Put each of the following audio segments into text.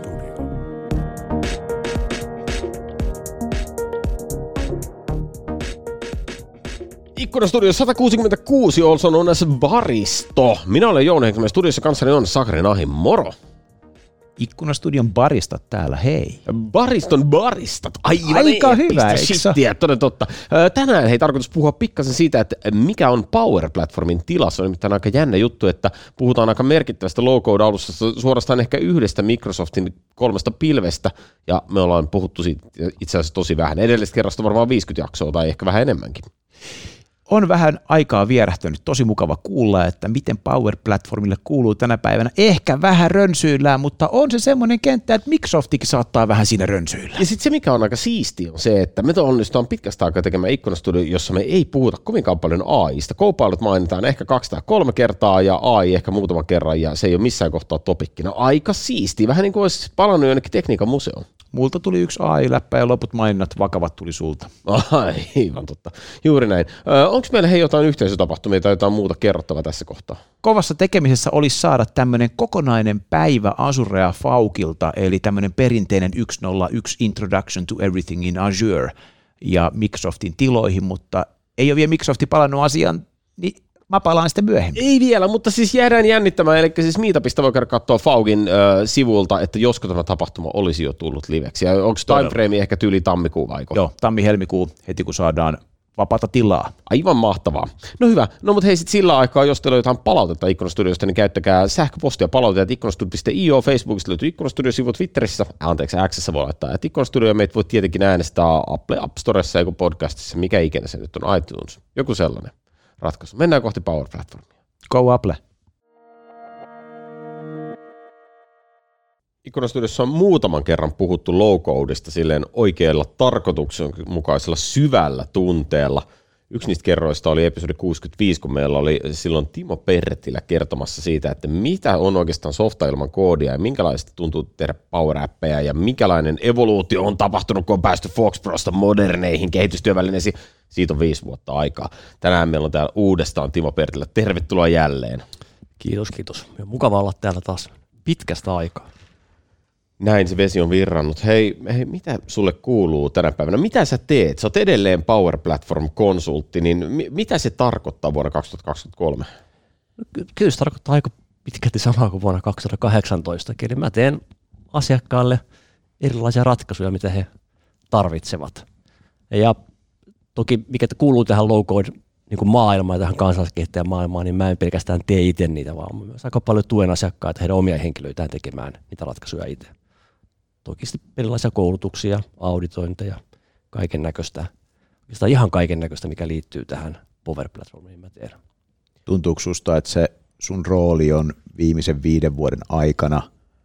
Ikkunastudio. Ikkunastudio 166 Olson on näissä baristo. Minä olen Jouni Heikkinen, studiossa kanssani on Sakari Nahi, moro. Ikkunastudion baristat täällä, hei. Bariston baristat, aivan aika hyvä, shittiä, toden totta. Tänään hei tarkoitus puhua pikkasen siitä, että mikä on Power-platformin tila. Se on nimittäin aika jännä juttu, että puhutaan aika merkittävästä low-code-alustasta, suorastaan ehkä yhdestä Microsoftin 3 pilvestä, ja me ollaan puhuttu siitä itse asiassa tosi vähän. Edellisestä kerrasta varmaan 50 jaksoa tai ehkä vähän enemmänkin. On vähän aikaa vierähtänyt, tosi mukava kuulla, että miten Power-platformille kuuluu tänä päivänä. Ehkä vähän rönsyillään, mutta on se semmoinen kenttä, että Microsoftikin saattaa vähän siinä rönsyillä. Ja sitten se, mikä on aika siistiä, on se, että me onnistutaan pitkästä aikaa tekemään Ikkunastudio, jossa me ei puhuta kovinkaan paljon AIsta. Copilot mainitaan ehkä 2 tai 3 kertaa ja AI ehkä muutaman kerran, ja se ei ole missään kohtaa topikkina. Aika siistiä, vähän niin kuin olisi palannut jonnekin tekniikan museoon. Multa tuli yksi AI-läppä ja loput maininnat vakavat tuli sulta. Aivan totta. Juuri näin. Onko meillä jotain yhteisötapahtumia tai jotain muuta kerrottavaa tässä kohtaa? Kovassa tekemisessä olisi saada tämmöinen kokonainen päivä Azurea Faukilta, eli tämmöinen perinteinen 101 Introduction to Everything in Azure ja Microsoftin tiloihin, mutta ei ole vielä Microsofti palannut asiaan, niin mä palaan sitten myöhemmin. Ei vielä, mutta siis jäädään jännittämään, eli siis Meetupista voi käydä katsoa Faugin sivulta, että josko tämä tapahtuma olisi jo tullut liveksi. Ja onko timeframe ehkä tyyli tammikuu vaiko? Joo, tammi-helmikuu heti kun saadaan vapaata tilaa. Aivan mahtavaa. No hyvä, no mutta hei sit sillä aikaa, jos teillä on jotain palautetta Ikkunastudiosta, niin käyttäkää sähköpostia palautetta ikkunastudio.io, Facebookista löytyy Ikkunastudio-sivu, Twitterissä, X:ssä voi laittaa, että Ikkunastudio, meitä voi tietenkin äänestää Apple App Storessa ja podcastissa, mikä ikinä se nyt on, iTunes, joku sellainen ratkaisu. Mennään kohti Power-platformia. Go Apple. Ikkunastudiossa on muutaman kerran puhuttu low-codesta silleen oikealla tarkoituksenmukaisella syvällä tunteella. Yksi niistä kerroista oli episodi 65, kun meillä oli silloin Timo Pertilä kertomassa siitä, että mitä on oikeastaan softa ilman koodia ja minkälaista tuntuu tehdä Power-appeja ja minkälainen evoluutio on tapahtunut, kun on päästy Fox Prosta moderneihin kehitystyövälineisiin. Siitä on 5 vuotta aikaa. Tänään meillä on täällä uudestaan Timo Pertilä. Tervetuloa jälleen. Kiitos. Mukava olla täällä taas pitkästä aikaa. Näin se vesi on virrannut. Hei, mitä sulle kuuluu tänä päivänä? Mitä sä teet? Sä oot edelleen Power Platform-konsultti, niin mitä se tarkoittaa vuonna 2023? Kyllä se tarkoittaa aika pitkälti samaa kuin vuonna 2018. Eli mä teen asiakkaalle erilaisia ratkaisuja, mitä he tarvitsevat. Ja toki mikä kuuluu tähän low-code niin maailmaan ja tähän kansalaiskehittäjän maailmaan, niin mä en pelkästään tee itse niitä, vaan myös aika paljon tuen asiakkaita heidän omia henkilöitään tekemään niitä ratkaisuja itse. Toki sitten erilaisia koulutuksia, auditointeja, kaiken näköistä, ihan kaiken näköistä, mikä liittyy tähän Power-platformiin, mä teen. Tuntuuko susta, että se sun rooli on viimeisen 5 vuoden aikana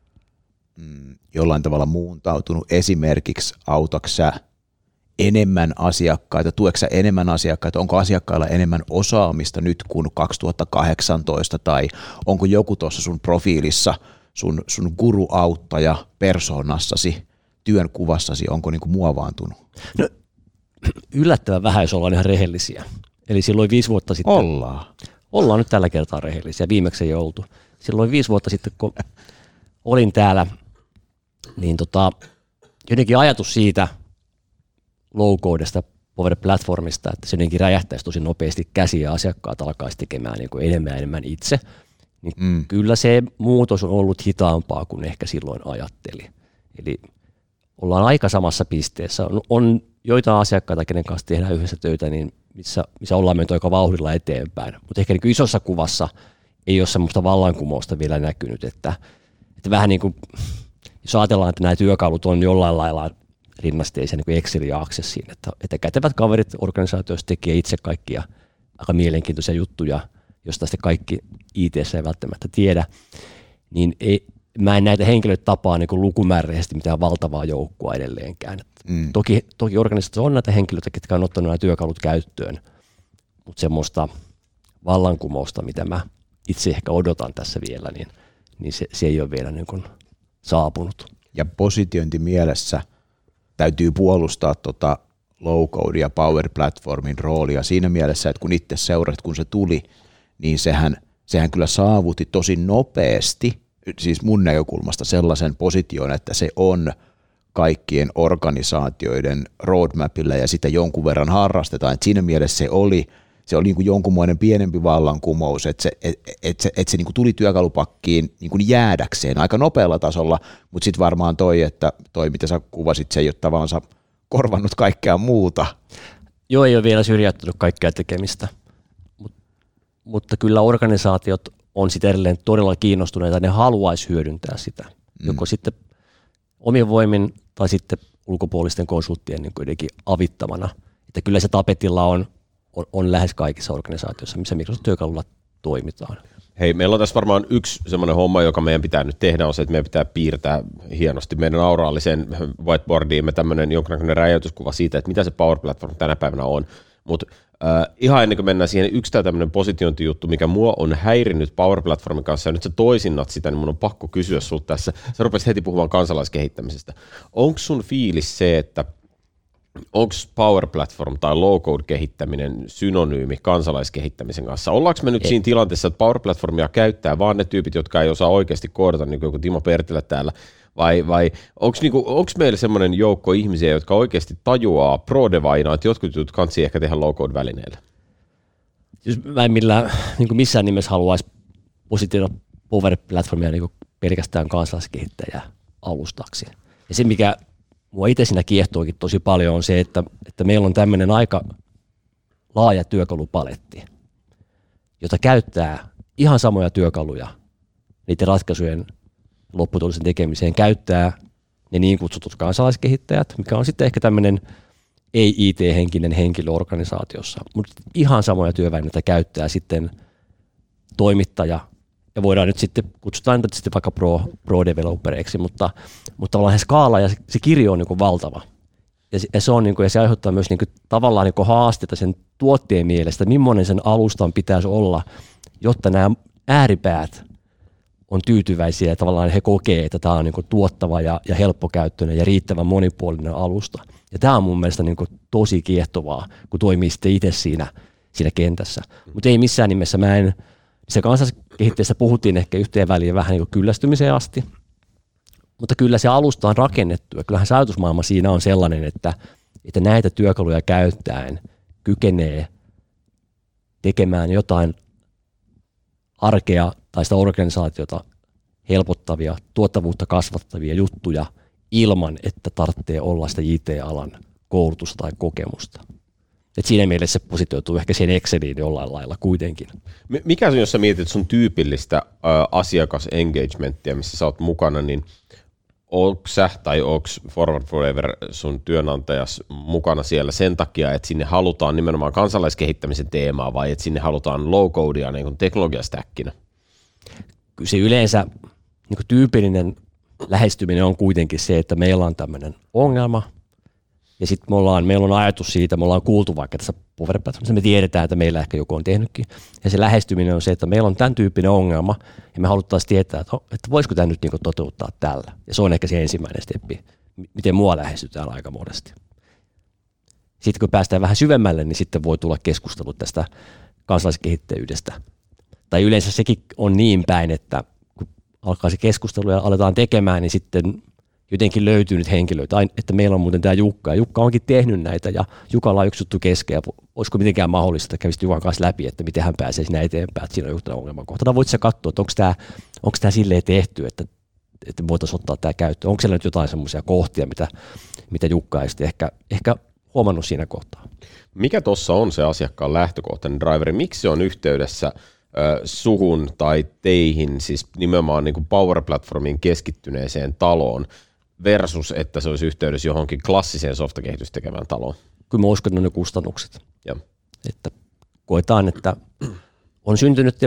jollain tavalla muuntautunut? Esimerkiksi autatko sä enemmän asiakkaita, tueksä sä enemmän asiakkaita, onko asiakkailla enemmän osaamista nyt kuin 2018, tai onko joku tuossa sun profiilissa, sun guru-auttaja persoonassasi, työnkuvassasi, onko niinku muovaantunut? No, yllättävän vähän, jos ollaan ihan rehellisiä. Eli silloin 5 vuotta sitten... Ollaan nyt tällä kertaa rehellisiä, viimeksi ei oltu. Silloin 5 vuotta sitten, kun olin täällä, niin jotenkin ajatus siitä low-codesta, Power-platformista, että se jotenkin räjähtäisi tosi nopeasti käsiä ja asiakkaat alkaisi tekemään niin kuin enemmän ja enemmän itse. Niin kyllä se muutos on ollut hitaampaa kuin ehkä silloin ajatteli. Eli ollaan aika samassa pisteessä. On joitain asiakkaita, kenen kanssa tehdään yhdessä töitä, niin missä ollaan menty aika vauhdilla eteenpäin. Mutta ehkä niin isossa kuvassa ei ole semmoista vallankumousta vielä näkynyt. Että vähän niin kuin, jos ajatellaan, että nämä työkalut on jollain lailla rinnasteisia niin Excel ja Accessiin, että kätevät kaverit organisaatioissa tekee itse kaikkia aika mielenkiintoisia juttuja, josta sitten kaikki IT:ssä ei välttämättä tiedä, niin mä en näitä henkilöitä tapaa niin lukumääräisesti mitään valtavaa joukkoa edelleenkään. Toki organisaatioissa on näitä henkilöitä, jotka on ottanut nämä työkalut käyttöön, mutta semmoista vallankumousta, mitä mä itse ehkä odotan tässä vielä, niin se ei ole vielä niin kuin saapunut. Ja positiointimielessä täytyy puolustaa low-code ja Power-platformin roolia siinä mielessä, että kun itse seurasit, kun se tuli, niin sehän kyllä saavutti tosi nopeasti siis mun näkökulmasta sellaisen position, että se on kaikkien organisaatioiden roadmapilla ja sitä jonkun verran harrastetaan. Et siinä mielessä se oli niin kuin jonkunmoinen pienempi vallankumous, että se niin kuin tuli työkalupakkiin niin kuin jäädäkseen aika nopealla tasolla, mutta sitten varmaan toi, mitä sä kuvasit, se ei ole tavallaan korvannut kaikkea muuta. Joo, ei ole vielä syrjäyttänyt kaikkea tekemistä, mutta kyllä organisaatiot on sitten edelleen todella kiinnostuneita, ne haluaisi hyödyntää sitä, joko sitten omien voimin tai sitten ulkopuolisten konsulttien niin kuitenkin avittamana. Että kyllä se tapetilla on lähes kaikissa organisaatioissa, missä Microsoft-työkalulla toimitaan. Hei, meillä on tässä varmaan yksi semmoinen homma, joka meidän pitää nyt tehdä, on se, että meidän pitää piirtää hienosti meidän auraaliseen whiteboardiimme tämmöinen jonkinlainen räjäytyskuva siitä, että mitä se Power Platform tänä päivänä on. Mutta ihan ennen kuin mennään siihen, yksi tämmöinen positiointijuttu, mikä mua on häirinnyt Power Platformin kanssa, ja nyt sä toisinnat sitä, niin mun on pakko kysyä sulta tässä. Sä rupesit heti puhumaan kansalaiskehittämisestä. Onko sun fiilis se, että onko Power Platform tai low-code-kehittäminen synonyymi kansalaiskehittämisen kanssa? Ollaanko me nyt siinä tilanteessa, että Power Platformia käyttää vaan ne tyypit, jotka ei osaa oikeasti koodata, niin kuin joku Timo Pertilä täällä, vai onko meillä semmoinen joukko ihmisiä, jotka oikeasti tajuaa pro-devaina, että jotkut jutut kansi ehkä tehdä low-code-välineillä? Siis mä en missään nimessä haluaisi positioida Power Platformia niin pelkästään kansalaiskehittäjää alustaksi. Ja se, mikä mua itse siinä kiehtookin tosi paljon, on se, että meillä on tämmöinen aika laaja työkalupaletti, jota käyttää ihan samoja työkaluja niiden ratkaisujen lopputuloksen tekemiseen, käyttää ne niin kutsutut kansalaiskehittäjät, mikä on sitten ehkä tämmöinen ei-IT-henkinen henkilö organisaatiossa, mutta ihan samoja työvälineitä käyttää sitten toimittaja, ja voidaan nyt sitten, kutsutaan nyt sitten vaikka pro-developereiksi, mutta tavallaan se skaala ja se kirjo on niin kuin valtava. Ja se, on niin kuin, ja se aiheuttaa myös niin kuin, tavallaan niin kuin haasteita sen tuotteen mielestä, millainen sen alustan pitäisi olla, jotta nämä ääripäät on tyytyväisiä ja tavallaan he kokee, että tämä on niin kuin tuottava ja helppokäyttöinen ja riittävän monipuolinen alusta. Ja tämä on mun mielestä niin kuin tosi kiehtovaa, kun toimii sitten itse siinä kentässä. Mutta ei missään nimessä, se kansalaiskehittäjässä puhuttiin ehkä yhteen väliin vähän niin kuin kyllästymiseen asti, mutta kyllä se alusta on rakennettu ja kyllähän se ajatusmaailma siinä on sellainen, että näitä työkaluja käyttäen kykenee tekemään jotain arkea tai sitä organisaatiota helpottavia, tuottavuutta kasvattavia juttuja ilman, että tarvitsee olla sitä IT-alan koulutusta tai kokemusta. Et siinä mielessä se positioituu ehkä siihen Exceliin jollain lailla kuitenkin. Mikä jos sä mietit sun tyypillistä asiakasengagementtia, missä sä oot mukana, niin onko sä tai onko Forward Forever sun työnantajas mukana siellä sen takia, että sinne halutaan nimenomaan kansalaiskehittämisen teemaa vai että sinne halutaan low-codea niin kuin teknologiastäkkinä? Kyllä se yleensä niin kuin tyypillinen lähestyminen on kuitenkin se, että meillä on tämmöinen ongelma, ja sitten meillä on ajatus siitä, me ollaan kuultu vaikka tässä Power Platformissa, me tiedetään, että meillä ehkä joku on tehnytkin. Ja se lähestyminen on se, että meillä on tämän tyyppinen ongelma, ja me haluttaisiin tietää, että voisiko tämä nyt niinku toteuttaa tällä. Ja se on ehkä se ensimmäinen steppi, miten mua lähestytään aika monesti. Sitten kun päästään vähän syvemmälle, niin sitten voi tulla keskustelu tästä kansalaiskehittäjyydestä. Tai yleensä sekin on niin päin, että kun alkaa se keskustelu ja aletaan tekemään, niin sitten jotenkin löytyy nyt henkilöitä, että meillä on muuten tämä Jukka, ja Jukka onkin tehnyt näitä, ja Jukalla on yksi juttu kesken, ja olisiko mitenkään mahdollista, että kävisit Jukan kanssa läpi, että miten hän pääsee siinä eteenpäin, että siinä on yhtenä ongelmakohta. Voit sä katsoa, että onko tämä silleen tehty, että voitaisiin ottaa tämä käyttöön. Onko siellä nyt jotain semmoisia kohtia, mitä Jukka ei sitten ehkä huomannut siinä kohtaa. Mikä tuossa on se asiakkaan lähtökohtainen driveri? Miksi se on yhteydessä suhun tai teihin, siis nimenomaan niin kuin Power Platformin keskittyneeseen taloon, versus että se olisi yhteydessä johonkin klassiseen softakehitystä tekevään taloon? Kyllä mä uskon, että on ne kustannukset. Ja. Että koetaan, että on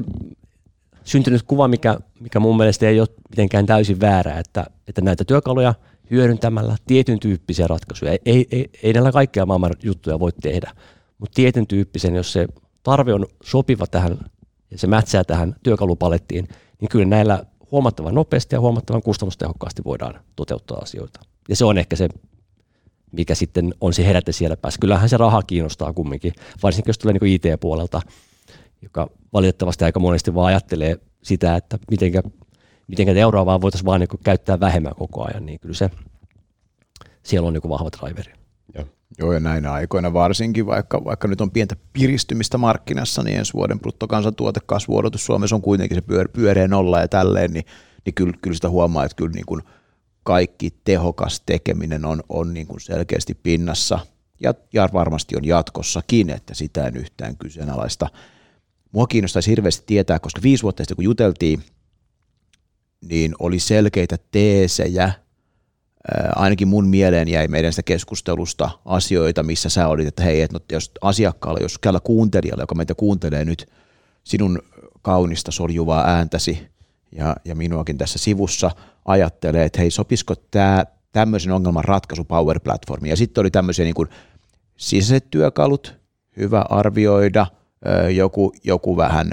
syntynyt kuva, mikä mun mielestä ei ole mitenkään täysin väärä, että näitä työkaluja hyödyntämällä tietyn tyyppisiä ratkaisuja, ei näillä kaikkea maailman juttuja voi tehdä, mutta tietyn tyyppisen, jos se tarve on sopiva tähän ja se mätsää tähän työkalupalettiin, niin kyllä näillä huomattavan nopeasti ja huomattavan kustannustehokkaasti voidaan toteuttaa asioita. Ja se on ehkä se, mikä sitten on se heräte siellä päässä. Kyllähän se raha kiinnostaa kumminkin, varsinkin jos tulee niin kuin IT-puolelta, joka valitettavasti aika monesti vaan ajattelee sitä, että miten euroa vaan voitaisiin vaan niin käyttää vähemmän koko ajan, niin kyllä siellä on niin vahva driveri. Joo, ja näinä aikoina varsinkin, vaikka nyt on pientä piristymistä markkinassa, niin ensi vuoden bruttokansantuotekasvuodotus Suomessa on kuitenkin se pyöreä nolla ja tälleen, niin kyllä sitä huomaa, että kyllä niin kuin kaikki tehokas tekeminen on niin kuin selkeästi pinnassa, ja varmasti on jatkossakin, että sitä en yhtään kyseenalaista. Mua kiinnostaisi hirveästi tietää, koska 5 vuotta sitten kun juteltiin, niin oli selkeitä teesejä, ainakin mun mieleen jäi meidän sitä keskustelusta asioita, missä sä olit, että hei, että jos asiakkaalla, jos käällä kuuntelijalla, joka meitä kuuntelee nyt sinun kaunista soljuvaa ääntäsi ja minuakin tässä sivussa, ajattelee, että hei, sopisiko tämä tämmöisen ongelman ratkaisu Power Platformiin. Ja sitten oli tämmöisiä niin kuin sisäiset työkalut, hyvä arvioida, joku vähän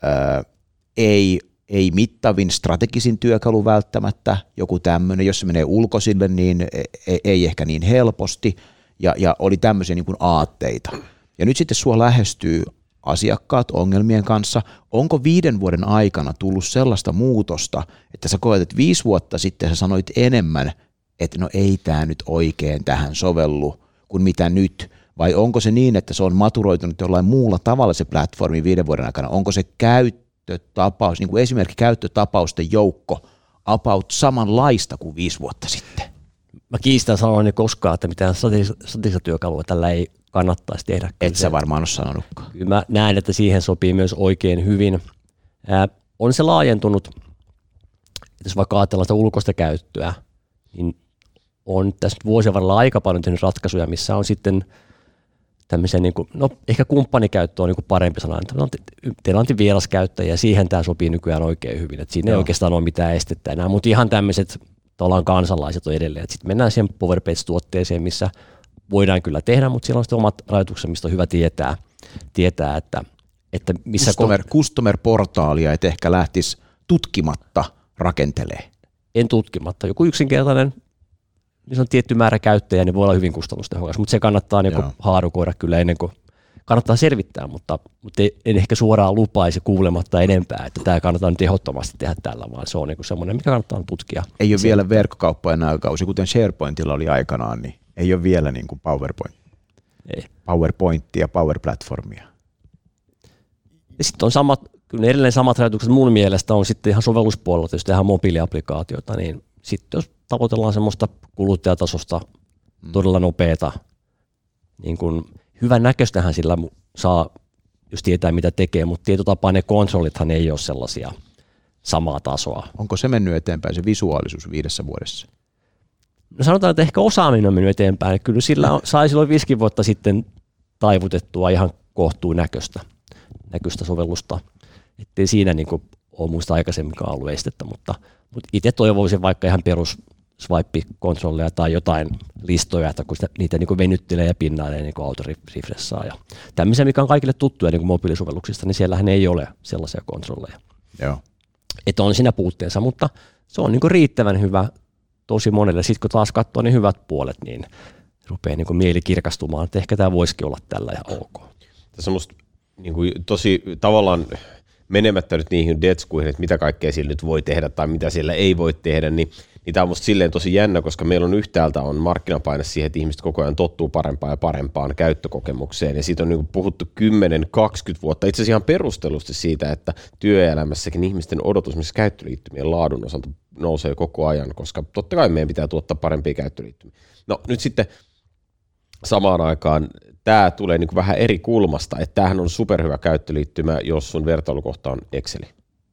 ei mittavin strategisin työkalu välttämättä, joku tämmöinen, jos se menee ulkoisille, niin ei ehkä niin helposti, ja oli tämmöisiä niin kuin aatteita. Ja nyt sitten sua lähestyy asiakkaat ongelmien kanssa. Onko 5 vuoden aikana tullut sellaista muutosta, että sä koet, että 5 vuotta sitten sä sanoit enemmän, että no ei tämä nyt oikein tähän sovellu kuin mitä nyt, vai onko se niin, että se on maturoitunut jollain muulla tavalla se platformi 5 vuoden aikana? Onko se käyttötapaus, niin kuin esimerkiksi käyttötapausten joukko, about samanlaista kuin 5 vuotta sitten? Mä kiistän sanoani koskaan, että mitään strategista työkalua tällä ei kannattaisi tehdä. Et sä varmaan ole sanonutkaan. Kyllä mä näen, että siihen sopii myös oikein hyvin. On se laajentunut, jos vaikka ajatellaan sitä ulkoista käyttöä, niin on tässä vuosien varrella aika paljon tehnyt ratkaisuja, missä on sitten tämmöisen, niin kuin, no ehkä kumppanikäyttö on niin kuin parempi sana, teillä on vieraskäyttäjiä ja siihen tämä sopii nykyään oikein hyvin, että siinä ei oikeastaan ole mitään estettä enää, mutta ihan tämmöiset tavallaan kansalaiset on edelleen, että sitten mennään siihen PowerPage-tuotteeseen, missä voidaan kyllä tehdä, mutta siellä on sitten omat rajoitukset, mistä on hyvä tietää että missä Customer-portaalia et ehkä lähtisi tutkimatta rakentelee. En tutkimatta. Joku yksinkertainen, niin se on tietty määrä käyttäjää, niin voi olla hyvin kustannustehokas, mutta se kannattaa niin haarukoida kyllä ennen kuin kannattaa selvittää, mutta en ehkä suoraan lupaisi kuulematta enempää, että tämä kannattaa nyt ehdottomasti tehdä tällä, vaan se on niin semmoinen, mikä kannattaa tutkia. Ei ole vielä verkkokauppojen aikakausi, kuten SharePointilla oli aikanaan, niin ei ole vielä niin kuin PowerPointia, Power Platformia. Ja sitten on kyllä edelleen samat rajoitukset mun mielestä on sitten ihan sovelluspuolella, jos tehdään mobiiliaplikaatioita, niin sitten jos tavoitellaan semmoista kuluttajatasosta todella nopeata, niin kuin hyvän näköistähän sillä saa, jos tietää mitä tekee, mutta tietotapaa ne konsolithan ei ole sellaisia samaa tasoa. Onko se mennyt eteenpäin se visuaalisuus 5 vuodessa? No sanotaan, että ehkä osaaminen on mennyt eteenpäin. Kyllä sillä sai silloin 5 vuotta sitten taivutettua ihan kohtuun näköistä sovellusta. Ettei siinä niin kuin ole muista aikaisemminkaan ollut estettä, mutta itse toivoisin vaikka ihan perus swipe-kontrolleja tai jotain listoja, että kun niitä niin kuin venyttelee ja pinnailee niin kuin autorefressaa ja tämmöisiä, mikä on kaikille tuttuja niin kuin mobiilisuvelluksista, niin siellähän ei ole sellaisia kontrolleja. Joo. Että on siinä puutteensa, mutta se on niin kuin riittävän hyvä tosi monelle. Sitten kun taas katsoo ne hyvät puolet, niin rupeaa niin kuin mieli kirkastumaan, että ehkä tämä voisikin olla tällä ja ok. Tässä on musta niin kuin tosi tavallaan menemättä nyt niihin detskuihin, että mitä kaikkea sillä nyt voi tehdä tai mitä siellä ei voi tehdä, niin tämä on musta silleen tosi jännä, koska meillä on yhtäältä on markkinapaine siihen, että ihmiset koko ajan tottuu parempaan ja parempaan käyttökokemukseen, ja siitä on niin puhuttu 10-20 vuotta, itse asiassa ihan perustellusti siitä, että työelämässäkin ihmisten odotus, missä käyttöliittymien laadun osalta nousee koko ajan, koska totta kai meidän pitää tuottaa parempia käyttöliittymiä. No nyt sitten samaan aikaan tämä tulee niin kuin vähän eri kulmasta, että tämähän on superhyvä käyttöliittymä, jos sun vertailukohta on Exceli.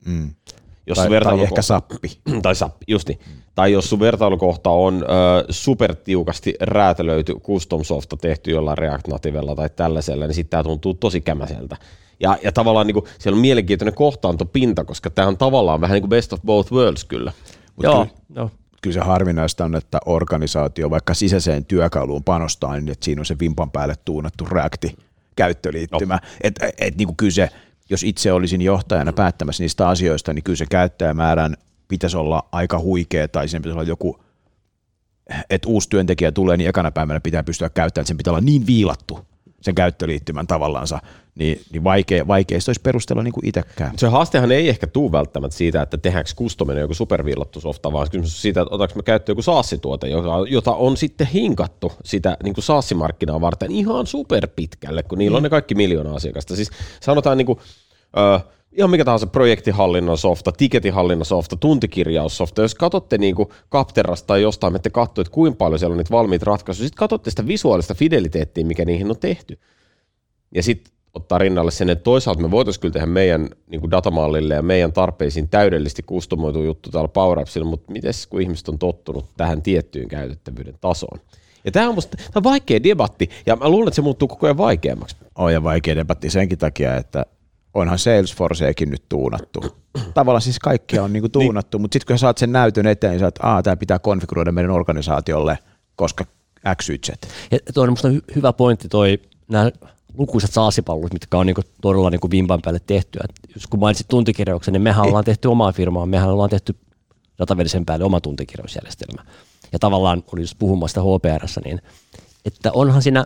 Tai ehkä sappi. Tai sappi, just niin. Tai jos sun vertailukohta on supertiukasti räätälöity custom softa tehty jollain React Nativella tai tällaisella, niin sitten tämä tuntuu tosi kämäseltä. Ja tavallaan niin kuin, siellä on mielenkiintoinen kohtaantopinta, koska tämä on tavallaan vähän niin kuin best of both worlds kyllä. Joo. Kyllä se harvinaista on, että organisaatio vaikka sisäiseen työkaluun panostaa, niin että siinä on se vimpan päälle tuunattu React-käyttöliittymä. No. Niin kuin kyllä se, jos itse olisin johtajana päättämässä niistä asioista, niin kyllä se käyttäjämäärän pitäisi olla aika huikea, tai siinä pitäisi olla joku, että uusi työntekijä tulee, niin ekana päivänä pitää pystyä käyttämään, että sen pitää olla niin viilattu, sen käyttöliittymän tavallansa, niin vaikea se olisi perustella niin kuin itsekään. Se haastehan ei ehkä tule välttämättä siitä, että tehdäänkö custominen joku superviilattu softa, vaan kysymys on siitä, että otetaanko me käyttöön joku SaaS-tuote, jota on sitten hinkattu sitä niin kuin SaaS-markkinaa varten ihan superpitkälle, kun niillä on ne kaikki 1 miljoonaa asiakasta. Siis sanotaan niin kuin, ihan mikä tahansa projektihallinnon softa, tiketinhallinnon softa, tuntikirjaussofta. Jos katsotte niin kuin Capterasta tai jostain, menette katsoa, että kuinka paljon siellä on niitä valmiita ratkaisuja, sitten katsotte sitä visuaalista fideliteettiä, mikä niihin on tehty. Ja sitten ottaa rinnalle sen, että toisaalta me voitaisiin kyllä tehdä meidän niin kuin datamallille ja meidän tarpeisiin täydellisesti kustomoitu juttu täällä Power Appsilla, mutta mites kun ihmiset on tottunut tähän tiettyyn käytettävyyden tasoon? Ja tämä on vaikea debatti, ja mä luulen, että se muuttuu koko ajan vaikeammaksi. On ja vaikea debatti senkin takia, että onhan Salesforceekin nyt tuunattu. Tavallaan siis kaikkia on niinku tuunattu, mutta sitten kun sä saat sen näytön eteen, niin sä oot, tämä pitää konfiguroida meidän organisaatiolle, koska XYZ. Ja toi on musta hyvä pointti nämä lukuisat SaaS-palvelut, mitkä on niinku todella niinku vimpan päälle tehtyä. Jos kun mainitsit tuntikirjauksen, niin mehän ollaan tehty omaa firmaa, mehän ollaan tehty Dataverisen päälle oma tuntikirjausjärjestelmä. Ja tavallaan, oli just puhumaan sitä HPR:ssä, niin että onhan siinä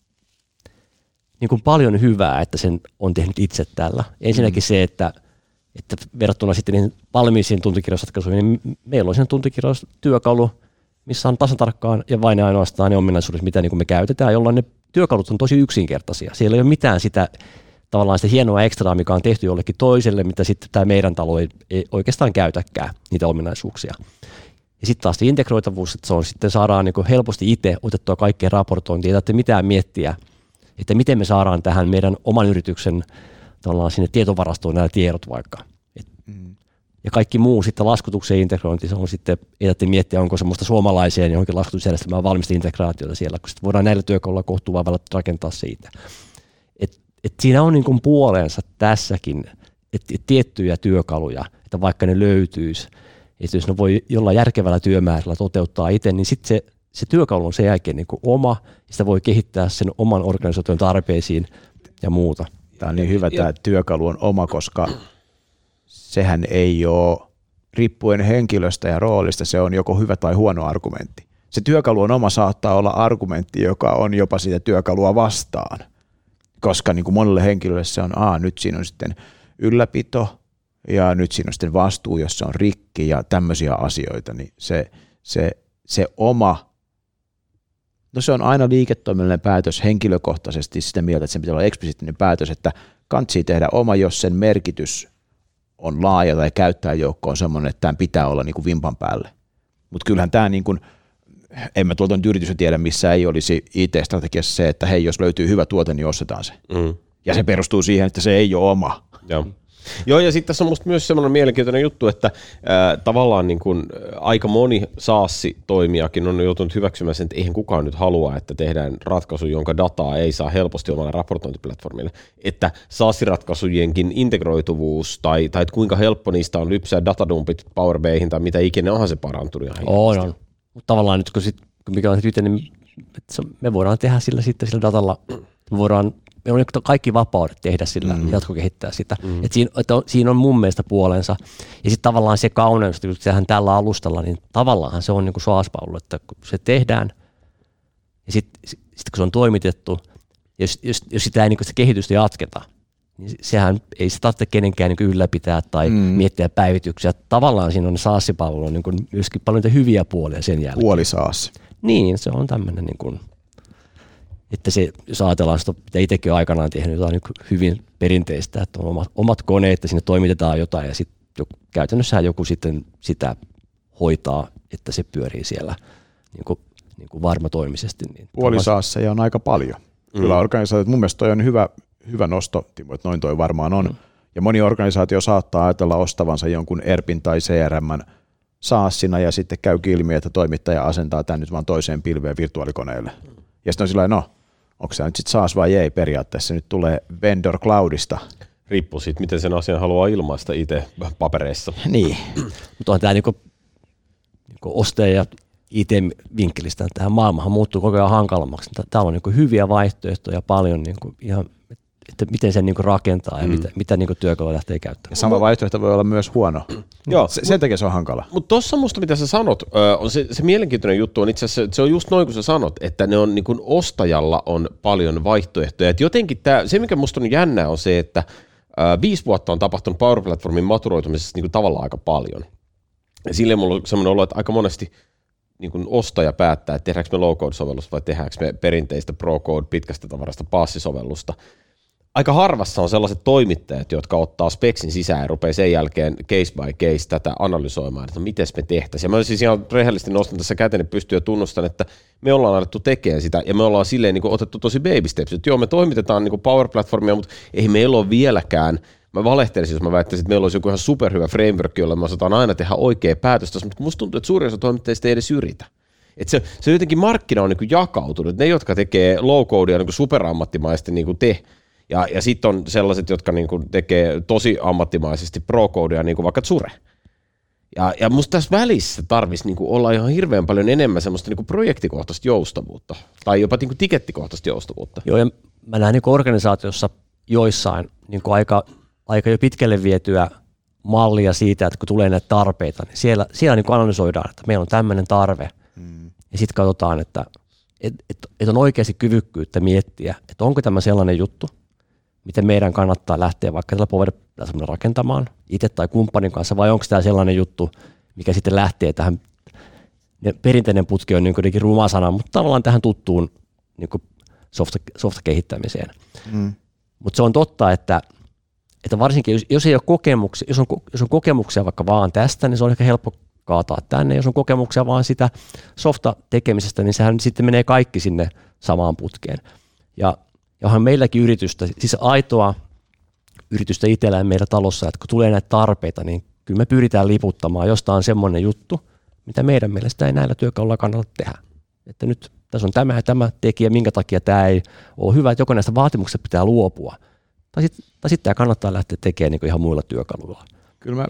niin kuin paljon hyvää, että sen on tehnyt itse tällä. Ensinnäkin se, että verrattuna sitten niihin valmiisiin tuntikirjausratkaisuihin, niin meillä on sen tuntikirjaustyökalu, missä on tasan tarkkaan ja vain ja ainoastaan ne ominaisuudet, mitä niin kuin me käytetään, jolloin ne työkalut on tosi yksinkertaisia. Siellä ei ole mitään sitä tavallaan sitä hienoa ekstraa, mikä on tehty jollekin toiselle, mitä sitten tämä meidän talo ei oikeastaan käytäkään niitä ominaisuuksia. Ja sitten taas se integroitavuus, että se on sitten saadaan niin kuin helposti itse otettua kaikkea raportointia, ei tarvitse mitään miettiä, että miten me saadaan tähän meidän oman yrityksen sinne tietovarastoon nämä tiedot vaikka. Ja kaikki muu sitten laskutuksen integrointi, se on sitten, ei tarvitse miettiä, onko semmoista suomalaiseen johonkin laskutusjärjestelmään valmista integraatiota siellä, kun sitten voidaan näillä työkaluilla kohtuuvaivalla rakentaa siitä. Et siinä on niin kuin puolensa tässäkin, että tiettyjä työkaluja, että vaikka ne löytyisi, että jos ne voi jollain järkevällä työmäärällä toteuttaa itse, niin sitten se työkalu on sen jälkeen niin kuin oma, ja sitä voi kehittää sen oman organisaation tarpeisiin ja muuta. Tämä on niin hyvä, tämä työkalu on oma, koska sehän ei ole, riippuen henkilöstä ja roolista, se on joko hyvä tai huono argumentti. Se työkalu on oma, saattaa olla argumentti, joka on jopa sitä työkalua vastaan, koska niin kuin monelle henkilölle se on, nyt siinä on sitten ylläpito, ja nyt siinä on sitten vastuu, jos se on rikki ja tämmöisiä asioita, niin se oma, no se on aina liiketoiminnallinen päätös henkilökohtaisesti sitä mieltä, että sen pitää olla eksplisiittinen päätös, että kantsii tehdä oma, jos sen merkitys on laaja tai käyttäjäjoukko on semmoinen, että tämän pitää olla niin kuin vimpan päälle. Mutta kyllähän tämä, niin kuin, en mä tuolta nyt yritys tiedä, missä ei olisi IT-strategiassa se, että hei, jos löytyy hyvä tuote, niin ostetaan se. Ja se perustuu siihen, että se ei ole oma. Joo, ja sitten tässä on musta myös semmoinen mielenkiintoinen juttu, että tavallaan niin kuin aika moni SaaS-toimijakin on joutunut hyväksymään sen, että eihän kukaan nyt halua, että tehdään ratkaisu, jonka dataa ei saa helposti omalle raportointiplatformille. Että SaaS-ratkaisujenkin integroituvuus tai että kuinka helppo niistä on lypsää datadumpit Power BI:hin tai mitä ikinä onhan se parantunut ihan on. Mutta tavallaan nyt kun mikä on se yhteinen, niin me voidaan tehdä sillä datalla, meillä on kaikki vapaudet tehdä sillä, jatkokehittää sitä. Siinä on mun mielestä puolensa. Ja sitten tavallaan se kauneus, kun tehdään tällä alustalla, niin tavallaan se on niin kuin SaaS-palvelu, että kun se tehdään, ja sitten kun se on toimitettu, jos sitä ei niin kuin sitä kehitystä jatketa, niin sehän ei se tarvitse kenenkään niin kuin ylläpitää tai miettiä päivityksiä. Tavallaan siinä on SaaS-palvelu niin kuin myöskin paljon hyviä puolia sen jälkeen. Puoli SaaS. Niin, se on tämmöinen niin kuin, että se, jos ajatellaan sitä, mitä itsekin aikanaan tehnyt jotain niin hyvin perinteistä, että on omat koneet, että sinne toimitetaan jotain ja sitten käytännössä joku sitten sitä hoitaa, että se pyörii siellä niin kuin varmatoimisesti. Niin puolisaassa ja on aika paljon. Kyllä organisaatiot, mun mielestä toi on hyvä nosto, Timo, että noin toi varmaan on. Ja moni organisaatio saattaa ajatella ostavansa jonkun ERPin tai CRM:n SaaSina ja sitten käy ilmi, että toimittaja asentaa tämän nyt vaan toiseen pilveen virtuaalikoneelle. Ja sitten on sillä onko se nyt sitten SaaS vai ei periaatteessa, nyt tulee vendor cloudista. Riippuu siitä, miten sen asian haluaa ilmaista itse papereissa. Niin. Mutta on tämä niinku ostaja ja IT-vinkkelistä, tähän maailmahan muuttuu koko ajan hankalammaksi. Täällä on niinku hyviä vaihtoehtoja paljon, niinku ihan miten sen niin kuin rakentaa ja mitä niin kuin työkaluja lähtee käyttämään. Ja sama vaihtoehto voi olla myös huono. Joo. Sen takia se on hankala. Mutta tuossa musta, mitä sä sanot, on se mielenkiintoinen juttu on itse asiassa, se on just noin kuin sä sanot, että ne on niin kuin ostajalla on paljon vaihtoehtoja. Et jotenkin se, mikä musta on jännää, on se, että 5 vuotta on tapahtunut Power Platformin maturoitumisessa niin kuin tavallaan aika paljon. Ja silleen mulla on semmoinen olo, että aika monesti niin kuin ostaja päättää, että tehdäänkö me low-code-sovellusta vai tehdäänkö me perinteistä pro-code pitkästä tavarasta passisovellusta. Aika harvassa on sellaiset toimittajat, jotka ottaa speksin sisään ja rupeaa sen jälkeen case by case tätä analysoimaan, että miten me tehtäisiin. Ja mä siis ihan rehellisesti nostan tässä käteni pystyyn ja tunnustan, että me ollaan alettu tekemään sitä ja me ollaan silleen niin kuin otettu tosi baby steps. Että joo, me toimitetaan niin kuin Power Platformia, mutta ei meillä ole vieläkään. Mä valehtelisin, jos mä väittäisin, että meillä olisi joku ihan superhyvä framework, jolla me osataan aina tehdä oikea päätöstä, mutta musta tuntuu, että suurin osa toimittajista ei edes yritä. Että se jotenkin markkina on niin kuin jakautunut. Ne, jotka tekee low-codea niin kuin superammattimaisesti niin kuin te, ja sitten on sellaiset, jotka niin kuin tekee tosi ammattimaisesti pro-codea, niin kuin vaikka Zure. Ja musta tässä välissä tarvitsisi niin kuin olla ihan hirveän paljon enemmän semmoista niin kuin projektikohtaista joustavuutta, tai jopa niin kuin tikettikohtaista joustavuutta. Joo, ja mä näen niin kuin organisaatiossa joissain niin kuin aika jo pitkälle vietyä mallia siitä, että kun tulee näitä tarpeita, niin siellä niin kuin analysoidaan, että meillä on tämmöinen tarve, ja sitten katsotaan, että on oikeasti kyvykkyyttä miettiä, että onko tämä sellainen juttu, miten meidän kannattaa lähteä vaikka tällä Power Platformilla rakentamaan itse tai kumppanin kanssa, vai onko tämä sellainen juttu, mikä sitten lähtee tähän, perinteinen putki on niin kuitenkin ruma sana, mutta tavallaan tähän tuttuun niin softa-kehittämiseen. Mutta se on totta, että varsinkin jos ei ole kokemuksia, jos on kokemuksia vaikka vaan tästä, niin se on ehkä helppo kaataa tänne. Jos on kokemuksia vaan sitä softa-tekemisestä, niin sehän sitten menee kaikki sinne samaan putkeen. Ja onhan meilläkin yritystä, siis aitoa yritystä itsellään meillä talossa, että kun tulee näitä tarpeita, niin kyllä me pyritään liputtamaan jostain semmoinen juttu, mitä meidän mielestä ei näillä työkaluilla kannata tehdä. Että nyt tässä on tämä ja tämä tekijä, minkä takia tämä ei ole hyvä, että joko näistä vaatimuksista pitää luopua. Tai sitten tämä kannattaa lähteä tekemään niin ihan muilla työkaluilla. Kyllä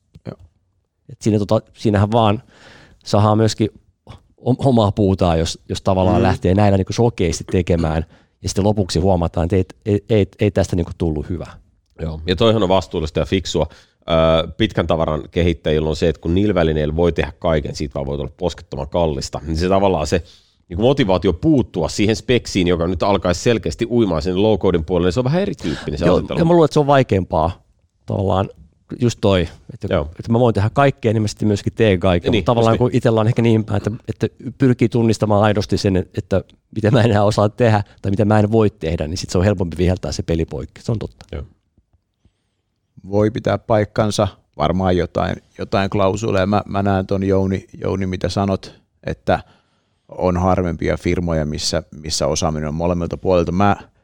siinähän vaan saadaan myöskin omaa puutaa, jos tavallaan lähtee näillä niin sokeasti tekemään, ja sitten lopuksi huomataan, että ei tästä niin tullut hyvä. Joo, ja toihan on vastuullista ja fiksua. Pitkän tavaran kehittäjillä on se, että kun niillä välineillä voi tehdä kaiken, siitä vaan voi olla poskettoman kallista, niin se tavallaan se niin motivaatio puuttua siihen speksiin, joka nyt alkaisi selkeästi uimaan sen low-coden puolelle, niin se on vähän erityyppinen se asettelu. Ja mä luulen, että se on vaikeampaa tavallaan just toi, että mä voin tehdä kaikkea, niin mä sitten myöskin teen kaiken, niin, mutta tavallaan kun itsellä on ehkä niin päin, että pyrkii tunnistamaan aidosti sen, että mitä mä enää osaa tehdä tai mitä mä en voi tehdä, niin sitten se on helpompi viheltää se peli poikki, se on totta. Joo. Voi pitää paikkansa, varmaan jotain klausuleja. Mä näen ton Jouni, mitä sanot, että on harvempia firmoja, missä osaaminen on molemmilta puolilta.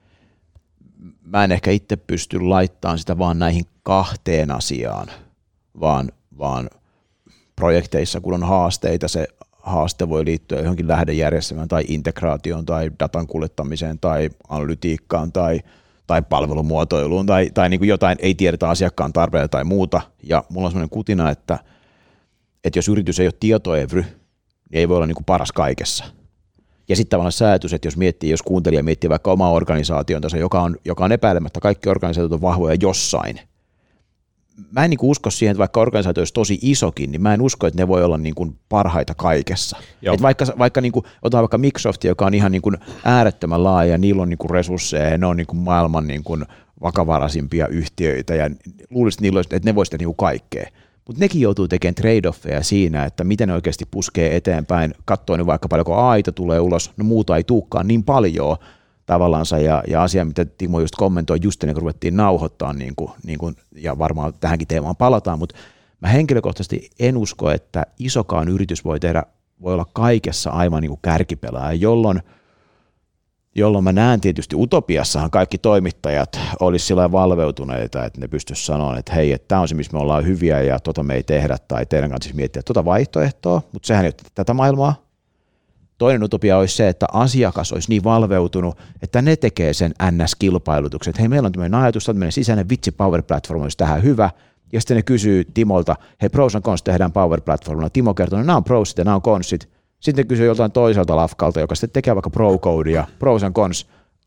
Mä en ehkä itse pysty laittamaan sitä vaan näihin kahteen asiaan, vaan projekteissa, kun on haasteita, se haaste voi liittyä johonkin lähdejärjestelmään tai integraatioon tai datan kuljettamiseen tai analytiikkaan tai palvelumuotoiluun tai niin kuin jotain, ei tiedetä asiakkaan tarpeita tai muuta. Ja mulla on sellainen kutina, että jos yritys ei ole tietoevry, niin ei voi olla niin kuin paras kaikessa. Ja sitten tavallaan se ajatus, että jos kuuntelija miettii vaikka omaa organisaationsa, joka on epäilemättä, kaikki organisaatiot on vahvoja jossain. Mä en niin kuin usko siihen, että vaikka organisaatio olisi tosi isokin, niin mä en usko, että ne voi olla niin kuin parhaita kaikessa. Et vaikka niin kuin, otetaan vaikka Microsoft, joka on ihan niin kuin äärettömän laaja, niillä on niin kuin resursseja ja ne on niin kuin maailman niin kuin vakavaraisimpia yhtiöitä ja luulisin, että ne voisivat niin kuin kaikkea. Mutta nekin joutuu tekemään trade-offeja siinä, että miten ne oikeasti puskee eteenpäin, katsoo nyt vaikka paljonko AIta tulee ulos, no muuta ei tulekaan niin paljon tavallaansa, ja asia, mitä Timo just kommentoi just ennen kuin ruvettiin nauhoittaa, niin kuin, ja varmaan tähänkin teemaan palataan, mutta mä henkilökohtaisesti en usko, että isokaan yritys voi olla kaikessa aivan niin kuin kärkipelaaja, jolloin mä näen tietysti utopiassahan kaikki toimittajat olisi sillä valveutuneita, että ne pystyisivät sanomaan, että hei, että tämä on se, missä me ollaan hyviä ja me ei tehdä, tai teidän kanssa miettiä vaihtoehtoa, mutta sehän ei ole tätä maailmaa. Toinen utopia olisi se, että asiakas olisi niin valveutunut, että ne tekee sen NS-kilpailutuksen, että hei, meillä on tämmöinen ajatus, että meidän sisäinen vitsi Power Platform olisi tähän hyvä, ja sitten ne kysyy Timolta, hei, pros and cons tehdään Power Platformilla. Timo kertoo, että nämä on prosit ja nämä on consit. Sitten kysyy joltain toiselta lafkalta, joka sitten tekee vaikka pro-codea, pros and cons,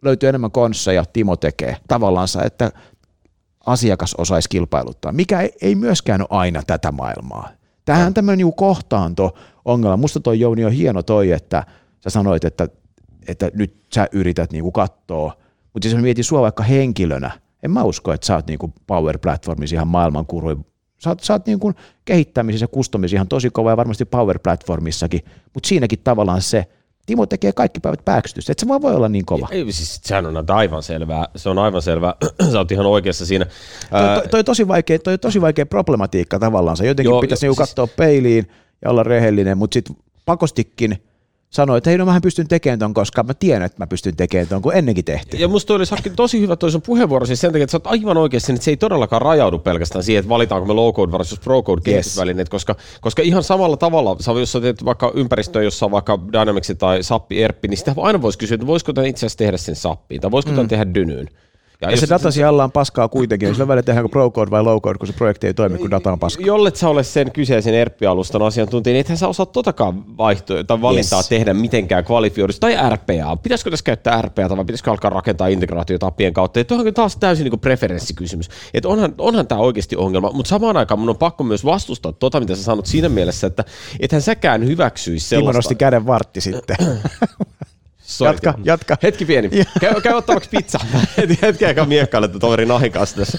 löytyy enemmän konsseja, Timo tekee tavallaan, että asiakas osaisi kilpailuttaa, mikä ei myöskään ole aina tätä maailmaa. Tämähän on tämmöinen niinku kohtaanto-ongelma. Musta toi Jouni on hieno toi, että sä sanoit, että nyt sä yrität niinku katsoa, mutta jos mä mietin sua vaikka henkilönä, en mä usko, että sä oot niinku Power Platformissa ihan maailmankuruin. Sä oot niinku kehittämisessä ja kustomisessa ihan tosi kova ja varmasti Power Platformissakin, mutta siinäkin tavallaan Timo tekee kaikki päivät pääksytystä, että se voi olla niin kova. Ei, siis sehän on aivan selvää. Se on aivan selvää. Sä oot ihan oikeassa siinä. Toi on tosi vaikea problematiikka tavallaan. Jotenkin pitäisi siis katsoa peiliin ja olla rehellinen, mutta sitten pakostikin sanoi, että hei, no mähän pystyn tekemään ton, koska mä tiedän, että mä pystyn tekemään ton, kun ennenkin tehtiin. Ja musta toi oli tosi hyvä toi sun puheenvuoro siis sen takia, että sä oot aivan oikeassa, että se ei todellakaan rajaudu pelkästään siihen, että valitaanko me low-code versus pro-code kehitysvälineet, koska ihan samalla tavalla, jos sä teet vaikka ympäristöä, jossa on vaikka Dynamics tai Sappi, ERP, niin sitä aina voisi kysyä, että voisiko tämän itse asiassa tehdä sen Sappiin, tai voisiko tämän tehdä Dynyyn. Ja se data siellä on paskaa kuitenkin, niin sillä välillä tehdäänkö pro-code vai low-code, kun se projekti ei toimi, kun data on paskaa. Jollet sä ole sen kyseisen ERP-alustan asiantuntija, niin ethän sä osaa totakaan tai valintaa tehdä mitenkään kvalifioidusta tai RPA. Pitäisikö tässä käyttää RPAta vai pitäisikö alkaa rakentaa integraatiota appien kautta? Ja tuohon on taas täysin niin kuin preferenssikysymys. Että onhan tämä oikeasti ongelma, mutta samaan aikaan mun on pakko myös vastustaa mitä sä sanot siinä mielessä, että ethän säkään hyväksyisi sellaista. Timo nosti käden vartti sitten. Jatka. Hetki pieni. Käy ottavaksi pizza. Hetki aikaa miekkailette toverin nahin kanssa tässä.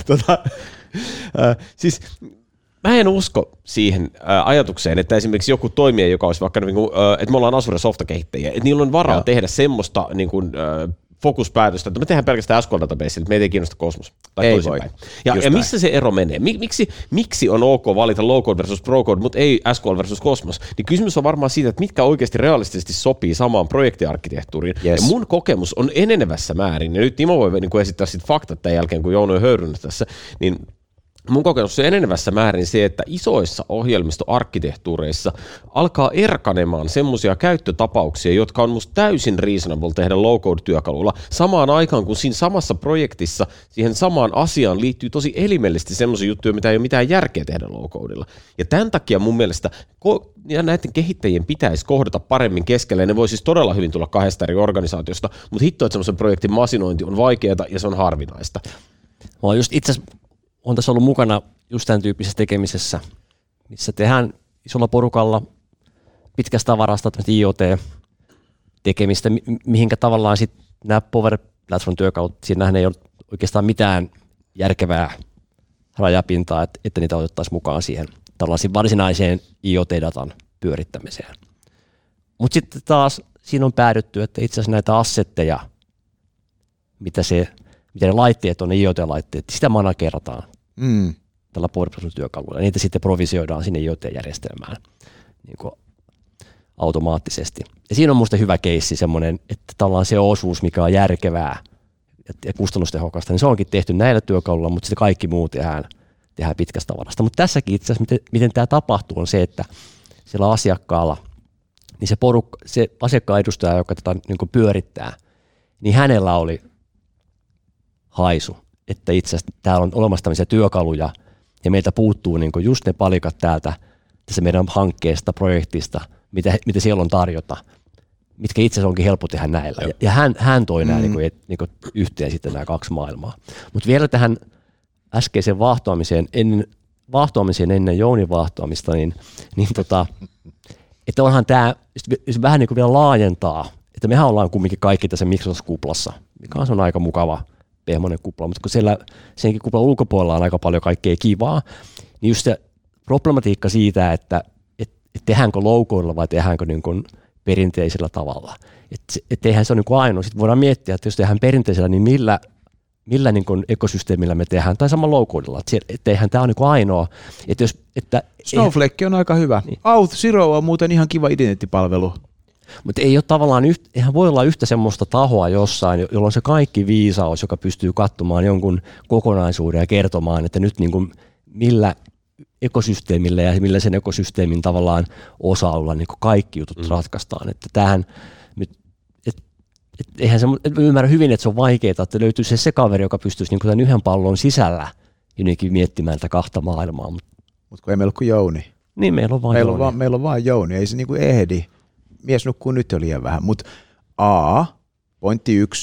Siis mä en usko siihen ajatukseen, että esimerkiksi joku toimija, joka olisi vaikka, että me ollaan Azure softakehittäjiä, että niillä on varaa tehdä semmoista fokuspäätöstä, että me tehdään pelkästään SQL database, että meitä ei kiinnosta Cosmos. Tai ei voi. Ja missä se ero menee? Miksi on ok valita low-code versus pro-code, mutta ei SQL versus Cosmos? Niin kysymys on varmaan siitä, että mitkä oikeasti realistisesti sopii samaan projektiarkkitehtuuriin. Yes. Ja mun kokemus on enenevässä määrin, ja nyt Timo voi esittää sitten faktat tämän jälkeen, kun Jouni on höyrynyt tässä, niin mun kokemus on enenevässä määrin se, että isoissa ohjelmistoarkkitehtuureissa alkaa erkanemaan semmoisia käyttötapauksia, jotka on musta täysin reasonable tehdä low-code-työkalulla, samaan aikaan kun siinä samassa projektissa siihen samaan asiaan liittyy tosi elimellisesti semmoisia juttuja, mitä ei ole mitään järkeä tehdä low-codella. Ja tämän takia mun mielestä näiden kehittäjien pitäisi kohdata paremmin keskelle. Ne voi siis todella hyvin tulla kahdesta eri organisaatiosta, mutta hitto, että semmoisen projektin masinointi on vaikeaa ja se on harvinaista. Mä oon just itse asiassa on tässä ollut mukana just tämän tyyppisessä tekemisessä, missä tehdään isolla porukalla pitkästä tavarasta IoT-tekemistä, mihinkä tavallaan sitten nämä Power Platform-työkalut, siinähän ei ole oikeastaan mitään järkevää rajapintaa, että niitä otettaisiin mukaan siihen tällaisiin varsinaiseen IoT-datan pyörittämiseen. Mutta sitten taas siinä on päädytty, että itse asiassa näitä assetteja, mitä ne laitteet on, ne IoT-laitteet, sitä managerataan tällä Power Platform-työkalulla. Niitä sitten provisioidaan sinne IoT-järjestelmään niin automaattisesti. Ja siinä on minusta hyvä keissi semmoinen, että tavallaan se osuus, mikä on järkevää ja kustannustehokasta, niin se onkin tehty näillä työkaluilla, mutta sitten kaikki muu tehdään pitkästä tavarasta. Mutta tässäkin itse asiassa, miten tämä tapahtuu, on se, että siellä asiakkaalla, niin se asiakkaan edustaja, joka tätä niin pyörittää, niin hänellä oli haisu, että itse asiassa täällä on olemassa tämmöisiä työkaluja ja meiltä puuttuu niin just ne palikat täältä tässä meidän hankkeesta, projektista, mitä siellä on tarjota, mitkä itse asiassa onkin helppo tehdä näillä. Ja hän toi nämä yhteen sitten nämä kaksi maailmaa. Mutta vielä tähän äskeiseen vaahtoamiseen ennen Jounin vaahtoamista, että onhan tämä, jos vähän niin kuin vielä laajentaa, että mehän ollaan kumminkin kaikki tässä Microsoft-kuplassa, mikä on aika mukava pehmoinen kupla, mutta kun siellä senkin kuplan ulkopuolella on aika paljon kaikkea kivaa, niin just se problematiikka siitä, että tehdäänkö low-codella vai tehdäänkö niin kuin perinteisellä tavalla. Että eihän se ole niin kuin ainoa. Sitten voidaan miettiä, että jos tehdään perinteisellä, niin millä niin kuin ekosysteemillä me tehdään, tai sama low-codella. Että eihän tämä ole niin kuin ainoa. Snowflake on aika hyvä. Niin. Auth0 on muuten ihan kiva identiteettipalvelu. Mutta ei ole tavallaan, eihän voi olla yhtä semmoista tahoa jossain, jolla on se kaikki viisaus, joka pystyy katsomaan jonkun kokonaisuuden ja kertomaan, että nyt niin kuin millä ekosysteemillä ja millä sen ekosysteemin tavallaan osa-alueella niin kuin kaikki jutut ratkaistaan. Että tämähän, eihän se, ymmärrä hyvin, että se on vaikeaa, että löytyy se kaveri, joka pystyisi niin kuin tämän yhden pallon sisällä jotenkin miettimään tätä kahta maailmaa. Mutta kun ei meillä ole kuin Jouni. Niin, meillä on vaan Jouni. Meillä on vaan Jouni, ei se niin kuin ehdi. Mies nukkuu nyt jo liian vähän, mutta pointti 1,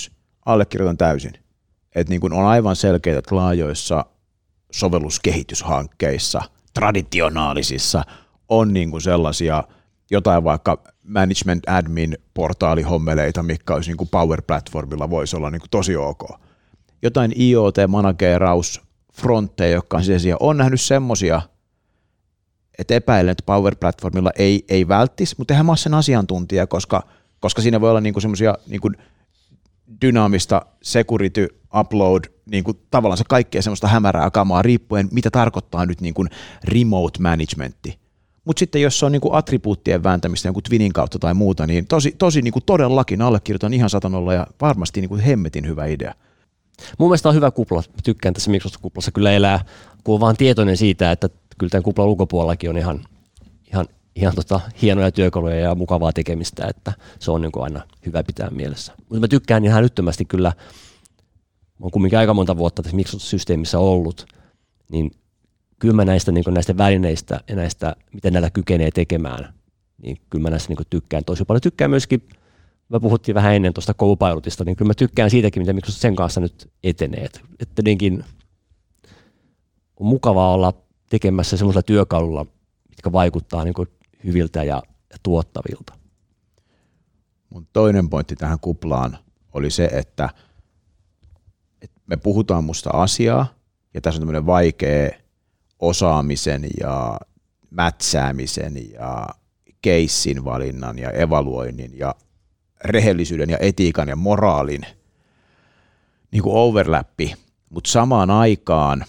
allekirjoitan täysin. Että niin kuin on aivan selkeää, että laajoissa sovelluskehityshankkeissa, traditionaalisissa, on niin kuin sellaisia jotain vaikka management admin portaalihommeleita, mitkä olisi niin kuin Power Platformilla voisi olla niin kuin tosi ok. Jotain IoT-manageeraus, frontteja, jotka on sisäisiä. On nähnyt semmoisia, että epäilen, että Power Platformilla ei välttisi, mutta eihän mä ole sen asiantuntija, koska siinä voi olla niinku semmoisia niinku dynaamista security, upload, niinku tavallaan se kaikkea semmoista hämärää kamaa riippuen, mitä tarkoittaa nyt niinku remote managementti. Mutta sitten jos se on niinku attribuuttien vääntämistä jonkun Twinin kautta tai muuta, niin tosi niinku todellakin allekirjoitan ihan 100 ja varmasti niinku hemmetin hyvä idea. Mun mielestä on hyvä kupla. Mä tykkään tässä Microsoft-kuplassa kyllä elää, kun on vaan tietoinen siitä, että kyllä tämän kuplan ulkopuolellakin on ihan hienoja työkaluja ja mukavaa tekemistä, että se on niin kuin aina hyvä pitää mielessä. Mutta mä tykkään ihan älyttömästi kyllä, mä oon kumminkin aika monta vuotta tässä Microsoft-systeemissä ollut, niin kyllä mä näistä välineistä ja näistä, miten näillä kykenee tekemään, niin kyllä mä näistä niin kuin tykkään tosi paljon. Tykkään myöskin, me puhuttiin vähän ennen tuosta Copilotista, niin kyllä mä tykkään siitäkin, miten Microsoft sen kanssa nyt etenee. Että jotenkin on mukavaa olla tekemässä semmoisella työkalulla, mitkä vaikuttaa niin kuin hyviltä ja tuottavilta. Mun toinen pointti tähän kuplaan oli se, että me puhutaan musta asiaa, ja tässä on tämmöinen vaikea osaamisen ja mätsäämisen ja keissin valinnan ja evaluoinnin ja rehellisyyden ja etiikan ja moraalin niin kuin overlappi, mutta samaan aikaan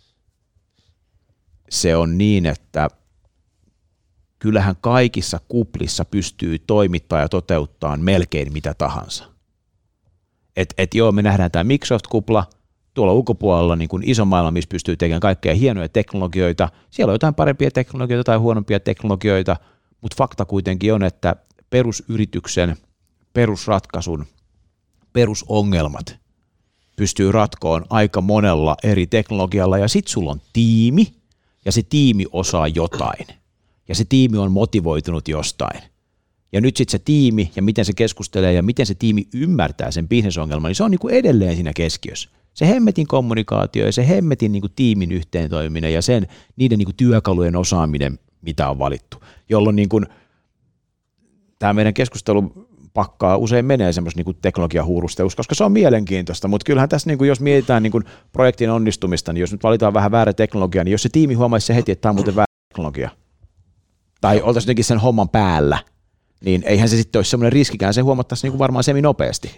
se on niin, että kyllähän kaikissa kuplissa pystyy toimittaa ja toteuttaa melkein mitä tahansa. Joo, me nähdään tämä Microsoft-kupla tuolla ulkopuolella niin kuin iso maailma, missä pystyy tekemään kaikkea hienoja teknologioita. Siellä on jotain parempia teknologioita tai huonompia teknologioita, mutta fakta kuitenkin on, että perusyrityksen, perusratkaisun, perusongelmat pystyy ratkoon aika monella eri teknologialla, ja sit sulla on tiimi, ja se tiimi osaa jotain, ja se tiimi on motivoitunut jostain. Ja nyt sitten se tiimi, ja miten se keskustelee, ja miten se tiimi ymmärtää sen bisnesongelman, niin se on niin kuin edelleen siinä keskiössä. Se hemmetin kommunikaatio, ja se hemmetin niin kuin tiimin yhteentoiminen, ja niiden niin kuin työkalujen osaaminen, mitä on valittu, jolloin niin kuin tämä meidän keskustelu pakkaa usein menee semmoista niin teknologiahuurustelusta, koska se on mielenkiintoista, mutta kyllähän tässä, niin kuin, jos mietitään niin kuin projektin onnistumista, niin jos nyt valitaan vähän väärä teknologia, niin jos se tiimi huomaisi se heti, että tämä on muuten väärä teknologia, tai oltaisiin jotenkin sen homman päällä, niin eihän se sitten olisi semmoinen riskikään, se huomattaisiin niin kuin varmaan semi-nopeasti.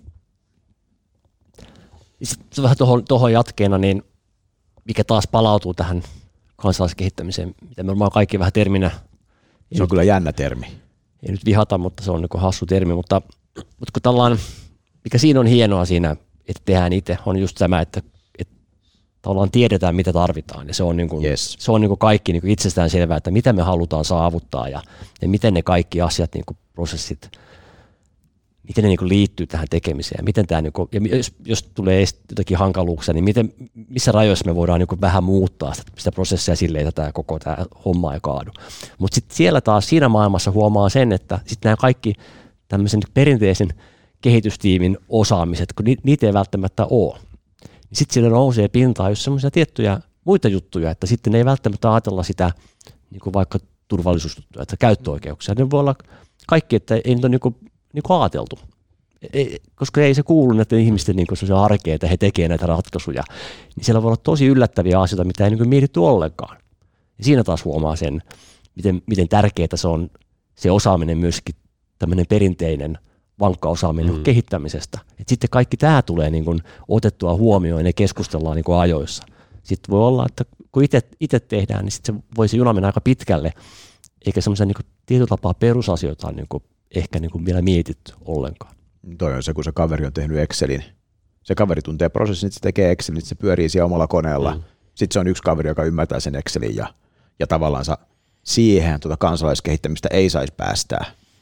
Sitten vähän tuohon jatkeena, niin mikä taas palautuu tähän kansalaiskehittämiseen, mitä me varmaan kaikki vähän terminä. Se on kyllä jännä termi. Ei nyt vihata, mutta se on niin kuin hassu termi, mutta kun tällainen, mikä siinä on hienoa siinä, että tehdään itse, on just tämä, että tavallaan tiedetään, mitä tarvitaan, ja se on, niin kuin, se on niin kuin kaikki niin kuin itsestään selvää, että mitä me halutaan saavuttaa, ja miten ne kaikki asiat, niin kuin prosessit, miten ne niin kuin liittyy tähän tekemiseen, ja miten tämä, niin kuin, ja jos tulee jotakin hankaluuksia, niin missä rajoissa me voidaan niin kuin vähän muuttaa sitä prosessia silleen, että tämä koko tämä homma ei kaadu. Mutta sitten siellä taas siinä maailmassa huomaa sen, että sitten nämä kaikki tämmöisen perinteisen kehitystiimin osaamiset, kun niitä ei välttämättä ole, niin sitten siellä nousee pintaan just semmoisia tiettyjä muita juttuja, että sitten ne ei välttämättä ajatella sitä niin kuin vaikka turvallisuusjuttuja, että käyttöoikeuksia. Ne voi olla kaikki, että ei niitä ole niin kuin ajateltu, koska ei se kuulu näiden ihmisten niin kuin arkeen, että he tekevät näitä ratkaisuja, niin siellä voi olla tosi yllättäviä asioita, mitä ei niin kuin mietitty ollenkaan. Ja siinä taas huomaa sen, miten tärkeää se on se osaaminen myöskin, tämmöinen perinteinen vankka osaaminen kehittämisestä. Et sitten kaikki tämä tulee niin kuin otettua huomioon ja keskustellaan niin kuin ajoissa. Sitten voi olla, että kun itse tehdään, niin sitten se voi se juna mennä aika pitkälle, eikä semmoisia niin tietyllä tapaa perusasioita niin kuin ehkä niin kuin vielä mietitty ollenkaan. Toi on se, kun se kaveri on tehnyt Excelin. Se kaveri tuntee prosessin, että se tekee Excelin, se pyörii siellä omalla koneella. Sitten se on yksi kaveri, joka ymmärtää sen Excelin ja tavallaan siihen kansalaiskehittämistä ei saisi päästää.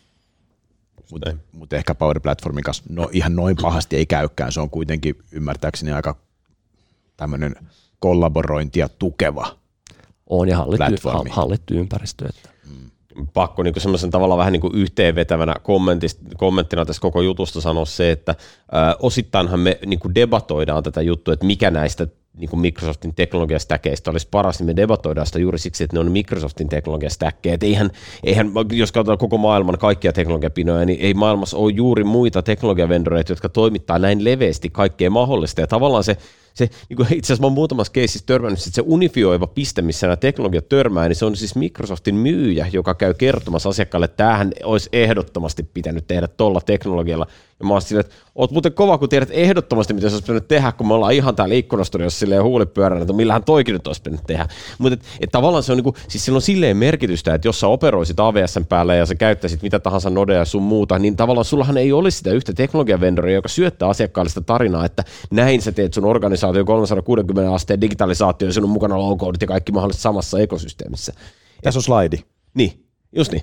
Mutta ehkä Power Platformin kanssa ihan noin pahasti ei käykään. Se on kuitenkin ymmärtääkseni aika tämmöinen kollaborointia tukeva on ja hallittu ympäristö. Että. pakko niin semmoisen tavalla vähän niin kuin yhteenvetävänä kommenttina tässä koko jutusta sanoa se, että osittainhan me niin kuin debatoidaan tätä juttua, että mikä näistä niin kuin Microsoftin teknologiastäkeistä olisi paras, niin me debatoidaan sitä juuri siksi, että ne on Microsoftin teknologiastäkkejä. Eihän, jos katsotaan koko maailman kaikkia teknologiapinoja, niin ei maailmassa ole juuri muita teknologiavendoreita, jotka toimittaa näin leveästi kaikkea mahdollista. Ja tavallaan se niin kuin itse asiassa mä oon muutamassa keisissä törmännyt, että se unifioiva piste, missä nämä teknologiat törmää, niin se on siis Microsoftin myyjä, joka käy kertomassa asiakkaalle, että tämähän olisi ehdottomasti pitänyt tehdä tuolla teknologialla. Ja mä oon silleen, että oot muuten kova, kun tiedät ehdottomasti, mitä se olisi pitänyt tehdä, kun me ollaan ihan täällä ikkunastudiossa silleen huulipyöränä, että millähän toikin nyt olisi pitänyt tehdä. Mutta tavallaan se on, niin kuin, siis sillä on silleen merkitystä, että jos sä operoisit AWS:n päällä ja sä käyttäisit mitä tahansa Nodea ja sun muuta, niin tavallaan sullahan ei olisi sitä yhtä teknologiavendoria, joka syöttää asiakkaalle sitä tarinaa, että näin sä teet sun organisaatio 360 asteen digitalisaatio ja sun on mukana low-codit ja kaikki mahdolliset samassa ekosysteemissä. Tässä on slaidi. Niin, justi.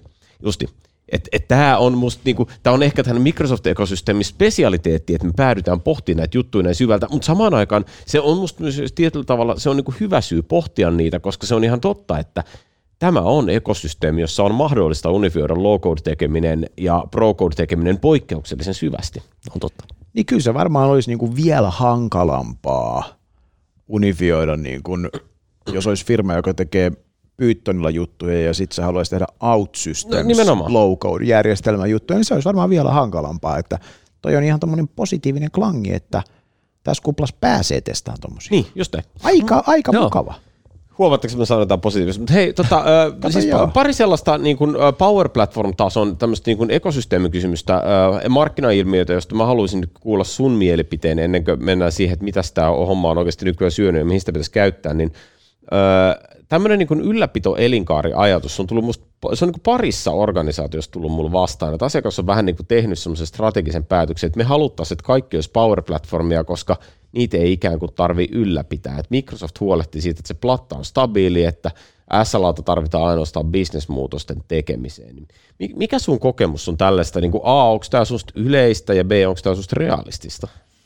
Tämä on musta niinku, tää on ehkä tämän Microsoft-ekosysteemin spesialiteetti, että me päädytään pohtimaan näitä juttuja näin syvältä, mutta samaan aikaan se on musta myös tietyllä tavalla se on niinku hyvä syy pohtia niitä, koska se on ihan totta, että tämä on ekosysteemi, jossa on mahdollista unifioida low-code-tekeminen ja pro-code-tekeminen poikkeuksellisen syvästi. On totta. Niin kyllä se varmaan olisi niinku vielä hankalampaa unifioida, niinku, jos olisi firma, joka tekee Pythonilla juttuja ja sitten sä haluaisi tehdä OutSystems low-code-järjestelmän juttuja, niin se olisi varmaan vielä hankalampaa, että toi on ihan tommoinen positiivinen klangi, että tässä kuplas pääsee testaamaan tommosia. Niin, just näin. Aika mukava. Huomaatteko, että me saadaan jotain positiivista? Mutta hei, siis pari sellaista niin kuin Power Platform-tason tämmöistä niin kuin ekosysteemikysymystä, markkinailmiöitä, josta mä haluaisin nyt kuulla sun mielipiteen ennen kuin mennään siihen, että mitä tämä homma on oikeasti nykyään syönyt ja mihin sitä pitäisi käyttää, niin tämmöinen niin kuin ylläpito-elinkaari-ajatus on tullut musta, se on niin kuin parissa organisaatiossa tullut mulle vastaan, että asiakas on vähän niin kuin tehnyt semmoisen strategisen päätöksen, että me haluttaisiin, että kaikki olisi Power-platformia, koska niitä ei ikään kuin tarvitse ylläpitää. Et Microsoft huolehti siitä, että se platta on stabiili, että SLAta tarvitaan ainoastaan business-muutosten tekemiseen. Mikä sun kokemus on tällaista? Niin kuin A, onko tämä susta yleistä ja B, onko tämä susta realistista?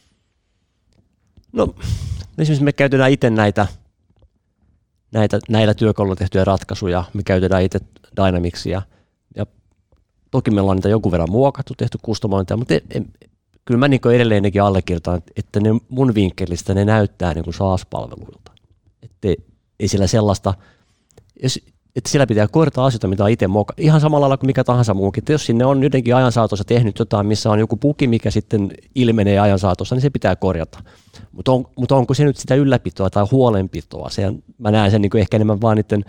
No, esimerkiksi me käytetään itse näillä työkaluilla tehtyjä ratkaisuja, me käytetään itse Dynamicsia, ja toki meillä on niitä jonkun verran muokattu, tehty customointia, mutta kyllä mä niin edelleenkin allekirjoitan, että ne mun vinkkelistä ne näyttää niin kuin SaaS-palveluilta. Että ei siellä sellaista, että siellä pitää korjata asioita, mitä on itse muokattu, ihan samalla lailla kuin mikä tahansa muukin. Että jos sinne on jotenkin ajan saatossa tehnyt jotain, missä on joku bugi, mikä sitten ilmenee ajan saatossa, niin se pitää korjata. Mutta onko se nyt sitä ylläpitoa tai huolenpitoa? Mä näen sen niin kuin ehkä enemmän vaan niiden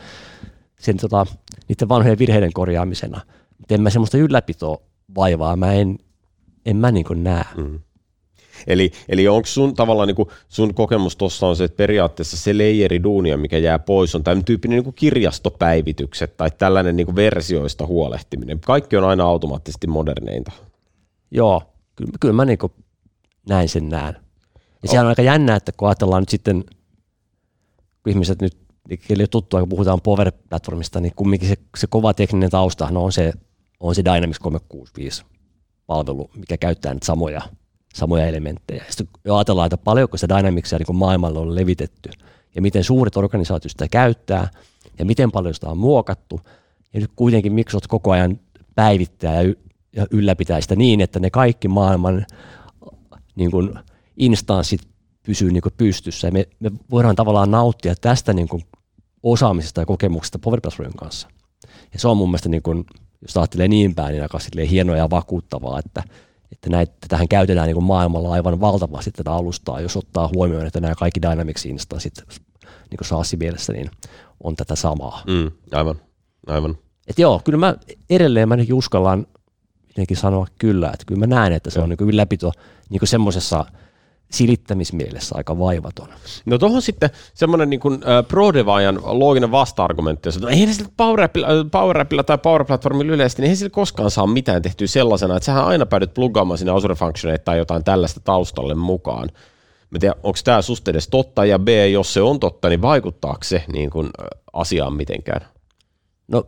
vanhojen virheiden korjaamisena. Mutta en mä semmoista ylläpitoa vaivaa, en mä niin kuin näe. Mm. Eli onko sun tavallaan niin kuin sun kokemus tuossa on se, että periaatteessa se layeriduunia, mikä jää pois, on tämän tyyppinen niin kuin kirjastopäivitykset tai tällainen niin kuin versioista huolehtiminen. Kaikki on aina automaattisesti moderneinta. Joo, kyllä mä niin kuin näin sen näen. Ja sehän on aika jännä, että kun ajatellaan nyt sitten, kun ihmiset nyt, ei ole tuttua, kun puhutaan Power-platformista, niin kumminkin se kova tekninen tausta on se Dynamics 365 palvelu, mikä käyttää nyt samoja elementtejä. Sitten ajatellaan, että paljonko sitä Dynamicsia niin maailmalla on levitetty ja miten suuret organisaatiot sitä käyttää ja miten paljon sitä on muokattu. Ja nyt kuitenkin Microsoft koko ajan päivittää ja ylläpitää sitä niin, että ne kaikki maailman niin kuin instanssit pysyy niin kuin pystyssä. Ja me voidaan tavallaan nauttia tästä niin kuin osaamisesta ja kokemuksesta Power Platformin kanssa. Ja se on mun mielestä, niin kuin, jos ajattelee niin päin, niin aika hienoa ja vakuuttavaa, että tähän käytetään niin kuin maailmalla aivan valtavasti tätä alustaa, jos ottaa huomioon, että nämä kaikki Dynamics-instanssit niin kuin SaaS-mielessä niin on tätä samaa. Aivan. Et joo, kyllä mä edelleen uskallan jotenkin sanoa kyllä, että kyllä mä näen, että se on niin kuin ylläpito niin kuin semmoisessa silittämismielessä aika vaivaton. No tuohon sitten semmoinen niin kuin ProDevaajan looginen vasta-argumentti, että eihän sillä Power Appilla tai Power Platformilla yleisesti, niin eihän sillä koskaan saa mitään tehtyä sellaisena, että sähän aina päädyt pluggaamaan sinne Azure Functioneita tai jotain tällaista taustalle mukaan. Mä tiedän, onko tämä susta edes totta, ja B, jos se on totta, niin vaikuttaako se niin kuin asiaan mitenkään? No,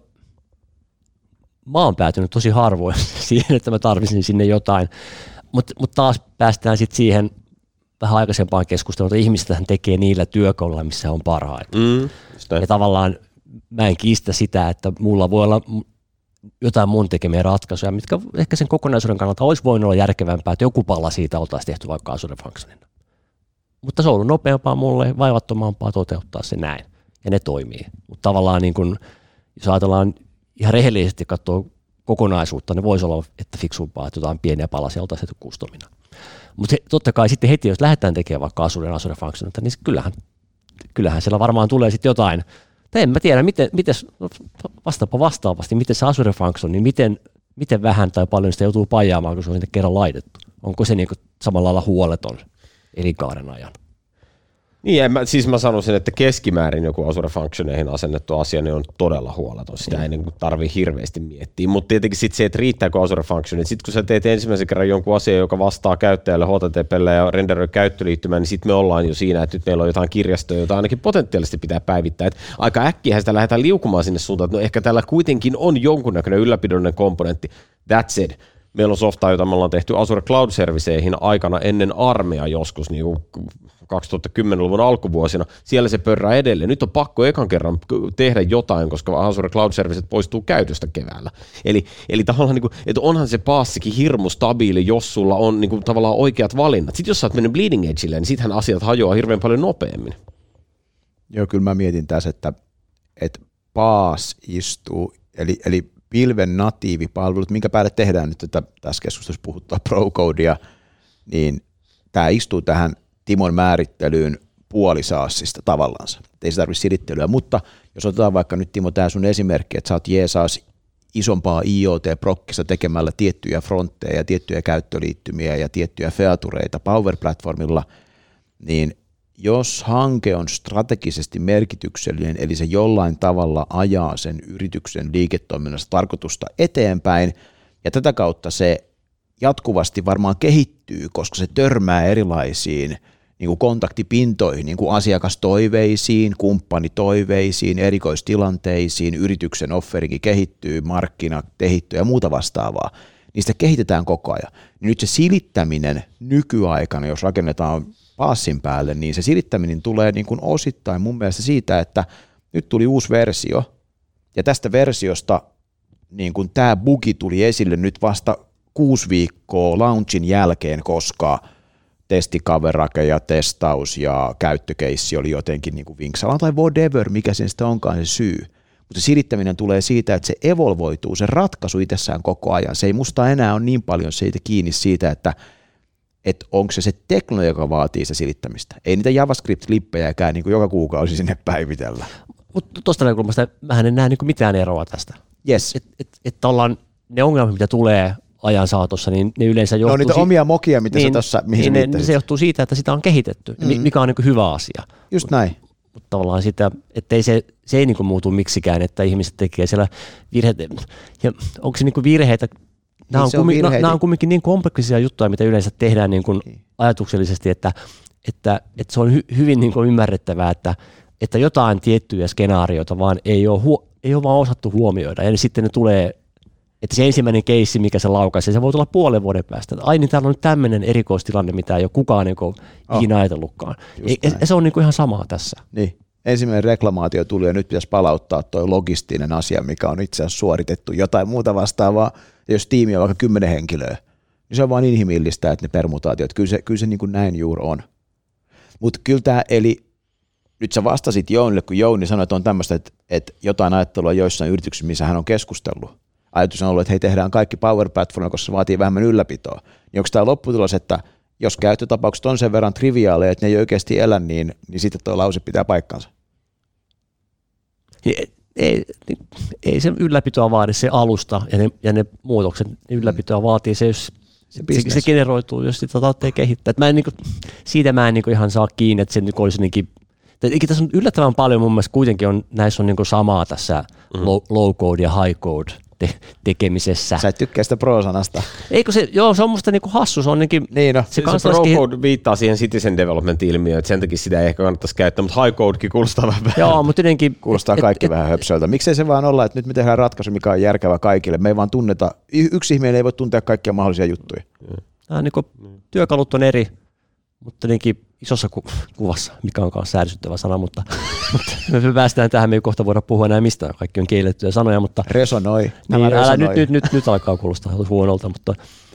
mä oon päätynyt tosi harvoin siihen, että mä tarvitsin sinne jotain, mutta taas päästään sitten siihen vähän aikaisempaan keskusteluun, että ihmisethän tekee niillä työkaluilla, missä on parhaita. Ja tavallaan mä en kiistä sitä, että mulla voi olla jotain mun tekemiä ratkaisuja, mitkä ehkä sen kokonaisuuden kannalta olisi voinut olla järkevämpää, että joku pala siitä oltaisiin tehty vaikka Azure Functionina. Mutta se on ollut nopeampaa mulle, vaivattomampaa toteuttaa se näin, ja ne toimii. Mutta tavallaan niin kun, jos ajatellaan ihan rehellisesti katsoa kokonaisuutta, niin voisi olla, että fiksumpaa, että jotain pieniä palasia oltaisiin tehty customina. Mutta totta kai sitten heti, jos lähdetään tekemään vaikka Azure Functionita, niin kyllähän siellä varmaan tulee sitten jotain. Tai en mä tiedä, vastaavasti, miten se Azure Function, niin miten vähän tai paljon sitä joutuu pajaamaan, kun se on sinne kerran laitettu. Onko se niin samalla lailla huoleton elinkaaren ajan? Niin, mä sanoisin, että keskimäärin joku Azure Functioneihin asennettu asia niin on todella huoleton. Sitä ei tarvitse hirveästi miettiä. Mutta tietenkin sit se, että riittääkö Azure Function. Sitten kun sä teet ensimmäisen kerran jonkun asian, joka vastaa käyttäjälle HTTP:lle ja renderöi käyttöliittymään, niin sitten me ollaan jo siinä, että nyt meillä on jotain kirjastoja, jota ainakin potentiaalisesti pitää päivittää. Et aika äkkiä sitä lähdetään liukumaan sinne suuntaan, että no ehkä täällä kuitenkin on jonkunnäköinen ylläpidollinen komponentti. That's it. Meillä on softaa, jota me ollaan tehty Azure Cloud Serviceihin aikana ennen armea joskus, niin 2010-luvun alkuvuosina. Siellä se pörrää edelleen. Nyt on pakko ekan kerran tehdä jotain, koska Azure Cloud Servicet poistuu käytöstä keväällä. Eli tavallaan, niin kuin, että onhan se paassikin hirmu stabiili, jos sulla on niin kuin, tavallaan oikeat valinnat. Sitten jos sä oot mennyt bleeding edgelle, niin sittenhän asiat hajoaa hirveän paljon nopeammin. Joo, kyllä mä mietin tässä, että PaaS istuu, eli pilven natiivipalvelut, minkä päälle tehdään nyt, että tässä keskustelussa puhuttaa ProCodea, niin tämä istuu tähän Timon määrittelyyn puolisaassista tavallansa. Ei se tarvitse silittelyä, mutta jos otetaan vaikka nyt Timo tämä sun esimerkki, että sä oot jeesaas isompaa IoT-prokkista tekemällä tiettyjä frontteja, tiettyjä käyttöliittymiä ja tiettyjä featureita Power Platformilla, niin jos hanke on strategisesti merkityksellinen, eli se jollain tavalla ajaa sen yrityksen liiketoiminnasta tarkoitusta eteenpäin, ja tätä kautta se jatkuvasti varmaan kehittyy, koska se törmää erilaisiin niin kuin kontaktipintoihin, niin kuin asiakastoiveisiin, kumppanitoiveisiin, erikoistilanteisiin, yrityksen offeringi kehittyy, markkina kehittyy ja muuta vastaavaa. Niistä kehitetään koko ajan. Niin nyt se silittäminen nykyaikana, jos rakennetaan PaaSin päälle, niin se silittäminen tulee niin kuin osittain mun mielestä siitä, että nyt tuli uusi versio, ja tästä versiosta niin kuin tämä bugi tuli esille nyt vasta 6 viikkoa launchin jälkeen, koska testikaverake ja testaus ja käyttökeissi oli jotenkin niin kuin vinksallaan tai whatever, mikä sen sitten onkaan se syy. Mutta se silittäminen tulee siitä, että se evolvoituu, se ratkaisu itsessään koko ajan. Se ei musta enää ole niin paljon siitä kiinni siitä, että onko se teknologia, joka vaatii sitä silittämistä. Ei niitä JavaScript-lippejäkään niin kuin joka kuukausi sinne päivitellä. Mutta tuosta näkökulmasta mähän en näe niin kuin mitään eroa tästä. Yes. Että ollaan ne ongelmat, mitä tulee ajan saatossa, niin ne yleensä johtuu... No niitä omia mokia, mitä sä tuossa, mihin niin se johtuu siitä, että sitä on kehitetty, mikä on niin kuin hyvä asia. Just näin. Mutta tavallaan sitä, että se ei niin kuin muutu miksikään, että ihmiset tekee siellä virheitä. Ja onko se niin kuin virheitä? Nämä on kumminkin niin kompleksisia juttuja, mitä yleensä tehdään niin kuin ajatuksellisesti, että se on hyvin niin kuin ymmärrettävää, että jotain tiettyjä skenaarioita vaan ei ole vaan osattu huomioida. Ja sitten ne tulee, että se ensimmäinen keissi, mikä se laukaisee, se voi tulla puolen vuoden päästä. Ai niin, täällä on nyt tämmöinen erikoistilanne, mitä ei ole kukaan niin ikinä ajatellutkaan. Ja se on niin kuin ihan samaa tässä. Niin. Ensimmäinen reklamaatio tuli ja nyt pitäisi palauttaa tuo logistinen asia, mikä on itse asiassa suoritettu jotain muuta vastaavaa. Ja jos tiimi on vaikka 10 henkilöä, niin se on vaan inhimillistä, että ne permutaatiot, kyllä se niin kuin näin juuri on. Mutta kyllä tämä, eli nyt sä vastasit Jounille, kun Jouni sanoi, että on tämmöistä, että jotain ajattelua joissain yrityksissä, missä hän on keskustellut. Ajatus on ollut, että hei, tehdään kaikki Power Platformia, koska se vaatii vähemmän ylläpitoa. Niin onko tämä lopputulos, että jos käyttötapaukset on sen verran triviaaleja, että ne ei oikeasti elä, niin sitten tuo lause pitää paikkansa? Ei se ylläpitoa vaadi se alusta ja ne muutokset, ylläpitoa vaatii se, jos se generoituu, jos sitä tarvitsee kehittää. Siitä mä en ihan saa kiinni, että se olisi niinkin. Tässä on yllättävän paljon mun mielestä kuitenkin näissä on niin samaa tässä low code ja high code tekemisessä. Sä et tykkää sitä pro-sanasta. Eikö se, se on musta niinku hassu, se on nekin... Niin no. Se pro-code viittaa siihen citizen development-ilmiöön, että sen takia sitä ei ehkä kannattaisi käyttää, mutta high codekin kuulostaa vähän. Joo, mutta jotenkin... Kuulostaa kaikki vähän höpsöltä. Miksei se vaan olla, että nyt me tehdään ratkaisu, mikä on järkevä kaikille. Me ei vaan tunneta, yksi ihminen ei voi tuntea kaikkia mahdollisia juttuja. Niinku, työkalut on eri, mutta jotenkin isossa kuvassa, mikä on myös säädösyttävä sana, mutta Me päästään tähän, me ei kohta voida puhua enää mistään, kaikki on kiellettyjä sanoja, mutta... Resonoi. Niin, resonoi. Nyt alkaa kuulostaa huonolta, mutta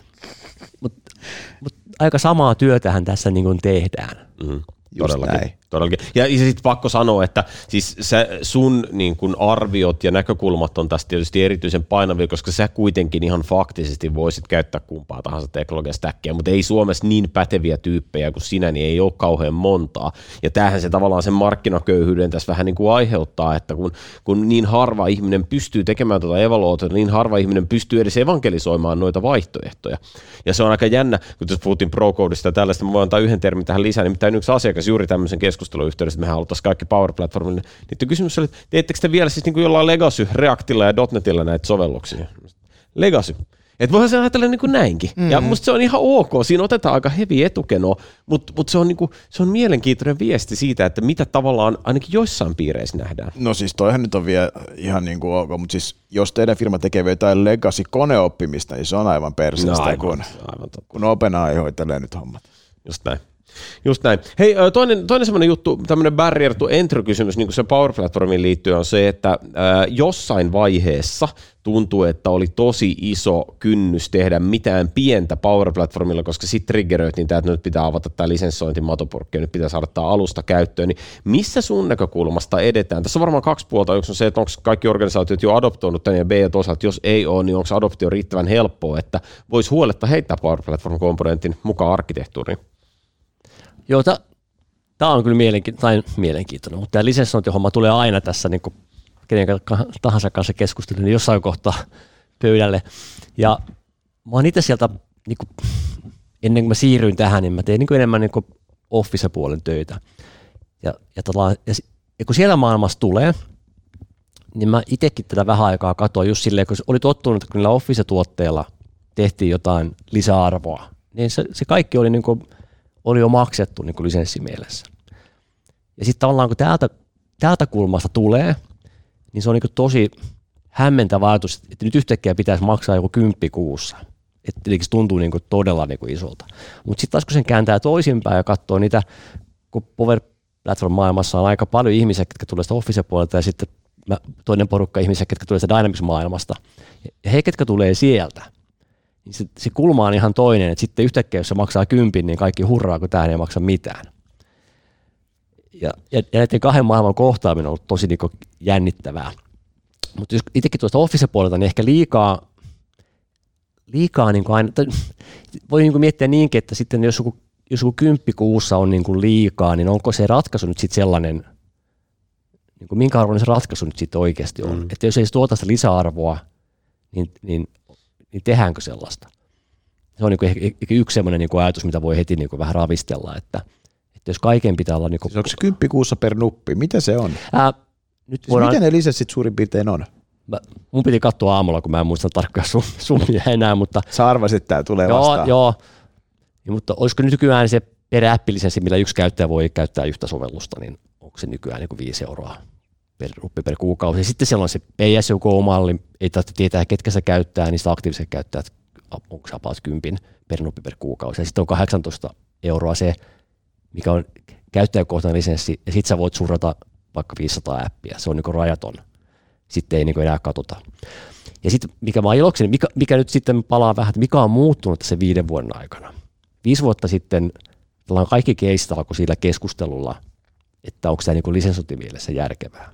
aika samaa työtähän tässä niin kuin tehdään. Todellakin. Ja sitten pakko sanoa, että siis sun niin kun arviot ja näkökulmat on tästä tietysti erityisen painavia, koska sä kuitenkin ihan faktisesti voisit käyttää kumpaa tahansa teknologiastäkkiä, mutta ei Suomessa niin päteviä tyyppejä kuin sinä, niin ei ole kauhean montaa. Ja tämähän se tavallaan sen markkinaköyhyyden tässä vähän niin kuin aiheuttaa, että kun niin harva ihminen pystyy tekemään tuota evaluaatiota, niin harva ihminen pystyy edes evankelisoimaan noita vaihtoehtoja. Ja se on aika jännä, kun tässä puhuttiin ProCodeista ja tällaista, mä voin antaa yhden termin tähän lisään, nimittäin yksi asiakas juuri tämmöisen keskustelun yhteydessä, että mehän haluttaisiin kaikki Power Platformille. Niiden kysymys oli, että teettekö te vielä siis niin kuin jollain Legacy, Reactilla ja .NETillä näitä sovelluksia? Legacy. Että voihan se ajatella niin kuin näinkin. Ja musta se on ihan ok, siinä otetaan aika hevi etukeno, mutta se on, niin kuin, se on mielenkiintoinen viesti siitä, että mitä tavallaan ainakin joissain piireissä nähdään. No siis toihan nyt on vielä ihan niin kuin ok, mutta siis jos teidän firma tekee jotain Legacy-koneoppimista, niin se on aivan perseestä, kun OpenAI hoitelee nyt hommat. Just näin. Hei, toinen semmoinen juttu, tämmöinen barrier to entry-kysymys, niin kuin se Power Platformiin liittyy, on se, että jossain vaiheessa tuntuu, että oli tosi iso kynnys tehdä mitään pientä Power Platformilla, koska sitten triggeröitiin tämä, että nyt pitää avata tämä lisenssointimatopurkki ja nyt pitää saada tämä alusta käyttöön. Niin missä sun näkökulmasta edetään? Tässä on varmaan kaksi puolta. Yksi on se, että onko kaikki organisaatiot jo adoptoinut tämän ja B ja toisaalta, jos ei ole, niin onko adoptio riittävän helppoa, että voisi huoletta heittää Power Platform-komponentin mukaan arkkitehtuuriin? Joo, tämä on kyllä mielenkiintoinen, mutta tämä lisenssointihomma tulee aina tässä niin kuin kenen tahansa kanssa keskustelun, niin jossain kohtaa pöydälle. Ja mä oon itse sieltä, niin kuin, ennen kuin mä siirryin tähän, niin mä tein niin kuin enemmän niin kuin Office-puolen töitä. Ja kun siellä maailmassa tulee, niin mä itsekin tätä vähän aikaa katsoin just silleen, kun oli tottunut, että kun niillä Office-tuotteilla tehtiin jotain lisäarvoa, niin se kaikki oli niin kuin oli jo maksettu niin kuin lisenssimielessä. Ja sitten tavallaan kun täältä kulmasta tulee, niin se on niin kuin tosi hämmentävä ajatus, että nyt yhtäkkiä pitäisi maksaa joku 10 kuussa. Että se tuntuu niin kuin todella niin kuin isolta. Mutta sitten taas kun sen kääntää toisinpäin ja katsoo niitä, kun Power Platform-maailmassa on aika paljon ihmisiä, jotka tulee sitä Office-puolelta ja sitten toinen porukka ihmisiä, jotka tulee sitä Dynamics-maailmasta. Ja he, ketkä tulee sieltä, niin se kulma on ihan toinen, että sitten yhtäkkiä, jos se maksaa 10, niin kaikki hurraa, kun tähän ei maksa mitään. Ja näiden kahden maailman kohtaaminen on ollut tosi niin kuin jännittävää. Mutta jos itsekin tuosta Office-puolelta, niin ehkä liikaa niin kuin aina, voi niin kuin miettiä niinkin, että sitten jos joku 10 kuussa on niin kuin liikaa, niin onko se ratkaisu nyt sitten sellainen, niin kuin minkä arvoinen se ratkaisu nyt sitten oikeasti on. Että jos ei se tuota sitä lisäarvoa, niin tehdäänkö sellaista? Se on niin kuin ehkä yksi sellainen niin kuin ajatus, mitä voi heti niin kuin vähän ravistella, että jos kaiken pitää olla... Niin kuin... Siis onko se 10 kuussa per nuppi? Mitä se on? Nyt siis miten ne lisenssit suurin piirtein on? Mun piti katsoa aamulla, kun mä en muista tarkkaan summia enää, mutta... Sä arvasit, että tämä tulee vastaan. Joo, mutta olisiko nykyään se per appilisenssi, millä yksi käyttäjä voi käyttää yhtä sovellusta, niin onko se nykyään niin kuin 5 euroa per nuppi per kuukausi. Ja sitten siellä on se PSUK-malli, ei tarvitse tietää, ketkä se käyttää, niistä aktiiviset käyttäjät, onko se about 10 per nuppi per kuukausi. Ja sitten on 18 euroa se, mikä on käyttäjäkohtainen lisenssi, ja sitten sä voit surrata vaikka 500 appia, se on niin kuin rajaton. Sitten ei niin kuin enää katsota. Ja sitten mikä mä ilokseni, mikä nyt sitten palaa vähän, että mikä on muuttunut tässä 5 vuoden aikana. 5 vuotta sitten kaikki keissit alkoi sillä keskustelulla, että onko tämä niin lisenssointimielessä järkevää.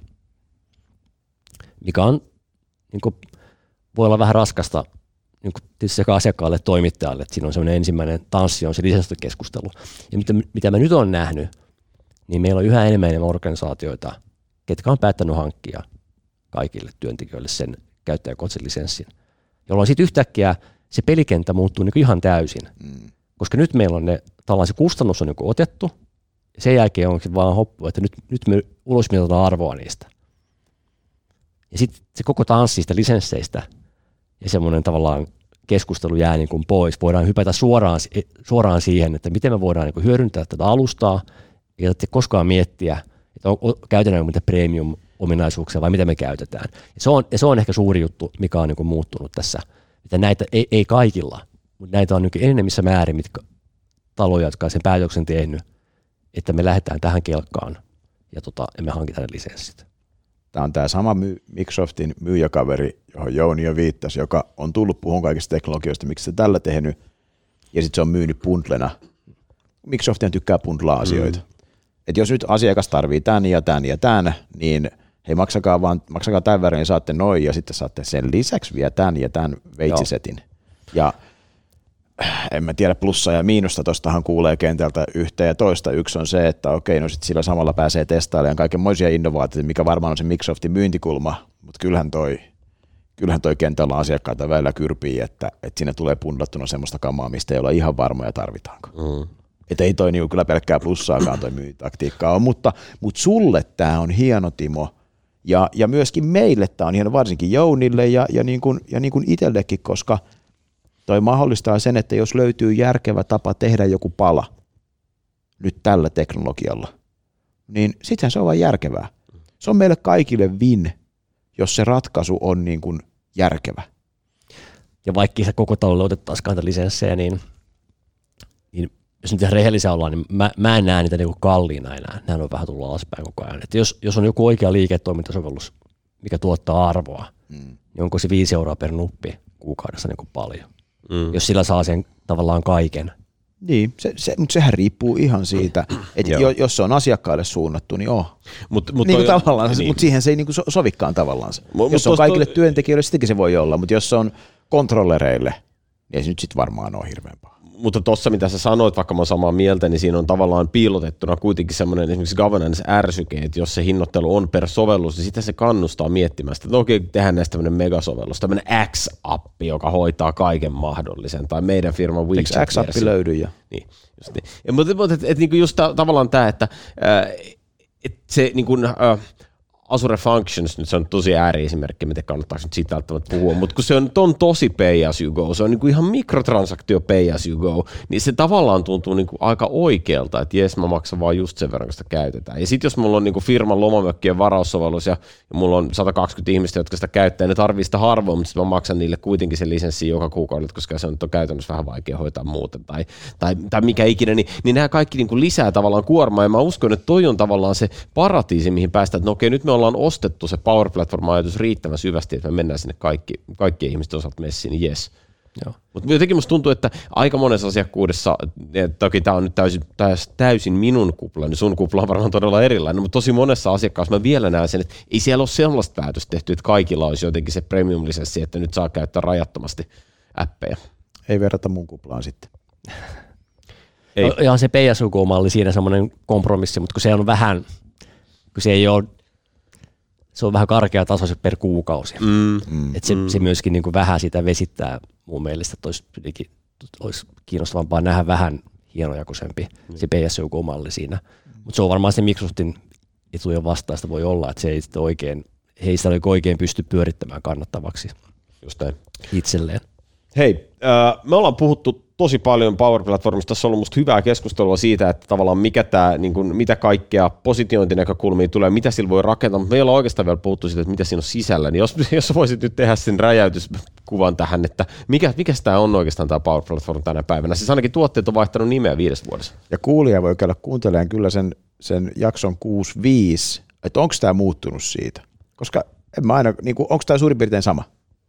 Mikä on, niin kuin, voi olla vähän raskasta niin kuin tietysti sekä asiakkaalle että toimittajalle, että siinä on semmoinen ensimmäinen tanssi, on se lisensointikeskustelu. Ja mitä mä nyt olen nähnyt, niin meillä on yhä enemmän organisaatioita, ketkä on päättänyt hankkia kaikille työntekijöille sen käyttäjäkohtaisen lisenssin, jolloin sitten yhtäkkiä se pelikenttä muuttuu niin kuin ihan täysin. Koska nyt meillä on tällainen kustannus on niin kuin otettu, ja sen jälkeen onkin vaan hoppu, että nyt me ulosmitataan arvoa niistä. Ja sitten se koko tanssi sitä lisensseistä ja semmoinen tavallaan keskustelu jää niin kuin pois. Voidaan hypätä suoraan siihen, että miten me voidaan niin kuin hyödyntää tätä alustaa, ei tarvitse koskaan miettiä, että käytetäänkö mitä premium-ominaisuuksia vai mitä me käytetään. Ja se on ehkä suuri juttu, mikä on niin kuin muuttunut tässä. Että näitä ei kaikilla, mutta näitä on niin enemmissä määrin, mitkä taloja, jotka on sen päätöksen tehnyt, että me lähdetään tähän kelkkaan emme hankita ne lisenssit. Tämä on tämä sama Microsoftin myyjäkaveri, johon Jouni jo viittasi, joka on tullut puhun kaikista teknologioista, miksi se tällä tehnyt, ja sitten se on myynyt bundlena. Microsoftia tykkää bundlaa asioita. Että jos nyt asiakas tarvii tän ja tän ja tän, niin hei maksakaa tämän verran ja saatte noin, ja sitten saatte sen lisäksi vielä tän ja tän veitsisetin. Ja en mä tiedä plussaa ja miinusta, tostahan kuulee kentältä yhtä ja toista. Yksi on se, että okei, no sit sillä samalla pääsee testailemaan kaikenmoisia innovaatioita, mikä varmaan on se Microsoftin myyntikulma, mutta kyllähän toi kentällä asiakkaita välillä kyrpii, että siinä tulee pundattuna semmoista kamaa, mistä ei olla ihan varmoja tarvitaanko. Että ei toi kyllä pelkkää plussaakaan toi myyntitaktiikkaa on, mutta sulle tämä on hieno, Timo, ja myöskin meille tämä on hieno, varsinkin Jounille ja niin kuin itsellekin, koska toi mahdollistaa sen, että jos löytyy järkevä tapa tehdä joku pala nyt tällä teknologialla, niin sittenhän se on vain järkevää. Se on meille kaikille win, jos se ratkaisu on niin kuin järkevä. Ja vaikka se koko talolle otettaisiin niitä lisenssejä, niin jos nyt ihan rehellisiä ollaan, niin mä en näe niitä niinku kalliina enää. Nämä on vähän tullut alaspäin koko ajan. Että jos on joku oikea liiketoimintasovellus, mikä tuottaa arvoa, niin onko se 5 euroa per nuppi kuukaudessa niin kuin paljon? Jos sillä saa sen tavallaan kaiken. Niin, mutta sehän riippuu ihan siitä, että jos se on asiakkaille suunnattu, niin Mutta siihen se ei niinku sovikaan tavallaan. Jos on kaikille työntekijöille, sittenkin se voi olla, mutta jos se on kontrollereille, niin ei se nyt sitten varmaan ole hirveän paha. Mutta tuossa, mitä sä sanoit, vaikka mä oon samaa mieltä, niin siinä on tavallaan piilotettuna kuitenkin semmoinen esimerkiksi governance-ärsyke, että jos se hinnoittelu on per sovellus, niin sitä se kannustaa miettimään sitä, että okei, tehdään näistä tämmöinen megasovellus, tämmöinen X-appi, joka hoitaa kaiken mahdollisen, tai meidän firman WeChat-versio. Eikö X-appi löydy jo? Niin, just niin. Mutta niinku just tavallaan tämä, että se niin kuin, Azure Functions, nyt se on tosi ääriesimerkki, miten kannattaisi nyt siitä välttämättä puhua, mutta kun se on tosi pay as you go, se on niin kuin ihan mikrotransaktio pay as you go, niin se tavallaan tuntuu niin kuin aika oikealta, että jes, mä maksan vaan just sen verran, kun sitä käytetään. Ja sitten jos mulla on niin kuin firman lomamökkien varaussovellus ja mulla on 120 ihmistä, jotka sitä käyttää, ne tarvii sitä harvoin, mutta sitten mä maksan niille kuitenkin sen lisenssin joka kuukaudet, koska se on käytännössä vähän vaikea hoitaa muuten tai mikä ikinä, niin nämä kaikki niin kuin lisää tavallaan kuormaa, ja mä uskon, että toi on tavallaan se paratiisi, mihin päästään, että no okei, nyt me ollaan ostettu se Power Platform-ajatus riittävän syvästi, että me mennään sinne kaikkien ihmisten osalta messiin, niin jes. Mutta jotenkin musta tuntuu, että aika monessa asiakkuudessa, toki tämä on nyt täysin minun kupla, niin sun kupla on varmaan todella erilainen, mutta tosi monessa asiakkaassa mä vielä näen sen, että ei siellä ole sellaista päätöstä tehty, että kaikilla olisi jotenkin se premium-lisenssi, että nyt saa käyttää rajattomasti appeja. Ei verrata mun kuplaan sitten. Ei. Ihan se PSUK-malli siinä semmoinen kompromissi, mutta kun se on vähän, kun se ei ole, se on vähän karkea taso se per kuukausi. Että se myöskin niin kuin vähän sitä vesittää mun mielestä, että olisi kiinnostavampaa nähdä vähän hienojakoisempi se PSUK-malli siinä. Mutta se on varmaan se Microsoftin etujen vastaista voi olla, että se ei sitä oikein pysty pyörittämään kannattavaksi just näin itselleen. Hei, me ollaan puhuttu tosi paljon Power Platformista. Tässä on ollut musta hyvää keskustelua siitä, että tavallaan mitä kaikkea positiointinäkökulmia tulee, mitä sillä voi rakentaa, mutta meillä on oikeastaan vielä puhuttu siitä, että mitä siinä on sisällä. Niin jos voisit nyt tehdä sen räjäytyskuvan tähän, että mikä tämä on oikeastaan tämä Power Platform tänä päivänä. Siis ainakin tuotteet on vaihtanut nimeä 5 vuodessa. Ja kuulija voi käydä kuuntelemaan kyllä sen jakson 65, että onko tämä muuttunut siitä. Koska en mä aina, niin onko tämä suurin piirtein sama?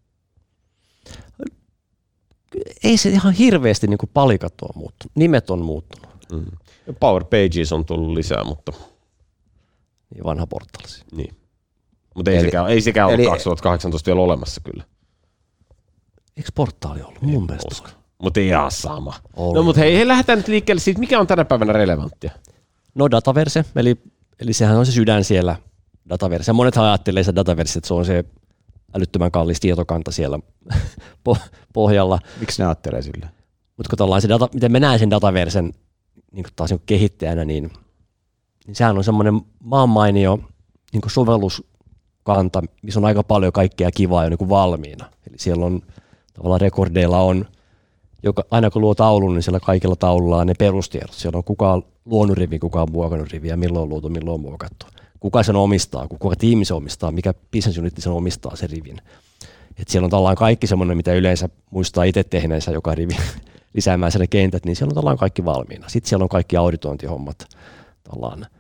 Ei se ihan hirveästi niin kuin palikat on muuttunut. Nimet on muuttunut. Power Pages on tullut lisää, mutta niin vanha portaalisi. Niin. Mutta ei sekään ollut 2018 vielä olemassa kyllä. Eikö portaali ollut? Mun mielestä. Mutta ei ihan sama. No mutta hei, lähdetään nyt liikkeelle siitä, mikä on tänä päivänä relevanttia. No Dataverse, eli sehän on se sydän siellä Dataverse. Monethan ajattelee se Dataverse, että se on se älyttömän kallis tietokanta siellä pohjalla. Miksi ne ajattelee sillä? Mutta kun miten mä näen sen Dataversen niin taas kehittäjänä, niin sehän on semmoinen maanmainio niin sovelluskanta, missä on aika paljon kaikkea kivaa jo niin valmiina. Eli siellä on tavallaan rekordeilla on, aina kun luo taulun, niin siellä kaikilla taululla on ne perustiedot. Siellä on kuka on luonut rivi, kuka on muokannut riviä, milloin on luotu, milloin on muokattu. Kuka sen omistaa, kuka tiimi se omistaa, mikä business unit sen omistaa sen rivin. Et siellä on tällainen kaikki semmoinen, mitä yleensä muistaa itse tehneensä joka rivi lisäämään siellä kentät, niin siellä on tällainen kaikki valmiina. Sitten siellä on kaikki auditointihommat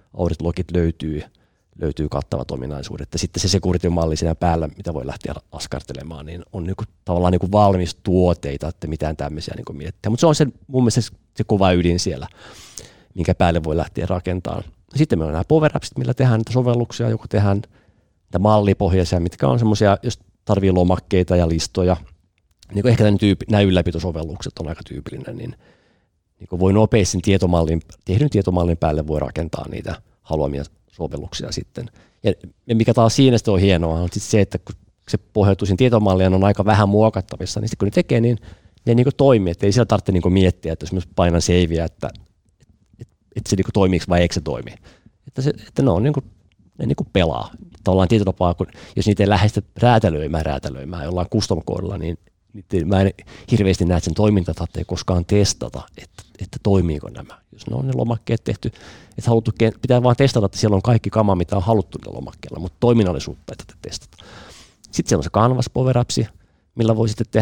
Audit-logit löytyy kattavat ominaisuudet. Ja sitten se security-malli siinä päällä, mitä voi lähteä askartelemaan, niin on niinku, tavallaan niinku valmis tuoteita, että mitään tämmöisiä niinku miettiä. Mutta se on mun mielestä se kova ydin siellä, minkä päälle voi lähteä rakentamaan. Sitten meillä on nämä power appsit, millä tehdään niitä sovelluksia, joku tehdään niitä mallipohjaisia, mitkä on semmoisia, jos tarvii lomakkeita ja listoja. Niin ehkä nämä ylläpitosovellukset on aika tyypillinen, niin voi nopeasti tehdyn tietomallin päälle voi rakentaa niitä haluamia sovelluksia sitten. Ja mikä taas siinä sitten on hienoa, on sitten se, että kun se pohjautuu siinä tietomalliin on aika vähän muokattavissa, niin sitten kun ne tekee, niin ne niin toimii, että ei siellä tarvitse niin miettiä, että jos mä painan saveä, että se niin toimiiko vai eikö se toimi. Että ne on ne pelaa. Tavallaan tietyllä tapaa, kun jos niitä ei lähestä räätälöimään jollain custom-koodilla, niin mä en hirveästi näe, että sen toimintaa ei koskaan testata, että toimiiko nämä. Jos ne on ne lomakkeet tehty, että pitää vaan testata, että siellä on kaikki kama, mitä on haluttu niillä lomakkeilla, mutta toiminnallisuutta ei tätä testata. Sitten siellä on se Canvas Power Apps, millä voi sitten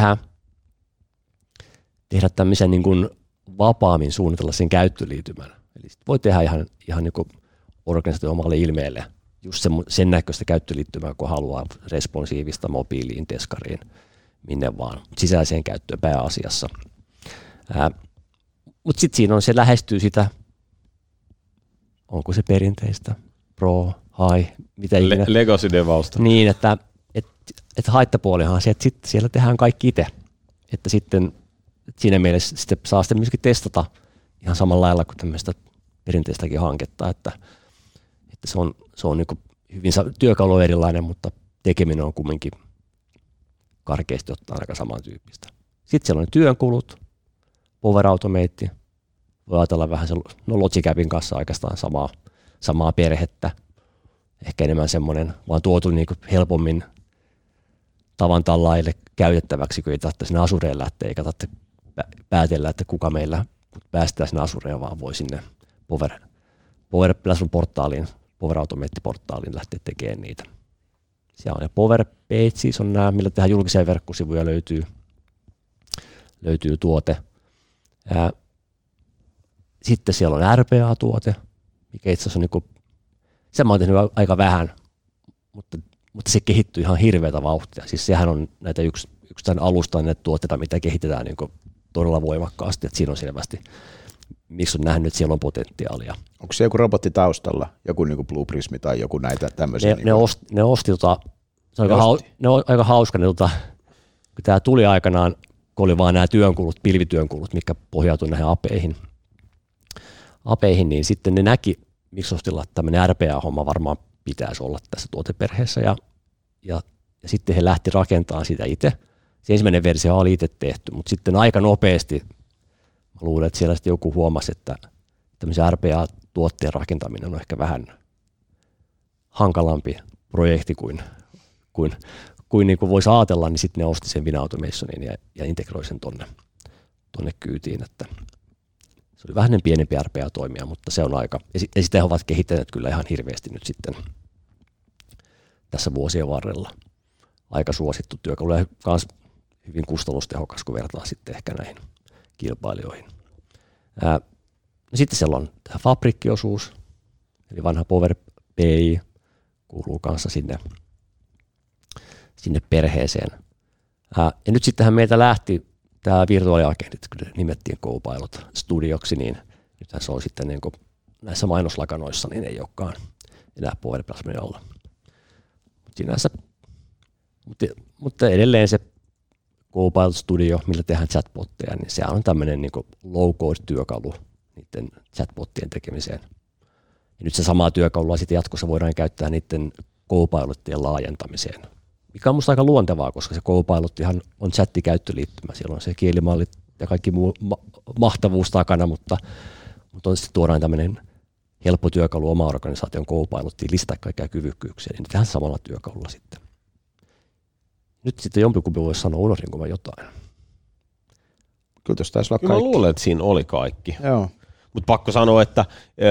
tehdä tämmöisen niin kuin vapaammin suunnitella sen käyttöliitymän. Eli voi tehdä ihan niin kuin organisaation omalle ilmeelle just sen näköistä käyttöliittymää, kun haluaa responsiivista mobiiliin, teskariin, minne vaan, sisäiseen käyttöön pääasiassa. Mutta sitten siinä on se lähestyy sitä, onko se perinteistä, pro, high, mitä ikinä. Legacy-devausta. Niin, että haittapuolihan on se, että sitten siellä tehdään kaikki itse. Että sitten siinä mielessä sitten saa sitten myöskin testata ihan samalla lailla kuin tämmöistä perinteistäkin hanketta, että se on niin kuin hyvin työkalu erilainen, mutta tekeminen on kumminkin karkeasti ottaen aika samantyyppistä. Sitten siellä on ne työnkulut, Power Automate, voi ajatella vähän Logic Appin kanssa oikeastaan samaa perhettä, ehkä enemmän semmoinen, vaan tuotu niin kuin helpommin tavan tallaille käytettäväksi, kun ei tarvitse sinne Azureen lähteä, eikä tarvitse päätellä, että kuka meillä päästään sinne Azureen, vaan voi sinne Power Platform-portaaliin, Power Automate-portaaliin lähteä tekemään niitä. Siellä on ne Power Pages, on nämä, millä tehdään julkisia verkkosivuja, löytyy tuote. Sitten siellä on RPA-tuote, mikä itse asiassa on niin sen mä oon tehnyt aika vähän, mutta se kehittyy ihan hirveätä vauhtia. Siis sehän on näitä yksi tämän alustan näitä tuotteita, mitä kehitetään niin todella voimakkaasti, että siinä on selvästi, miksi on nähnyt, että siellä on potentiaalia. Onko se joku robotti taustalla, joku niin kuin Blue Prism tai joku näitä tämmöisiä? Ne osti ne on aika hauska, kun tämä tuli aikanaan, kun oli vaan nämä pilvityönkulut, mitkä pohjautuivat näihin apeihin, niin sitten ne näki Microsoftilla, että tämmöinen RPA-homma varmaan pitäisi olla tässä tuoteperheessä, ja sitten he lähti rakentamaan sitä itse. Se ensimmäinen versio oli itse tehty, mutta sitten aika nopeasti, mä luulen, että siellä sitten joku huomasi, että tämmöisen RPA-tuotteen rakentaminen on ehkä vähän hankalampi projekti kuin voisi ajatella, niin sitten ne osti sen Automation ja integroi sen tonne kyytiin, että se oli vähän pienempi RPA-toimija, mutta se on aika, ja sitä he ovat kehittäneet kyllä ihan hirveästi nyt sitten tässä vuosien varrella. Aika suosittu työkalu ja myös hyvin kustannustehokas, kun vertaa sitten ehkä näihin kilpailijoihin. Sitten siellä on tämä Fabric-osuus, eli vanha Power BI kuuluu kanssa sinne perheeseen. Ja nyt sittenhän meiltä lähti tämä virtuaaliagendit, kun nimettiin Copilot Studioksi, niin nythän se on sitten niin kuin näissä mainoslakanoissa, niin ei olekaan enää Power Platformin alla. Mutta edelleen se Copilot Studio, millä tehdään chatbotteja, niin se on tämmöinen niin kuin low-code-työkalu niiden chatbottien tekemiseen. Ja nyt se samaa työkalua sitten jatkossa voidaan käyttää niiden Copilottien laajentamiseen, mikä on musta aika luontevaa, koska se Copilottihan on chattikäyttöliittymä. Siellä on se kielimallit ja kaikki muu mahtavuus takana, mutta on sitten tuodaan tämmöinen helppo työkalu oma organisaation Copilottiin lisätä kaikkia kyvykkyyksiä, niin tehdään samalla työkalulla sitten. Nyt sitten jompikumpi voisi sanoa, unohdinko mä jotain. Kyllä tuossa taisi olla kaikki. Mä luulen, että siinä oli kaikki. Mutta pakko sanoa, että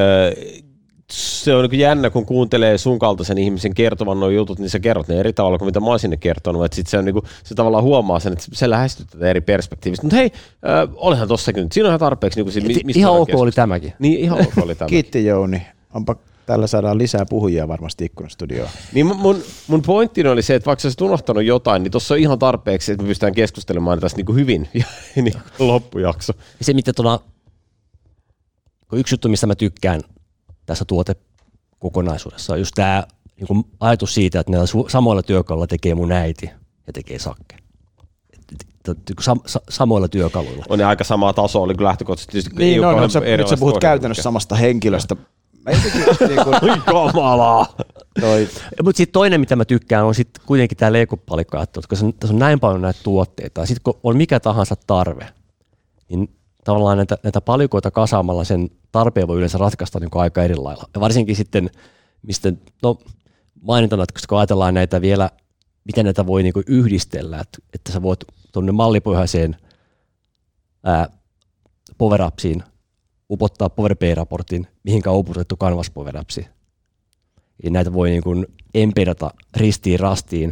se on niin jännä, kun kuuntelee sun kaltaisen ihmisen kertovan nuo jutut, niin sä kerrot ne eri tavalla kuin mitä mä oon sinne kertonut. Että sit se, on niin kuin, se tavallaan huomaa sen, että se lähestyy tätä eri perspektiivistä. Mutta hei, olihan tossakin nyt. Siinä on ihan tarpeeksi. Niin kuin, ihan ok oli tämäkin. Niin, ihan ok oli tämäkin. Kiitti Jouni. Onpa Tällä saadaan lisää puhujia varmasti ikkunastudioon. Niin mun pointti oli se, että vaikka sä olisit unohtanut jotain, niin tuossa on ihan tarpeeksi, että me pystytään keskustelemaan tästä niin hyvin niin loppujakso. Se, mitä yksi juttu, mistä mä tykkään tässä tuotekokonaisuudessa, on just tämä niin ajatus siitä, että näillä samoilla työkaluilla tekee mun äiti ja tekee Sakke. Samoilla työkaluilla. On ne aika samaa tasoa, oli kyllä lähtökohtaisesti. Niin, nyt sä puhut käytännössä samasta henkilöstä. Oi kamalaa! Mutta sitten toinen, mitä mä tykkään, on sitten kuitenkin tämä leikkupalikka, että koska tässä on näin paljon näitä tuotteita, ja sitten kun on mikä tahansa tarve, niin tavallaan näitä palikoita kasaamalla sen tarpeen voi yleensä ratkaista niin aika eri lailla. Ja varsinkin sitten, mistä mainintana, että kun ajatellaan näitä vielä, miten näitä voi niin yhdistellä, että sä voit tuonne mallipohjaiseen power-upsiin upottaa Power BI-raportin, mihinkä on upotettu Canvas Power Appsi. Ja näitä voi niin kuin embeddata ristiin rastiin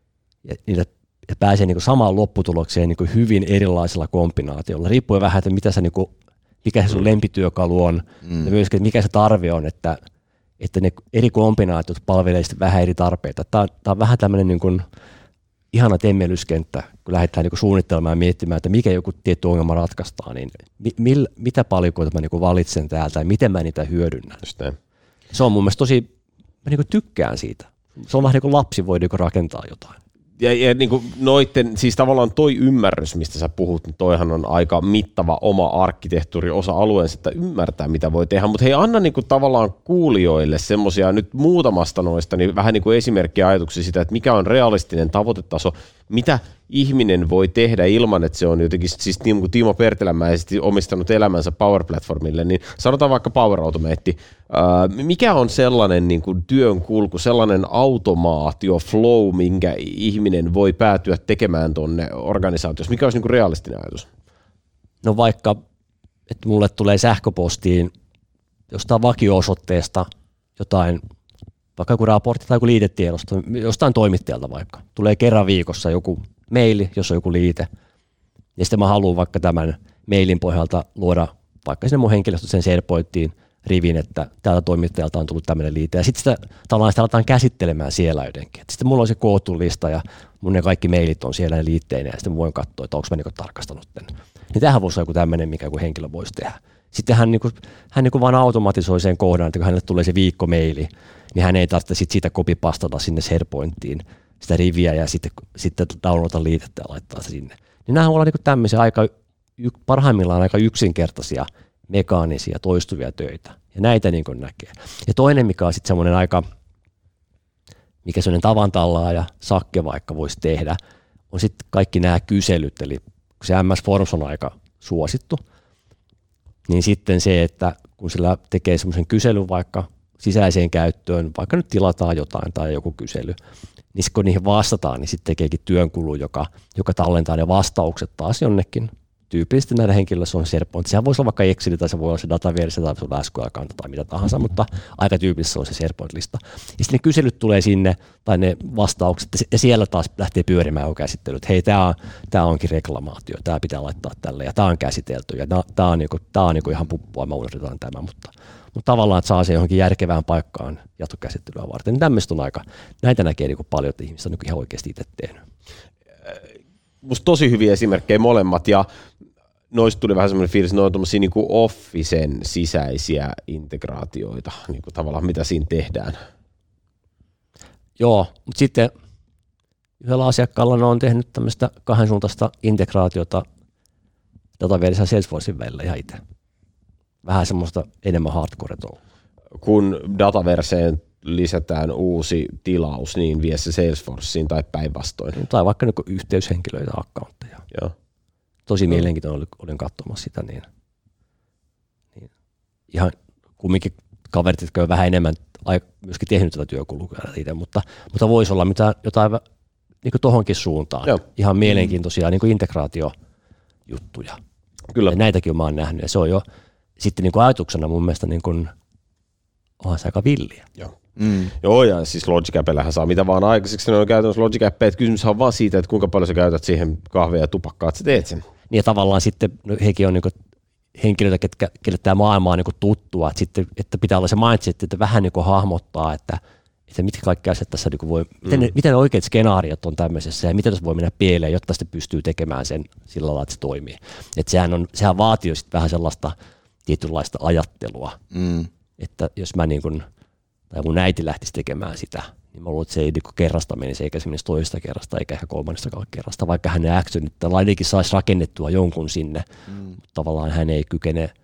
ja pääsee niin kuin samaan lopputulokseen niin kuin hyvin erilaisilla kombinaatioilla. Riippuen vähän, että mitä sä, niin kuin, mikä se sun lempityökalu on ja myöskin, että mikä se tarve on, että ne eri kombinaatiot palvelee sitten vähän eri tarpeita. Tämä on vähän tämmöinen niin kuin ihana temmelyskenttä, kun lähdetään niin kuin suunnittelemaan ja miettimään, että mikä joku tietty ongelma ratkaistaan, niin mitä palikoita mä niin kuin valitsen täältä ja miten mä niitä hyödynnän. Se on mun mielestä mä niin kuin tykkään siitä. Se on vähän niin kuin lapsi voi niin kuin rakentaa jotain. Ja niin kuin siis tavallaan toi ymmärrys, mistä sä puhut, niin toihan on aika mittava oma arkkitehtuuri, osa alueensa, että ymmärtää, mitä voi tehdä. Mutta hei, anna niin kuin tavallaan kuulijoille semmoisia nyt muutamasta noista, niin vähän niin kuin esimerkkiä ajatuksia sitä, että mikä on realistinen tavoitetaso, mitä ihminen voi tehdä ilman, että se on jotenkin, siis niin kuin Timo Pertelämäisesti omistanut elämänsä Power Platformille, niin sanotaan vaikka Power Automate, mikä on sellainen niin kuin työn kulku, sellainen automaatio, flow, minkä ihminen voi päätyä tekemään tuonne organisaatiossa, mikä olisi niin kuin realistinen ajatus? No vaikka, että mulle tulee sähköpostiin jostain vakio-osoitteesta jotain, vaikka joku raportti tai joku liitetiedosto, jostain toimittajalta vaikka. Tulee kerran viikossa joku maili, jos on joku liite. Ja sitten mä haluan vaikka tämän mailin pohjalta luoda vaikka sinne mun henkilöstö sen SharePointiin rivin, että täältä toimittajalta on tullut tämmöinen liite. Ja sitten sitä aletaan käsittelemään siellä jotenkin. Sitten mulla on se koottu lista ja mun ne kaikki mailit on siellä liitteinä ja sitten voin katsoa, että onko mä niinku tarkastanut tämän. Niin tämähän voisi olla joku tämmöinen, mikä joku henkilö voisi tehdä. Sitten hän vaan automatisoi sen kohdan, että kun hänelle tulee se viikkomeili, niin hän ei tarvitse siitä copy-pastata sinne SharePointiin sitä riviä ja sitten downloada liitettä ja laittaa se sinne. Niin nämä on niin tämmöisiä parhaimmillaan aika yksinkertaisia, mekaanisia, toistuvia töitä. Ja näitä niin näkee. Ja toinen, mikä on sitten semmoinen mikä semmoinen tavantallaa ja Sakke vaikka voisi tehdä, on sitten kaikki nämä kyselyt. Eli kun se MS Forms on aika suosittu, niin sitten se, että kun sillä tekee semmoisen kyselyn vaikka sisäiseen käyttöön, vaikka nyt tilataan jotain tai joku kysely, niin kun niihin vastataan, niin sitten tekeekin työnkulu, joka tallentaa ne vastaukset taas jonnekin. Tyypillisesti näillä henkilöillä se on SharePoint. Sehän voisi olla vaikka Excel tai se voi olla se dataverse tai se on SQL-kanta tai mitä tahansa, mutta aika tyypillisesti se on se SharePoint-lista. Ja sitten ne kyselyt tulee sinne tai ne vastaukset ja siellä taas lähtee pyörimään käsittely, että hei, tämä onkin reklamaatio, tämä pitää laittaa tälle ja tämä on käsitelty ja tämä on niinku ihan puppua, me unohdetaan tämä, mutta tavallaan, että saa se johonkin järkevään paikkaan jatkokäsittelyä varten. Niin tämmöistä on näitä näkee niinku paljon, että ihmiset on niinku ihan oikeasti itse tehnyt. Musta tosi hyviä esimerkkejä molemmat ja noista tuli vähän semmoinen fiilis, että ne on tuommoisia niin kuin Officen sisäisiä integraatioita, niin kuin tavallaan mitä siinä tehdään. Joo, mutta sitten yhdellä asiakkaalla ne on tehnyt tämmöistä kahdensuuntaista integraatiota Dataverse ja Salesforcein välillä ihan itse. Vähän semmoista enemmän hardcore-touhua. Kun Dataverseen lisätään uusi tilaus, niin vie se Salesforceen tai päinvastoin. Tai vaikka niin yhteyshenkilöitä, accountteja. Joo. Tosi mielenkiintoinen olin katsomassa sitä, niin ihan kumminkin kaverit, jotka on vähän enemmän myöskin tehnyt tätä työkulua itse, mutta voisi olla jotain niin tohonkin suuntaan. Joo. Ihan mielenkiintoisia niin integraatiojuttuja. Kyllä. Ja näitäkin mä oon nähnyt ja se on jo sitten niin ajatuksena mun mielestä niin onhan se aika villiä. Joo. Joo, ja siis Logic Appellähän saa mitä vaan aikaiseksi. Ne on käytännössä Logic Appeja, että kysymys on vaan siitä, että kuinka paljon sä käytät siihen kahvia ja tupakkaa, että sä teet sen. Niin ja tavallaan sitten hekin on henkilöitä, kelle tämä maailma on niin kuin tuttua, että pitää olla se mindset, että vähän niin kuin hahmottaa, että mitkä kaikki asiat tässä niin kuin voi, miten ne oikeat skenaariot on tämmöisessä ja miten tässä voi mennä pieleen, jotta sitten pystyy tekemään sen sillä lailla, että se toimii. Että sehän vaatii jo sitten vähän sellaista tietynlaista ajattelua, että jos mä niin kuin, tai mun äiti lähtisi tekemään sitä, niin mä luulen, että se ei niin kuin kerrasta menisi, eikä se menisi toisesta kerrasta, eikä ehkä kolmannestakaan kerrasta, vaikka hänen actionit ainakin saisi rakennettua jonkun sinne, mutta tavallaan hän ei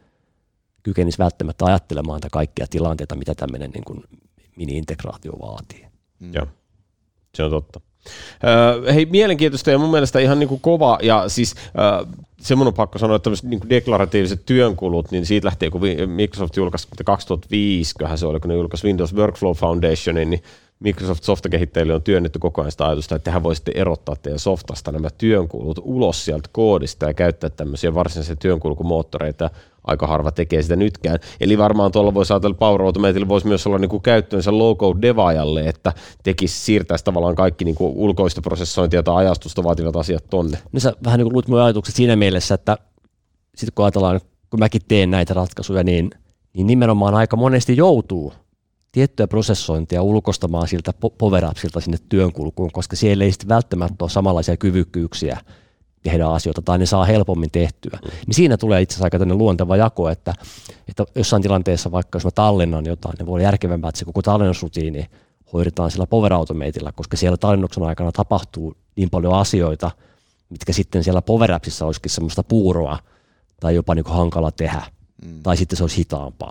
kykenisi välttämättä ajattelemaan kaikkia tilanteita, mitä tämmöinen niin kuin mini-integraatio vaatii. Joo, se on totta. Hei, mielenkiintoista ja mun mielestä ihan niin kuin kova, ja siis semmoinen pakko sanoa, että tämmöiset niin kuin deklaratiiviset työnkulut, niin siitä lähtien, kun Microsoft julkaisi 2005, se oli, kun ne julkaisi Windows Workflow Foundationin, niin Microsoft softakehittäjille on työnnetty koko ajan sitä ajatusta, että tehän voisitte erottaa teidän softasta nämä työnkulut ulos sieltä koodista ja käyttää tämmöisiä varsinaisia työnkulkumoottoreita. Aika harva tekee sitä nytkään. Eli varmaan tuolla voisi ajatella Power Automatella voisi myös olla niinku käyttöönsä low-code devaajalle, että siirtäisi tavallaan kaikki niinku ulkoista prosessointia tai ajastusta vaativat asiat tonne. No sä vähän niin kuin luit mun ajatukset siinä mielessä, että sitten kun ajatellaan, kun mäkin teen näitä ratkaisuja, niin nimenomaan aika monesti joutuu tiettyä prosessointia ulkostamaan siltä power-upsilta sinne työnkulkuun, koska siellä ei sitten välttämättä ole samanlaisia kyvykkyyksiä tehdä asioita, tai ne saa helpommin tehtyä. Niin siinä tulee itse asiassa aika tämmöinen luonteva jako, että jossain tilanteessa, vaikka jos mä tallennan jotain, niin voi olla järkevämpää, että se koko tallennusrutiini hoidetaan sillä Power Automatella, koska siellä tallennuksen aikana tapahtuu niin paljon asioita, mitkä sitten siellä Power Appsissa olisikin semmoista puuroa, tai jopa niin kuin hankala tehdä, tai sitten se olisi hitaampaa.